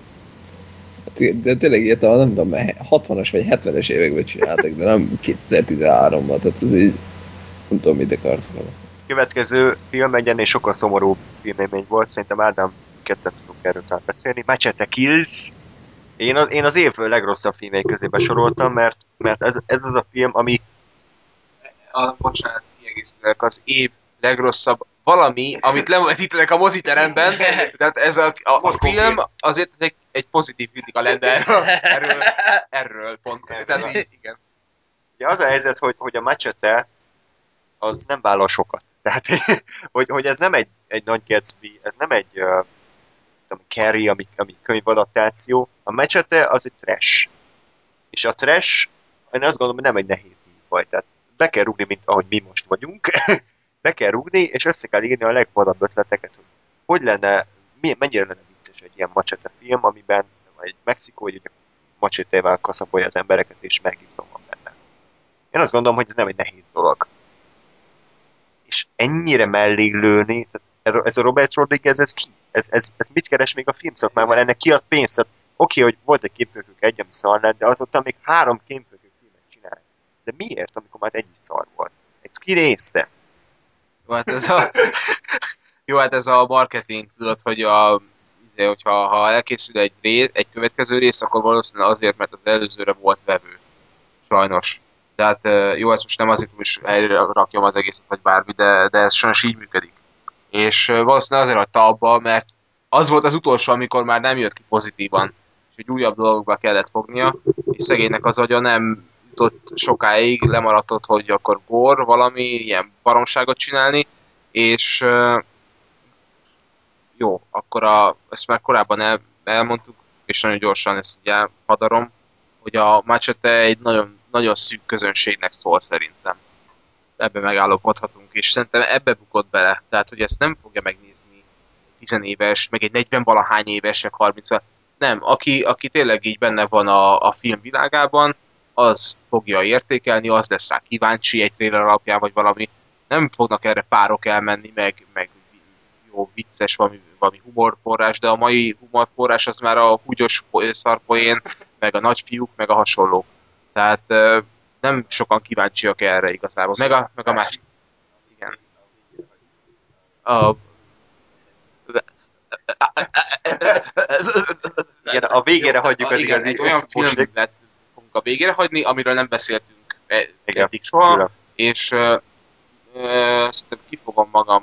De tényleg ilyet a, nem tudom, 60-as vagy 70-es években csináltak, de nem 2013-ban, tehát ez így nem tudom, mit akartak vele. Következő film egy ennél sokkal szomorúbb filmélmény volt, szerintem Ádám ketten tudunk erről talán beszélni. Machete Kills. Én az év legrosszabb filmjei közé besoroltam, mert ez az a film, ami... Bocsánat, kiegészítek, az év legrosszabb valami, amit levetítenek a moziteremben, tehát ez a film azért egy pozitív kritika lenne erről pont. Tehát így, igen. Ja, az a helyzet, hogy a Machete az nem vállal sokat. Tehát, hogy ez nem egy Nagy Gatsby, ez nem egy Carrie, ami könyvadaptáció. A Machete az egy trash. És a trash, én azt gondolom, hogy nem egy nehéz műfaj. Tehát be kell rúgni, mint ahogy mi most vagyunk. Be kell rúgni, és össze kell írni a legvadabb ötleteket, hogy lenne, mennyire lenne vicces egy ilyen Machete film, amiben egy mexikói machetével kaszabolja az embereket, és Mel-Gibson van benne. Én azt gondolom, hogy ez nem egy nehéz dolog. És ennyire mellé lőni, ez a Robert Rodriguez, ez ki? Ez mit keres még a filmszakmában? Ennek ki ad pénzt? Tehát oké, hogy volt egy Kémfőkök egy, ami szar lett, de azóta még 3 Kémfőkök filmet csinál. De miért, amikor már ez egy szar volt? Ezt ki nézte? Jó, hát ez a marketing, tudod, hogy hogyha elkészül egy következő rész, akkor valószínűleg azért, mert az előzőre volt vevő. Sajnos. Tehát jó, ez most nem azért, hogy is elrakjam az egészet, vagy bármi, de ez sajnos így működik. És valószínűleg azért hagyta abba, mert az volt az utolsó, amikor már nem jött ki pozitívan, és egy újabb dolgokba kellett fognia, és szegénynek az agya nem jutott sokáig, lemaradt, hogy akkor gore, valami ilyen baromságot csinálni, és jó, akkor ezt már korábban elmondtuk, és nagyon gyorsan ezt így elhadarom, hogy a Machete egy nagyon, nagyon szűk közönségnek szól szerintem. Ebbe megállapodhatunk, és szerintem ebbe bukott bele. Tehát, hogy ezt nem fogja megnézni 10 éves, meg egy 40-valahány éves, meg 30. Nem, aki tényleg így benne van a film világában, az fogja értékelni, az lesz rá kíváncsi egy trailer alapján, vagy valami. Nem fognak erre párok elmenni, meg jó vicces valami humorforrás, de a mai humorforrás az már a húgyos szarpoén, meg a nagyfiúk, meg a hasonlók. Tehát nem sokan kíváncsiak erre igazából. Meg a másik. Igen. Igen, a végére hagyjuk az igazi. Egy olyan filmet fogunk a végére hagyni, amiről nem beszéltünk eddig soha, és szerintem kifogom magam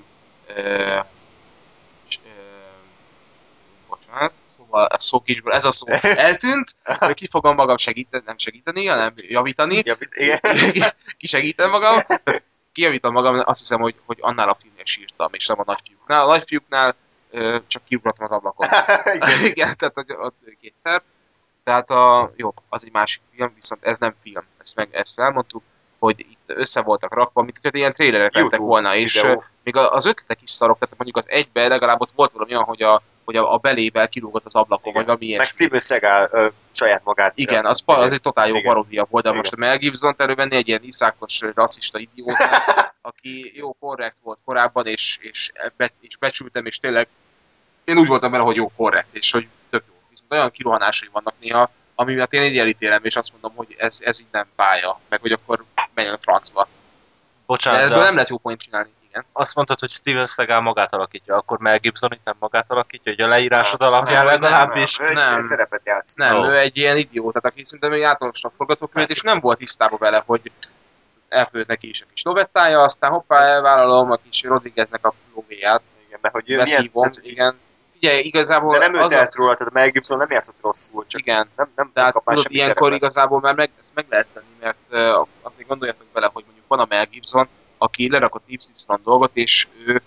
bocsánat, szóval a szókincsből ez a szó eltűnt, hogy ki fogom magam nem segíteni, hanem javítani. Kisegítem magam. Kijavítom magam, azt hiszem, hogy annál a filmnél sírtam, és nem a nagyfiúknál. A nagyfiúknál csak kiugrottam az ablakon. Igen, tehát ott kétszer. Tehát jó, az egy másik film, viszont ez nem film. Ezt elmondtuk, hogy itt össze voltak rakva, mint hogy ilyen trélerek lettek YouTube volna, és videó. még az ötletek is szarok, tehát mondjuk az egyben legalább ott volt valami olyan, hogy a belével kirúgott az ablakon, vagy valami Meg ilyesmi. Steven Seagal saját magát. Igen, az egy totál jó Igen. paródia volt, de Igen. most a Mel Gibson-t elővenni egy ilyen iszákos, rasszista idiótát, aki jó korrekt volt korábban, és becsültem, és tényleg én úgy voltam vele, hogy jó korrekt, és hogy tök jó. Viszont olyan kirohanásai vannak néha, ami miatt én így elítélem, és azt mondom, hogy ez így nem pálya, meg hogy akkor menjen a francba. De Bocsánat, ebből nem lehet jó point csinálni, igen. azt mondtad, hogy Steven Seagal magát alakítja, akkor Mel Gibson itt nem magát alakítja, hogy a leírásod alapján legalábbis. Nem. Szerepet játszik. Nem, Ó. ő egy ilyen idióta, aki szerintem egy általános forgatókönyvet, és nem volt tisztában vele, hogy elfőtt neki is a kis lovettája, aztán hoppá, elvállalom a kis Rodrigueznek a lóvéját, Igen, mert hogy beszívom, igen. Ugye igazából De nem az ölt róla, tehát a Mel Gibson nem játszott rosszul, csak igen, nem tehát kapás tudod, semmi ilyenkor szerepet. igazából már ezt meg lehet tenni, mert azért gondoljatok bele, hogy mondjuk van a Mel Gibson, aki lerakott Y dolgot, és ő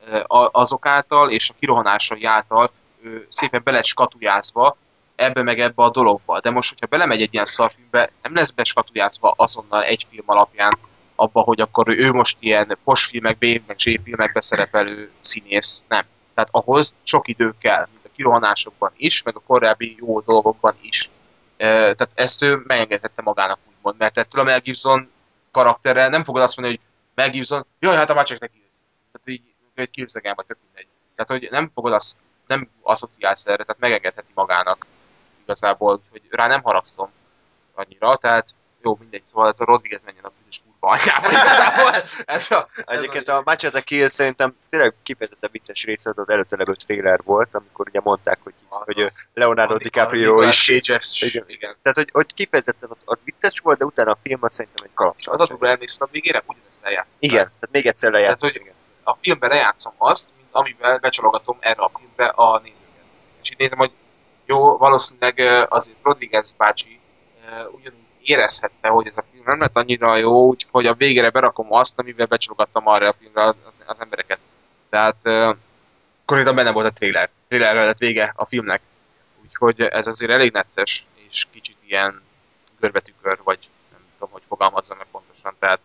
azok által és a kirohanásai által ő szépen bele skatujázva ebbe meg ebbe a dologba. De most, hogyha belemegy egy ilyen szarfilmbe, nem lesz beskatujázva azonnal egy film alapján abba, hogy akkor ő most ilyen posfilmek, B meg J filmekbe szerepelő színész. Nem. Tehát ahhoz sok idő kell, mint a kirohanásokban is, meg a korábbi jó dolgokban is. Tehát ezt ő megengedhette magának úgymond, mert ettől a Mel Gibson karakterrel nem fogod azt mondani, hogy Mel Gibson, jaj, hát a Macsek Kills. Tehát így egy Killsegán vagy tök mindegy. Tehát, hogy nem fogod azt, nem asszociálsz erre, tehát megengedheti magának igazából, hogy rá nem haragszom annyira, tehát jó, mindegy, szóval ez a Rodriguez menjen a bűnös kurva anyjába igazából. Egyébként a Machete Kill szerintem tényleg kifejezetten vicces része az előttelevő trailer volt, amikor ugye mondták, hogy Leonardo DiCaprio is. Igen. Tehát, hogy kifejezetten az vicces volt, de utána a film az szerintem egy És az kalapság. adóra elmésztem a végére, ugyanezt lejátszom. Igen, tehát még egyszer lejárt. Tehát, hogy a filmben lejátszom azt, mint amivel becsalogatom erre a filmbe a nézőket. És így nézem, hogy jó, valószínűleg azért Rodriguez bácsi ugyanúgy érezhette, hogy ez a film nem lett annyira jó, úgyhogy a végére berakom azt, amivel becsalogattam arra a filmre az embereket. Tehát konkrétan benne volt a trailer. Trailerre lett vége a filmnek. Úgyhogy ez azért elég necces, és kicsit ilyen görbetükör, vagy nem tudom, hogy fogalmazzam meg pontosan. Tehát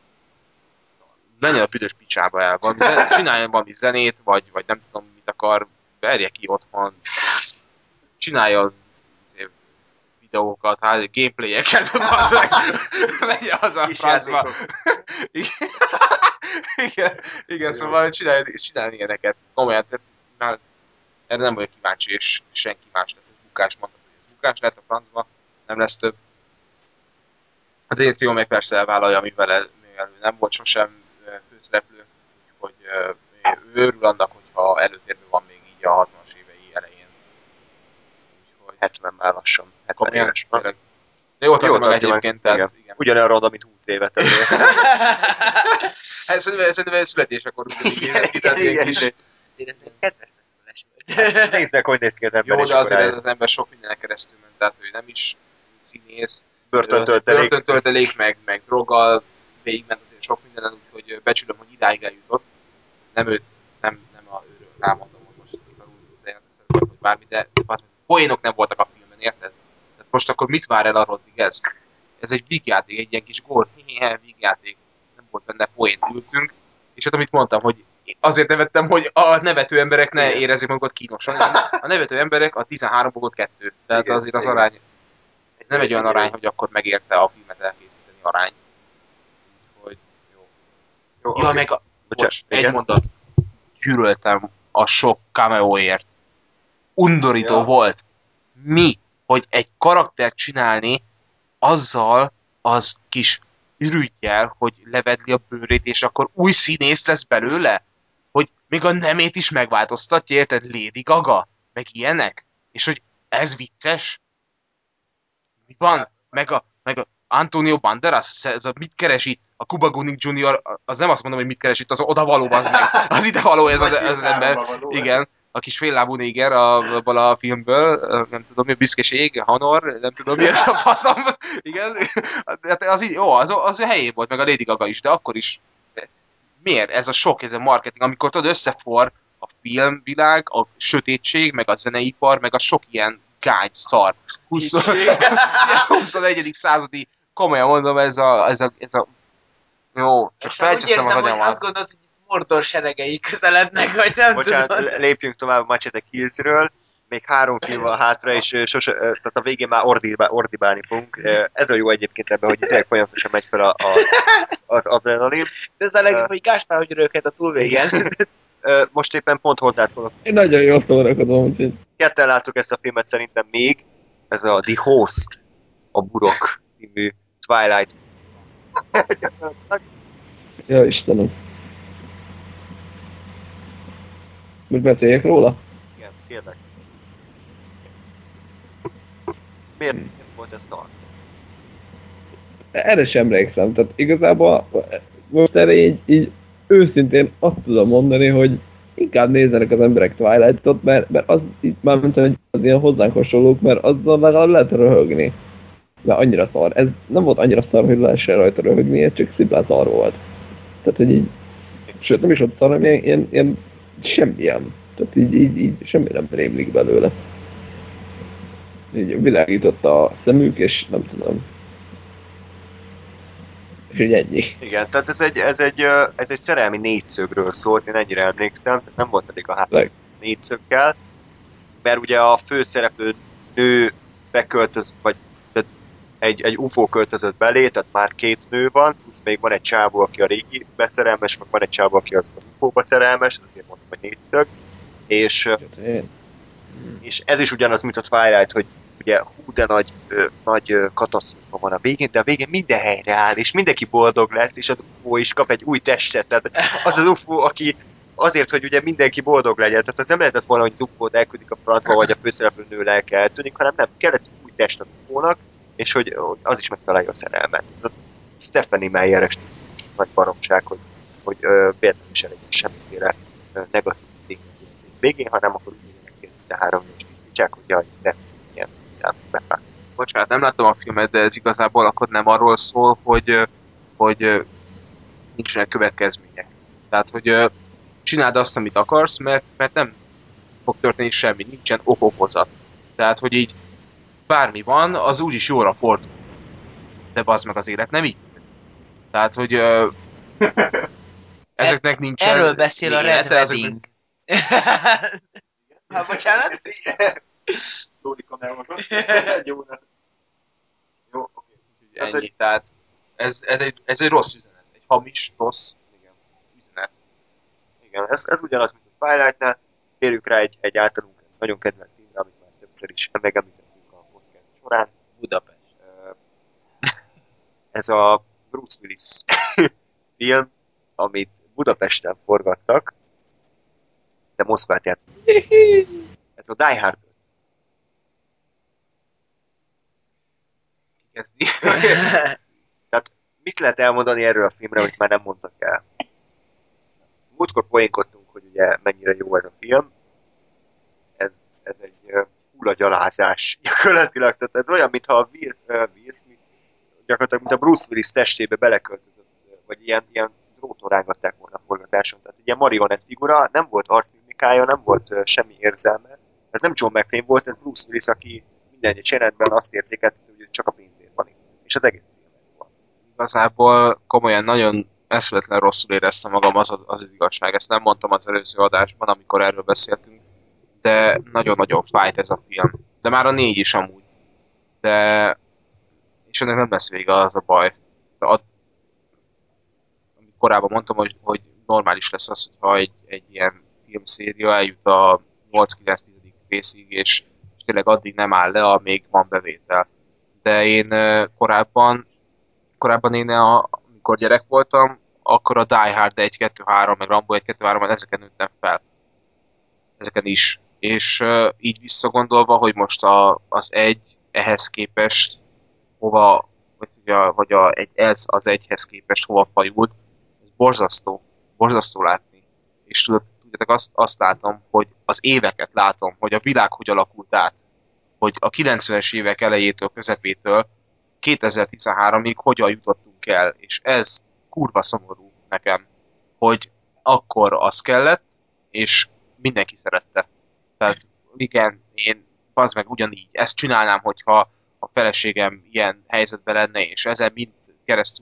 menjen a büdös picsába el, csináljon valami zenét, vagy nem tudom mit akar, verje ki otthon, csinálja videókat, gameplayeket, menjen haza a francba. Igen, szóval csinálni ilyeneket. Komolyan, már erre nem vagyok kíváncsi, és senki más, tehát ez bukás, mondta, hogy ez bukás lehet a francba, nem lesz több. A Daniel meg persze elvállalja, mivel ő nem volt sosem főszereplő, úgyhogy ő örül annak, hogyha előtérben van még így a 60-as évei elején. Úgyhogy 70 már lassan. 70 komolyan, éves. tényleg. De jó tartom meg tartja meg. egyébként, tehát igen. Ugyanolyan ronda, mint 20 évet. Hát szerintem születésekor Igen. Ez egy kedves beszólás volt. Nézd meg, hogy néz ki az ember. Jó, és de azért akkor ez az ember sok mindenek keresztül ment, tehát ő nem is színész, börtöntöltelék. börtöntöltelék, meg droggal végigment azért sok mindenen, úgyhogy becsülöm, hogy idáig eljutott. Nem őt, nem őről rámondom, hogy most az a új hogy bármi, de poénok nem voltak a filmben, érted? Tehát most akkor mit vár el a Rodriguez? Ez egy vígjáték, egy ilyen kis gól, vígjáték, nem volt benne poén, ültünk, és hát amit mondtam, hogy azért nevettem, hogy a nevető emberek ne érezzék magukat kínosan. A nevető emberek a 13-2. Tehát Igen, azért az igen. arány nem egy olyan arány, hogy akkor megérte a filmet elkészíteni arány. Úgyhogy jó. Jó, Ja, oké. meg bocs, egy igen. mondat. Gyűlöltem a sok cameóért. Undorító Ja. volt. Mi, hogy egy karaktert csinálni, azzal az kis ürüggyel, hogy levedli a bőrét, és akkor új színész lesz belőle? Hogy még a nemét is megváltoztatja, érted? Lady Gaga? Meg ilyenek? És hogy ez vicces? Mi van? Meg a Antonio Banderas, ez a mit keres itt? A Cuba Gooding Jr., az nem azt mondom, hogy mit keres itt, az oda való, az meg. Az ide való ez az ember. Igen, a kis féllábú néger abból a filmből, nem tudom mi, büszkeség, Honor, nem tudom mi ez a faszom. Igen, hát az így, jó, az helyén volt, meg a Lady Gaga is, de akkor is miért ez a sok, ez a marketing, amikor tudod összefor a filmvilág, a sötétség, meg a zeneipar, meg a sok ilyen gágy szar. 21. századi, komolyan mondom, ez a Jó, csak És úgy felcseszem az érzem, hogy agyamat. azt gondolsz, hogy Mordor seregei közelednek, vagy nem Bocsánat, tudod. lépjünk tovább a Machete Killsről. Még 3 film van hátra, és tehát a végén már ordibálni fogunk. Ez a jó egyébként ebben, hogy tényleg folyamatosan megy fel az adrenalin. De ez a legjobb, hogy Gáspár, hogy röghet a túlvégen. Most éppen pont hozzászólok. Én nagyon jól szórakozom, úgyhogy... Ketten láttuk ezt a filmet szerintem még. Ez a The Host, a Burok című Twilight. Ja, Istenem. Most beszéljek róla? Igen, kérlek. Miért volt ez szar? Erre sem emlékszem. Tehát igazából most erre így őszintén azt tudom mondani, hogy inkább nézzenek az emberek Twilight-ot, mert az itt már mint hogy az ilyen hozzánk hasonlók, mert azzal legalább lehet röhögni. Mert annyira szar. Ez nem volt annyira szar, hogy lehessen rajta röhögni, ez csak szimplán szar volt. Tehát, hogy így... Sőt, nem is ott szar, hanem ilyen semmilyen. Tehát így semmi nem rémlik belőle. Így világított a szemük, és nem tudom. És így ennyi. Igen, tehát ez egy szerelmi négyszögről szólt, én ennyire emlékszem, tehát nem volt elég a négyszögkel, mert ugye a főszereplő nő beköltöz, vagy egy UFO költözött belé, tehát már 2 nő van, plusz még van egy csávó, aki a régi beszerelmes, meg van egy csávó, aki az UFO-ba szerelmes, azért mondom, hogy négyszög, és ez is ugyanaz, mint a Twilight, hogy ugye hú, de nagy katasztrófa van a végén, de a végén minden helyre áll, és mindenki boldog lesz, és az UFO is kap egy új testet, tehát az UFO, aki azért, hogy ugye mindenki boldog legyen, tehát az nem lehetett volna, hogy az UFO-t elküldik a francba, vagy a főszereplő nő lelke eltűnik, hanem nem, kellett egy új test az UFO-nak, és hogy az is megtalálja a szerelmet. Stephenie Meyer-es nagy baromság, hogy véletlenül is elég semmiféle negatív tényező végén, hanem akkor úgy mindenki de 3 és bizottság, hogy jaj, de ilyen befáll. Bocsánat, nem láttam a filmet, de ez igazából akkor nem arról szól, hogy nincsenek következmények. Tehát, hogy csináld azt, amit akarsz, mert nem fog történni semmi, nincsen okokozat. Tehát, hogy így bármi van, az úgyis jóra fordul. De bazd meg az élet, nem így. Tehát, hogy ezeknek nincsen... Erről beszél a Red Wedding. Hát bocsánat? Lórika elhozott. Jó, oké. Ennyi, tehát ez egy rossz üzenet. Egy hamis, rossz üzenet. Igen, ez ugyanaz, mint a Twilight-nál. Térjük rá egy általunk nagyon kedvelt filmre, amit már többször is megemlítettünk a podcast során. Budapest. Ez a Bruce Willis film, amit Budapesten forgattak, de Moszkvát játszott. Ez a Die Hard. Kezdi. Tehát mit lehet elmondani erről a filmre, amit már nem mondtak el? Múltkor poénkodtunk, hogy ugye mennyire jó ez a film. Ez egy hullagyalázás gyakorlatilag. Tehát ez olyan, mintha a Will Smith gyakorlatilag, mint a Bruce Willis testébe beleköltözött, vagy ilyen dróton rángatták volna a forgatáson. Tehát ugye marionett figura, nem volt arcmimikája, nem volt semmi érzelme. Ez nem John McClane volt, ez Bruce Willis, aki minden egyes jelenetben azt érzékelt, hogy csak a pénzért van itt. És az egész filmben van. Igazából komolyan nagyon eszületlen rosszul éreztem magam, az igazság. Ezt nem mondtam az előző adásban, amikor erről beszéltünk, de nagyon-nagyon fájt ez a film. De már a 4 is amúgy. De... És ennek nem lesz vége, az a baj. Amit korábban mondtam, hogy normális lesz az, hogyha egy ilyen filmszéria eljut a 8-9-10. részig, és tényleg addig nem áll le, amíg van bevétel. De én korábban amikor gyerek voltam, akkor a Die Hard 1-2-3, meg Rambo 1-2-3, ezeken nőttem fel. Ezeken is. És így visszagondolva, hogy most az egy ehhez képest hova, ez az egyhez képest hova fajult, ez borzasztó látni. És tudjátok, azt látom, hogy az éveket látom, hogy a világ hogy alakult át, hogy a 90-es évek elejétől, közepétől 2013-ig hogyan jutottunk el, és ez kurva szomorú nekem, hogy akkor az kellett, és mindenki szerette. Tehát igen, én az meg ugyanígy, ezt csinálnám, hogyha a feleségem ilyen helyzetben lenne, és ezen mind keresztül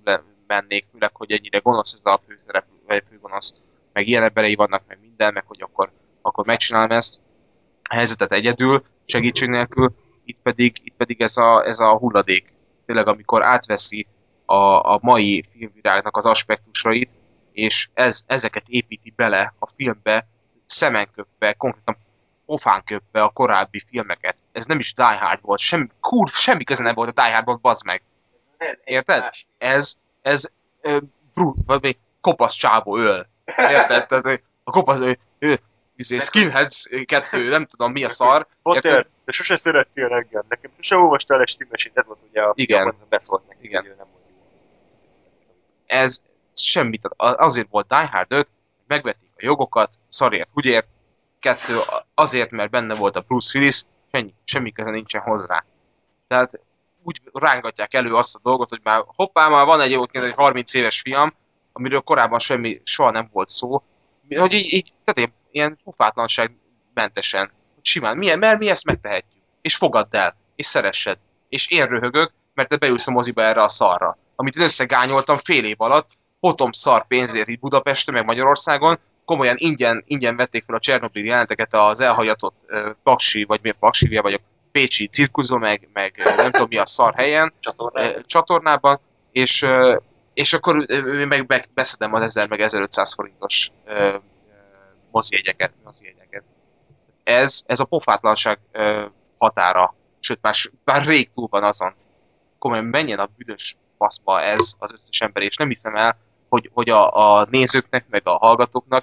mennék, főleg, hogy ennyire gonosz ez a főszereplő, vagy főgonosz, meg ilyen emberei vannak, meg minden, meg hogy akkor megcsinálom ezt a helyzetet egyedül, segítség nélkül, itt pedig ez a hulladék. Tényleg, amikor átveszi a mai filmvilágnak az aspektusait, és ezeket építi bele a filmbe, szemenköpve, konkrétan pofánköpve a korábbi filmeket. Ez nem is Die Hard volt, semmi köze nem volt a Die Hardból, bazd meg. Érted? Ez vagy még kopasz csávó öl. Érted? Tehát, a kopasz Skinheads 2, nem tudom mi a szar. Potter, de sose szerettél engem. Nekem sose olvastál egy stimesét, ez volt ugye a Igen. Beszólt neki, Igen. hogy ő nem volt jó. Ez semmit, azért volt Die Hard 5, megvették a jogokat, szarért, húgyért, 2 azért, mert benne volt a Bruce Willis, semmi köze nincsen hozzá. Tehát úgy rángatják elő azt a dolgot, hogy már hoppá, már van egy 30 éves fiam, amiről korábban soha nem volt szó, hogy így tehát ilyen pofátlanság mentesen, simán, mert mi ezt megtehetjük, és fogadd el, és szeressed, és én röhögök, mert te beülsz a moziba erre a szarra, amit én összegányoltam fél év alatt, potom szar pénzért itt Budapesten, meg Magyarországon, komolyan ingyen vették fel a Csernobili jeleneteket az elhagyatott Paksi, vagy miért Paksivia, vagy a pécsi cirkuszban, meg nem tudom mi a szar helyen, csatornában, és akkor meg beszedem az 1000 meg 1500 forintos mozijegyeket. Ez a pofátlanság határa, sőt már rég túl van azon. Komolyan menjen a büdös faszba ez az összes ember, és nem hiszem el, hogy a nézőknek, meg a hallgatóknak,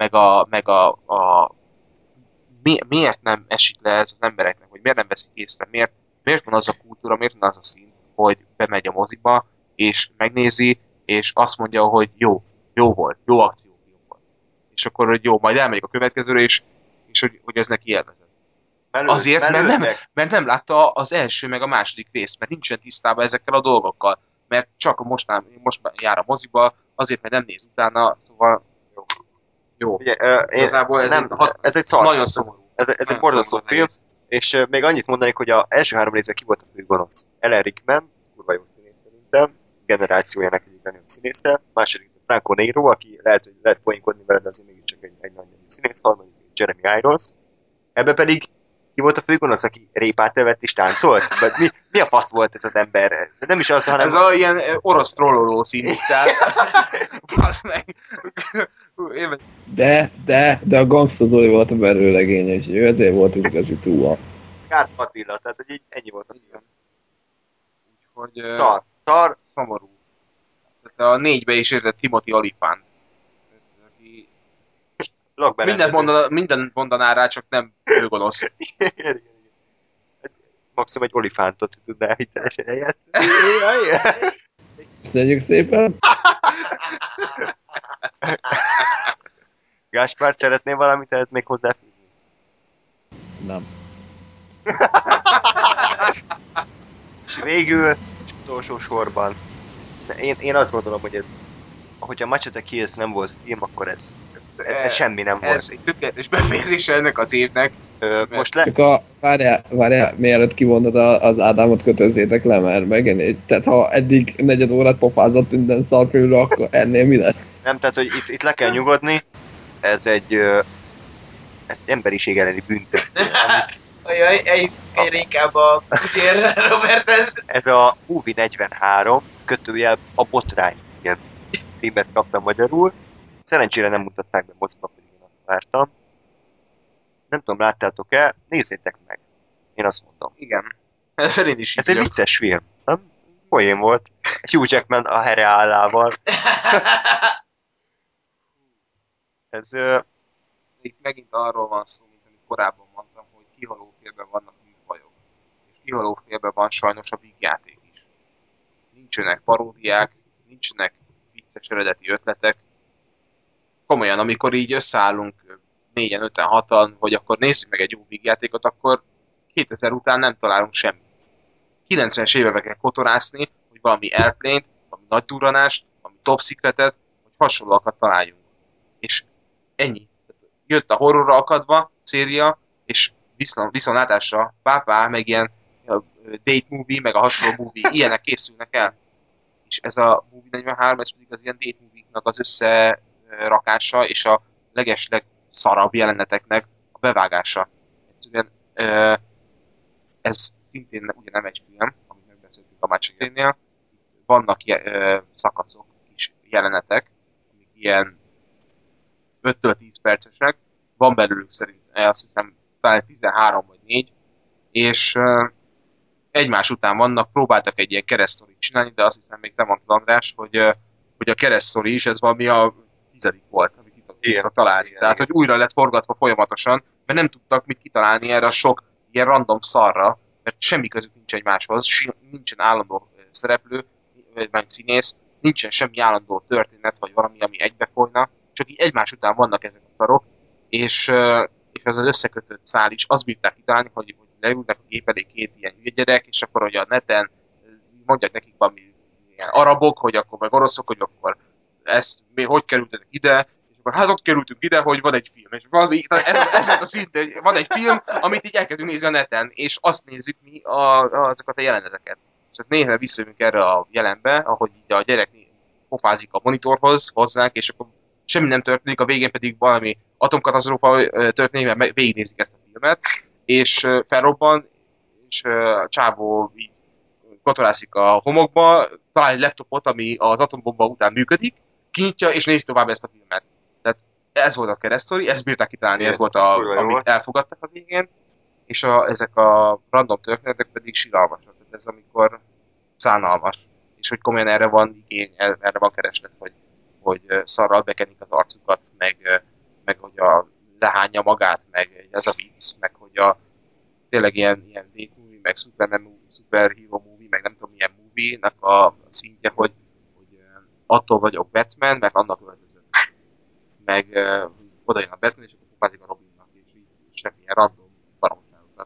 miért nem esik le ez az embereknek, hogy miért nem veszik észre, miért van az a kultúra, miért van az a szint, hogy bemegy a moziba, és megnézi, és azt mondja, hogy jó volt, jó akció, jó volt. És akkor, hogy jó, majd elmegyek a következőre, és hogy ez neki élvezett. Azért, mert nem látta az első meg a második részt, mert nincsen tisztában ezekkel a dolgokkal. Mert csak most jár a moziba, azért, mert nem néz utána, szóval jó. Ugye, igazából ez egy szar. Nagyon szomorú. Ez egy borzasztó film, és még annyit mondanék, hogy az első 3 részben ki volt a főgonosz. Ellen Rickman, kurva jó színész szerintem, generációjának egyik nagyon színésze, második Franco Nero, aki lehet poénkodni veled, de azért mégiscsak egy nagy színész, harmadik Jeremy Irons. Ebben pedig ki volt a főgonosz, aki répát evett és táncolt? Mi a fasz volt ez az ember? De nem is az, hanem... Ez a ilyen orosz trolloló színű, tehát... De a Gangsta Zoli volt a belőlegény, és ő ezért volt az igazi túl. Kár Attila, tehát hogy így ennyi volt a film. Úgyhogy... Szar. Szomorú. Tehát a 4-be is értett Timothy Olyphant. Mindent mondaná rá, csak nem ő gonosz. Maximum egy olifántot tudnál hitelesen eljátszani. Köszönjük szépen! Gáspár, szeretnél valamit ehhez még hozzáfűzni? Nem. És végül, és utolsó sorban, én azt gondolom, hogy ez, hogyha Machete Kills nem volt film, akkor ez semmi nem volt. Ez egy tökéletes befejezése ennek az évnek. Most Csak várjál, mielőtt kivonod az Ádámot, kötözzétek le, mert megennéd. Tehát ha eddig 4 órát pofázott minden szarfilmről, akkor ennél mi lesz? Nem, tehát hogy itt le kell nyugodni. Ez egy emberiség elleni büntetés. Ajaj, egyre inkább a kuzsérre, Robert, ez... Ez a Movie 43, kötőjel a botrány, ilyen címet kaptam magyarul. Szerencsére nem mutatták be moziba, pedig én azt vártam. Nem tudom, láttátok-e? Nézzétek meg. Én azt mondom. Igen. Ez egy vicces film. Nem? Poén volt. Hugh Jackman a helyreállával. Ez... Itt megint arról van szó, mint amit korábban mondtam, hogy kihalófélben vannak műfajok. És kihalófélben van sajnos a vígjáték is. Nincsenek paródiák, nincsenek vicces eredeti ötletek. Komolyan, amikor így összeállunk 4-en, 5-en, 6-an, hogy akkor nézzük meg egy jó vígjátékot, akkor 2000 után nem találunk semmit. 90-es években kell kotorászni, hogy valami Airplane-t, valami nagy durranást, valami Top Secret-et, hogy hasonlóakat találjunk. És ennyi. Jött a horrorra akadva széria, és viszontlátásra pápá, meg ilyen date movie, meg a hasonló movie, ilyenek készülnek el. és ez a Movie 43, ez pedig az ilyen date movie-nak az összerakása, és a legesleg szarabb jeleneteknek a bevágása. Egyszerűen ez szintén ugye nem egy film, amit megbeszéltünk a Mácsaténél. Vannak szakaszok, kis jelenetek, amik ilyen 5-10 percesek, van belőlük szerint azt hiszem talán 13 vagy 4, és egymás után vannak, próbáltak egy ilyen keresztszorít csinálni, de azt hiszem még te mondtad, András, hogy a keresztszori is, ez valami a 10. volt, amit itt tudtak találni. Tehát, hogy újra lett forgatva folyamatosan, mert nem tudtak mit kitalálni erre a sok ilyen random szarra, mert semmi közük nincs egymáshoz, nincsen állandó szereplő, vagy színész, nincsen semmi állandó történet, vagy valami, ami egybefolyna, csak így egymás után vannak ezek a szarok, és az összekötött szál is, azt bírták kitalálni, hogy leülnek a gép elé két ilyen hülye gyerek, és akkor hogy a neten mondják nekik valami ilyen arabok, hogy akkor meg oroszok, hogy akkor ezt mi hogy kerültetek ide, és akkor hát ott kerültünk ide, hogy van egy film, és valami, ez a szint, hogy van egy film, amit így elkezdünk nézni a neten, és azt nézzük mi azokat a jeleneteket. És hát néha visszajövünk erre a jelenbe, ahogy így a gyerek pofázik a monitorhoz hozzánk, és akkor semmi nem történik, a végén pedig valami atomkatasztrófa történik, mert végignézik ezt a filmet, és felrobban, és a csávó így kotorászik a homokba, talál egy laptopot, ami az atombomba után működik, kinyitja és nézi tovább ezt a filmet. Tehát ez volt a keresztsztori, ezt bírták kitalálni, ez volt, amit elfogadtak a végén, és ezek a random történetek pedig siralmasak. Tehát ez amikor szánalmas, és hogy komolyan erre van igény, erre van kereslet, hogy szarral bekenik az arcukat, meg hogy lehányja magát, meg ez a vicc, meg hogy tényleg ilyen date movie, meg superhero movie, meg nem tudom milyen movie-nak a szintje, hogy attól vagyok Batman, meg annak öltözök. Meg oda jön a Batman, és akkor kupázik a Robinnak, és így semmilyen random baromságokat.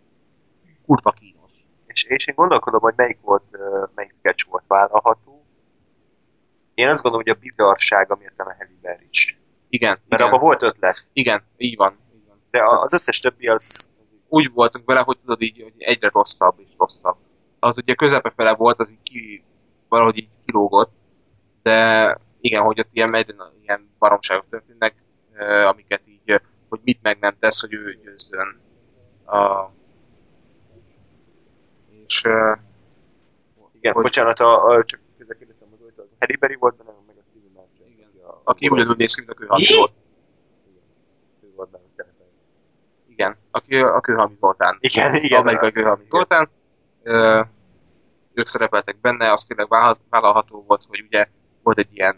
Kurva kínos. És én gondolkodom, hogy melyik sketch volt vállalható. Én azt gondolom, hogy a bizarság miatt a Halle Berry is. Igen. Mert abban volt ötlet. Igen, így van. De az összes többi az... Úgy voltunk vele, hogy tudod így, hogy egyre rosszabb és rosszabb. Az ugye közepe fele volt, az így valahogy így kilógott, de igen, hogy ott ilyen baromságok történnek, amiket így, hogy mit meg nem tesz, hogy ő győzzön. És... igen, hogy... bocsánat, csak közben kérdeztem az olytól, az Halle Berry volt, meg a Steven Merchant. Igen. Aki ugyanúgy néz ki, mint a Kőhalmi volt. Ő volt benne szerepel. Igen, a Kőhalmi Zoltán. Igen. Amerikai Kőhalmi Zoltán. Ők szerepeltek benne, az tényleg vállalható volt, hogy ugye volt egy ilyen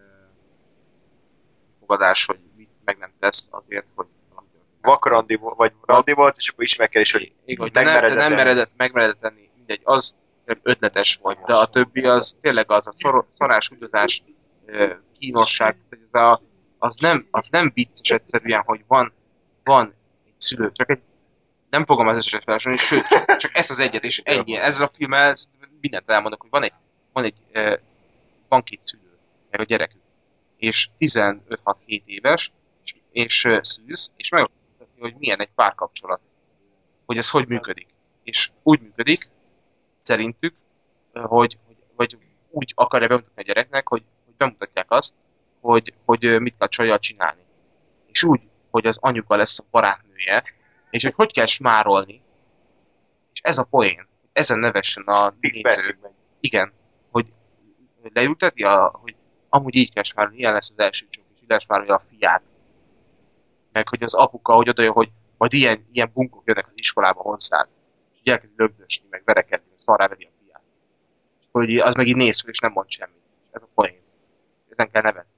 fogadás, hogy mit meg nem tesz azért, hogy Vakrandi vagy randi volt, és akkor ismer kell is, hogy megmeredett tenni. Mindegy, az ötletes volt, de a többi az tényleg az a szarás, húgyozás, kínosság, az nem vicces egyszerűen, hogy van egy szülő, csak nem fogom az esetet felsorolni, sőt, csak ezt az egyet, és ennyi. Ezzel a filmmel mindent elmondok, hogy van két szülő, meg a gyerekük, és 15-6-7 éves, és szűz, és meg hogy milyen egy párkapcsolat, hogy ez hogy működik. És úgy működik, szerintük, hogy úgy akarja bemutatni a gyereknek, hogy bemutatják azt, hogy mit kell csajjal csinálni. És úgy, hogy az anyuka lesz a barátnője, és hogy kell smárolni. És ez a poén, ezen nevessen a néző. Igen, hogy leülteti, hogy amúgy így kell smárolni, ilyen lesz az első csók, és így smárolja a fiát. Meg hogy az apuka, hogy oda jön, hogy majd ilyen bunkok jönnek az iskolába hozzád. És így elkezd lögdösni, meg verekedni, meg szarrá veri a fiát. És hogy az meg így néz és nem mond semmit. Ez a poén. Ezen kell nevetni.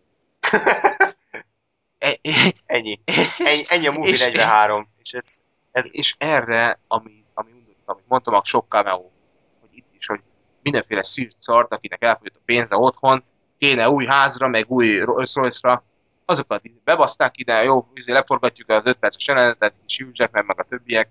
Ennyi a Movie 43. És erre, amit mondtam, a sok cameo, hogy itt is, hogy mindenféle szírt szart, akinek elfogyott a pénze otthon, kéne új házra, meg új Rolls Royce-ra, azokat bebaszták ide, jó, leforgatjuk az 5 perces jelenetet, és Hugh Jackman, meg a többiek,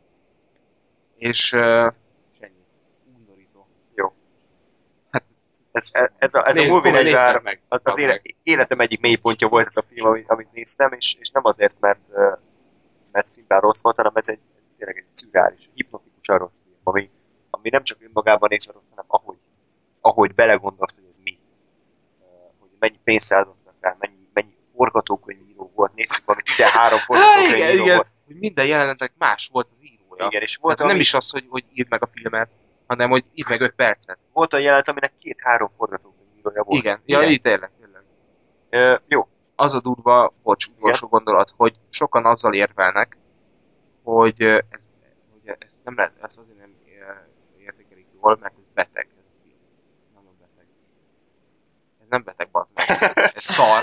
és ennyi. Undorító. Jó. Hát ez a Movie 43 az életem egyik mélypontja volt ez a film, amit néztem, és nem azért, mert szimplán rossz volt, hanem ez tényleg egy szürális, hipnotikus rossz film, ami nem csak önmagában nézve rossz, hanem ahogy ahogy belegondolsz, hogy mi, hogy mennyi pénzt áldoztak rá, mennyi forgatókönyvíró volt, nézzük, ami 13 forgatókönyvíró volt. Hogy minden jelenetnek más volt az írója. Igen, és volt, nem is az, hogy írd meg a filmet, hanem hogy írd meg 5 percet. Volt olyan jelenet, aminek 2-3 forgatókönyvírója volt. Igen, ja, így tényleg. Jó. Az a durva, bocs, utolsó gondolat, hogy sokan azzal érvelnek, hogy ez nem lehet, ezt azért nem értékelik jól, mert ez beteg. Ez nagyon beteg. Ez nem beteg, bazd meg. Ez szar.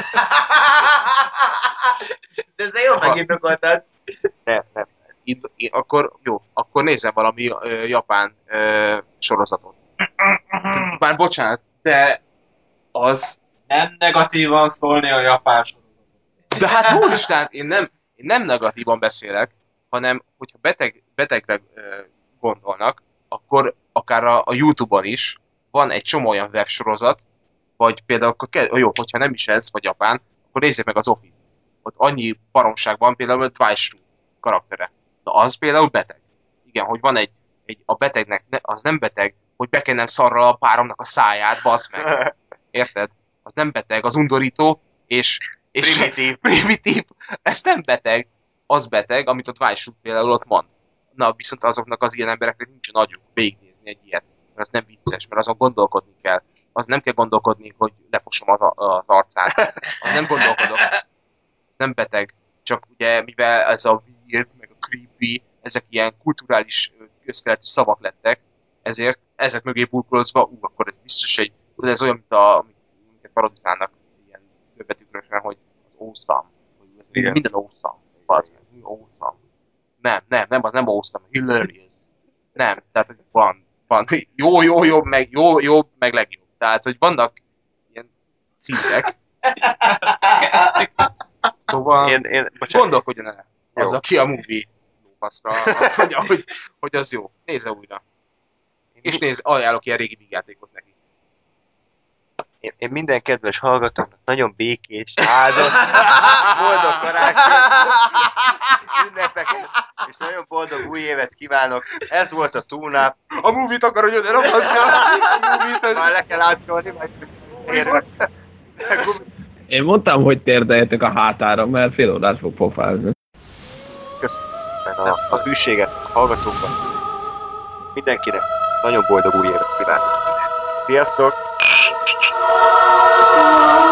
De ezzel jól megindokoltad. Nem. Akkor nézzem valami japán sorozatot. Bár bocsánat, de az... Nem negatívan szólni a japán sorozatot. De hát úristen, én nem negatívan beszélek, hanem hogyha betegre gondolnak, akkor akár a YouTube-on is van egy csomó olyan websorozat, vagy például, jó, hogyha nem is ez, vagy japán, akkor nézzék meg az Office. Ott annyi baromság van, például a Dwight Schrute karaktere. Na az például beteg. Igen, hogy van a betegnek, az nem beteg, hogy bekennem szarral a páromnak a száját, bazd meg. Érted? Az nem beteg, az undorító, és primitív. Ez nem beteg, az beteg, amit a Dwight Schrute például ott mond. Na, viszont azoknak az ilyen embereknek nincs nagyjuk végignézni egy ilyet, mert az nem vicces, mert azon gondolkodni kell. Az nem kell gondolkodni, hogy lefosom az arcát. Az nem gondolkodok. Ez nem beteg. Csak ugye, mivel ez a weird, meg a creepy, ezek ilyen kulturális közkeletű szavak lettek, ezért ezek mögé burkolózva, akkor ez biztos ez olyan, mint parodizálnak ilyen betűkrösen, hogy az awesome. Hogy minden awesome. Awesome. Nem, az nem awesome, hilarious. Nem, tehát van jó, meg legjobb. Tehát, hogy vannak ilyen szintek. Szóval gondolkodjon el az, aki a movie lófaszra, hogy az jó. Nézze újra. És ajánlok ilyen régi vígjátékot neki. Én minden kedves hallgatónak nagyon békés, áldott, boldog karácsony, ünnepeket, és nagyon boldog új évet kívánok. Ez volt a túlnap. A movie-t akar, hogy oda rapasszál. A movie-t, már le kell átszolni, majd érnek. Én mondtam, hogy térdeljetek a hátára, mert fél órát fog pofázni. Köszönöm szépen a hűséget a hallgatóknak. Mindenkinek nagyon boldog új évet kívánok. Sziasztok!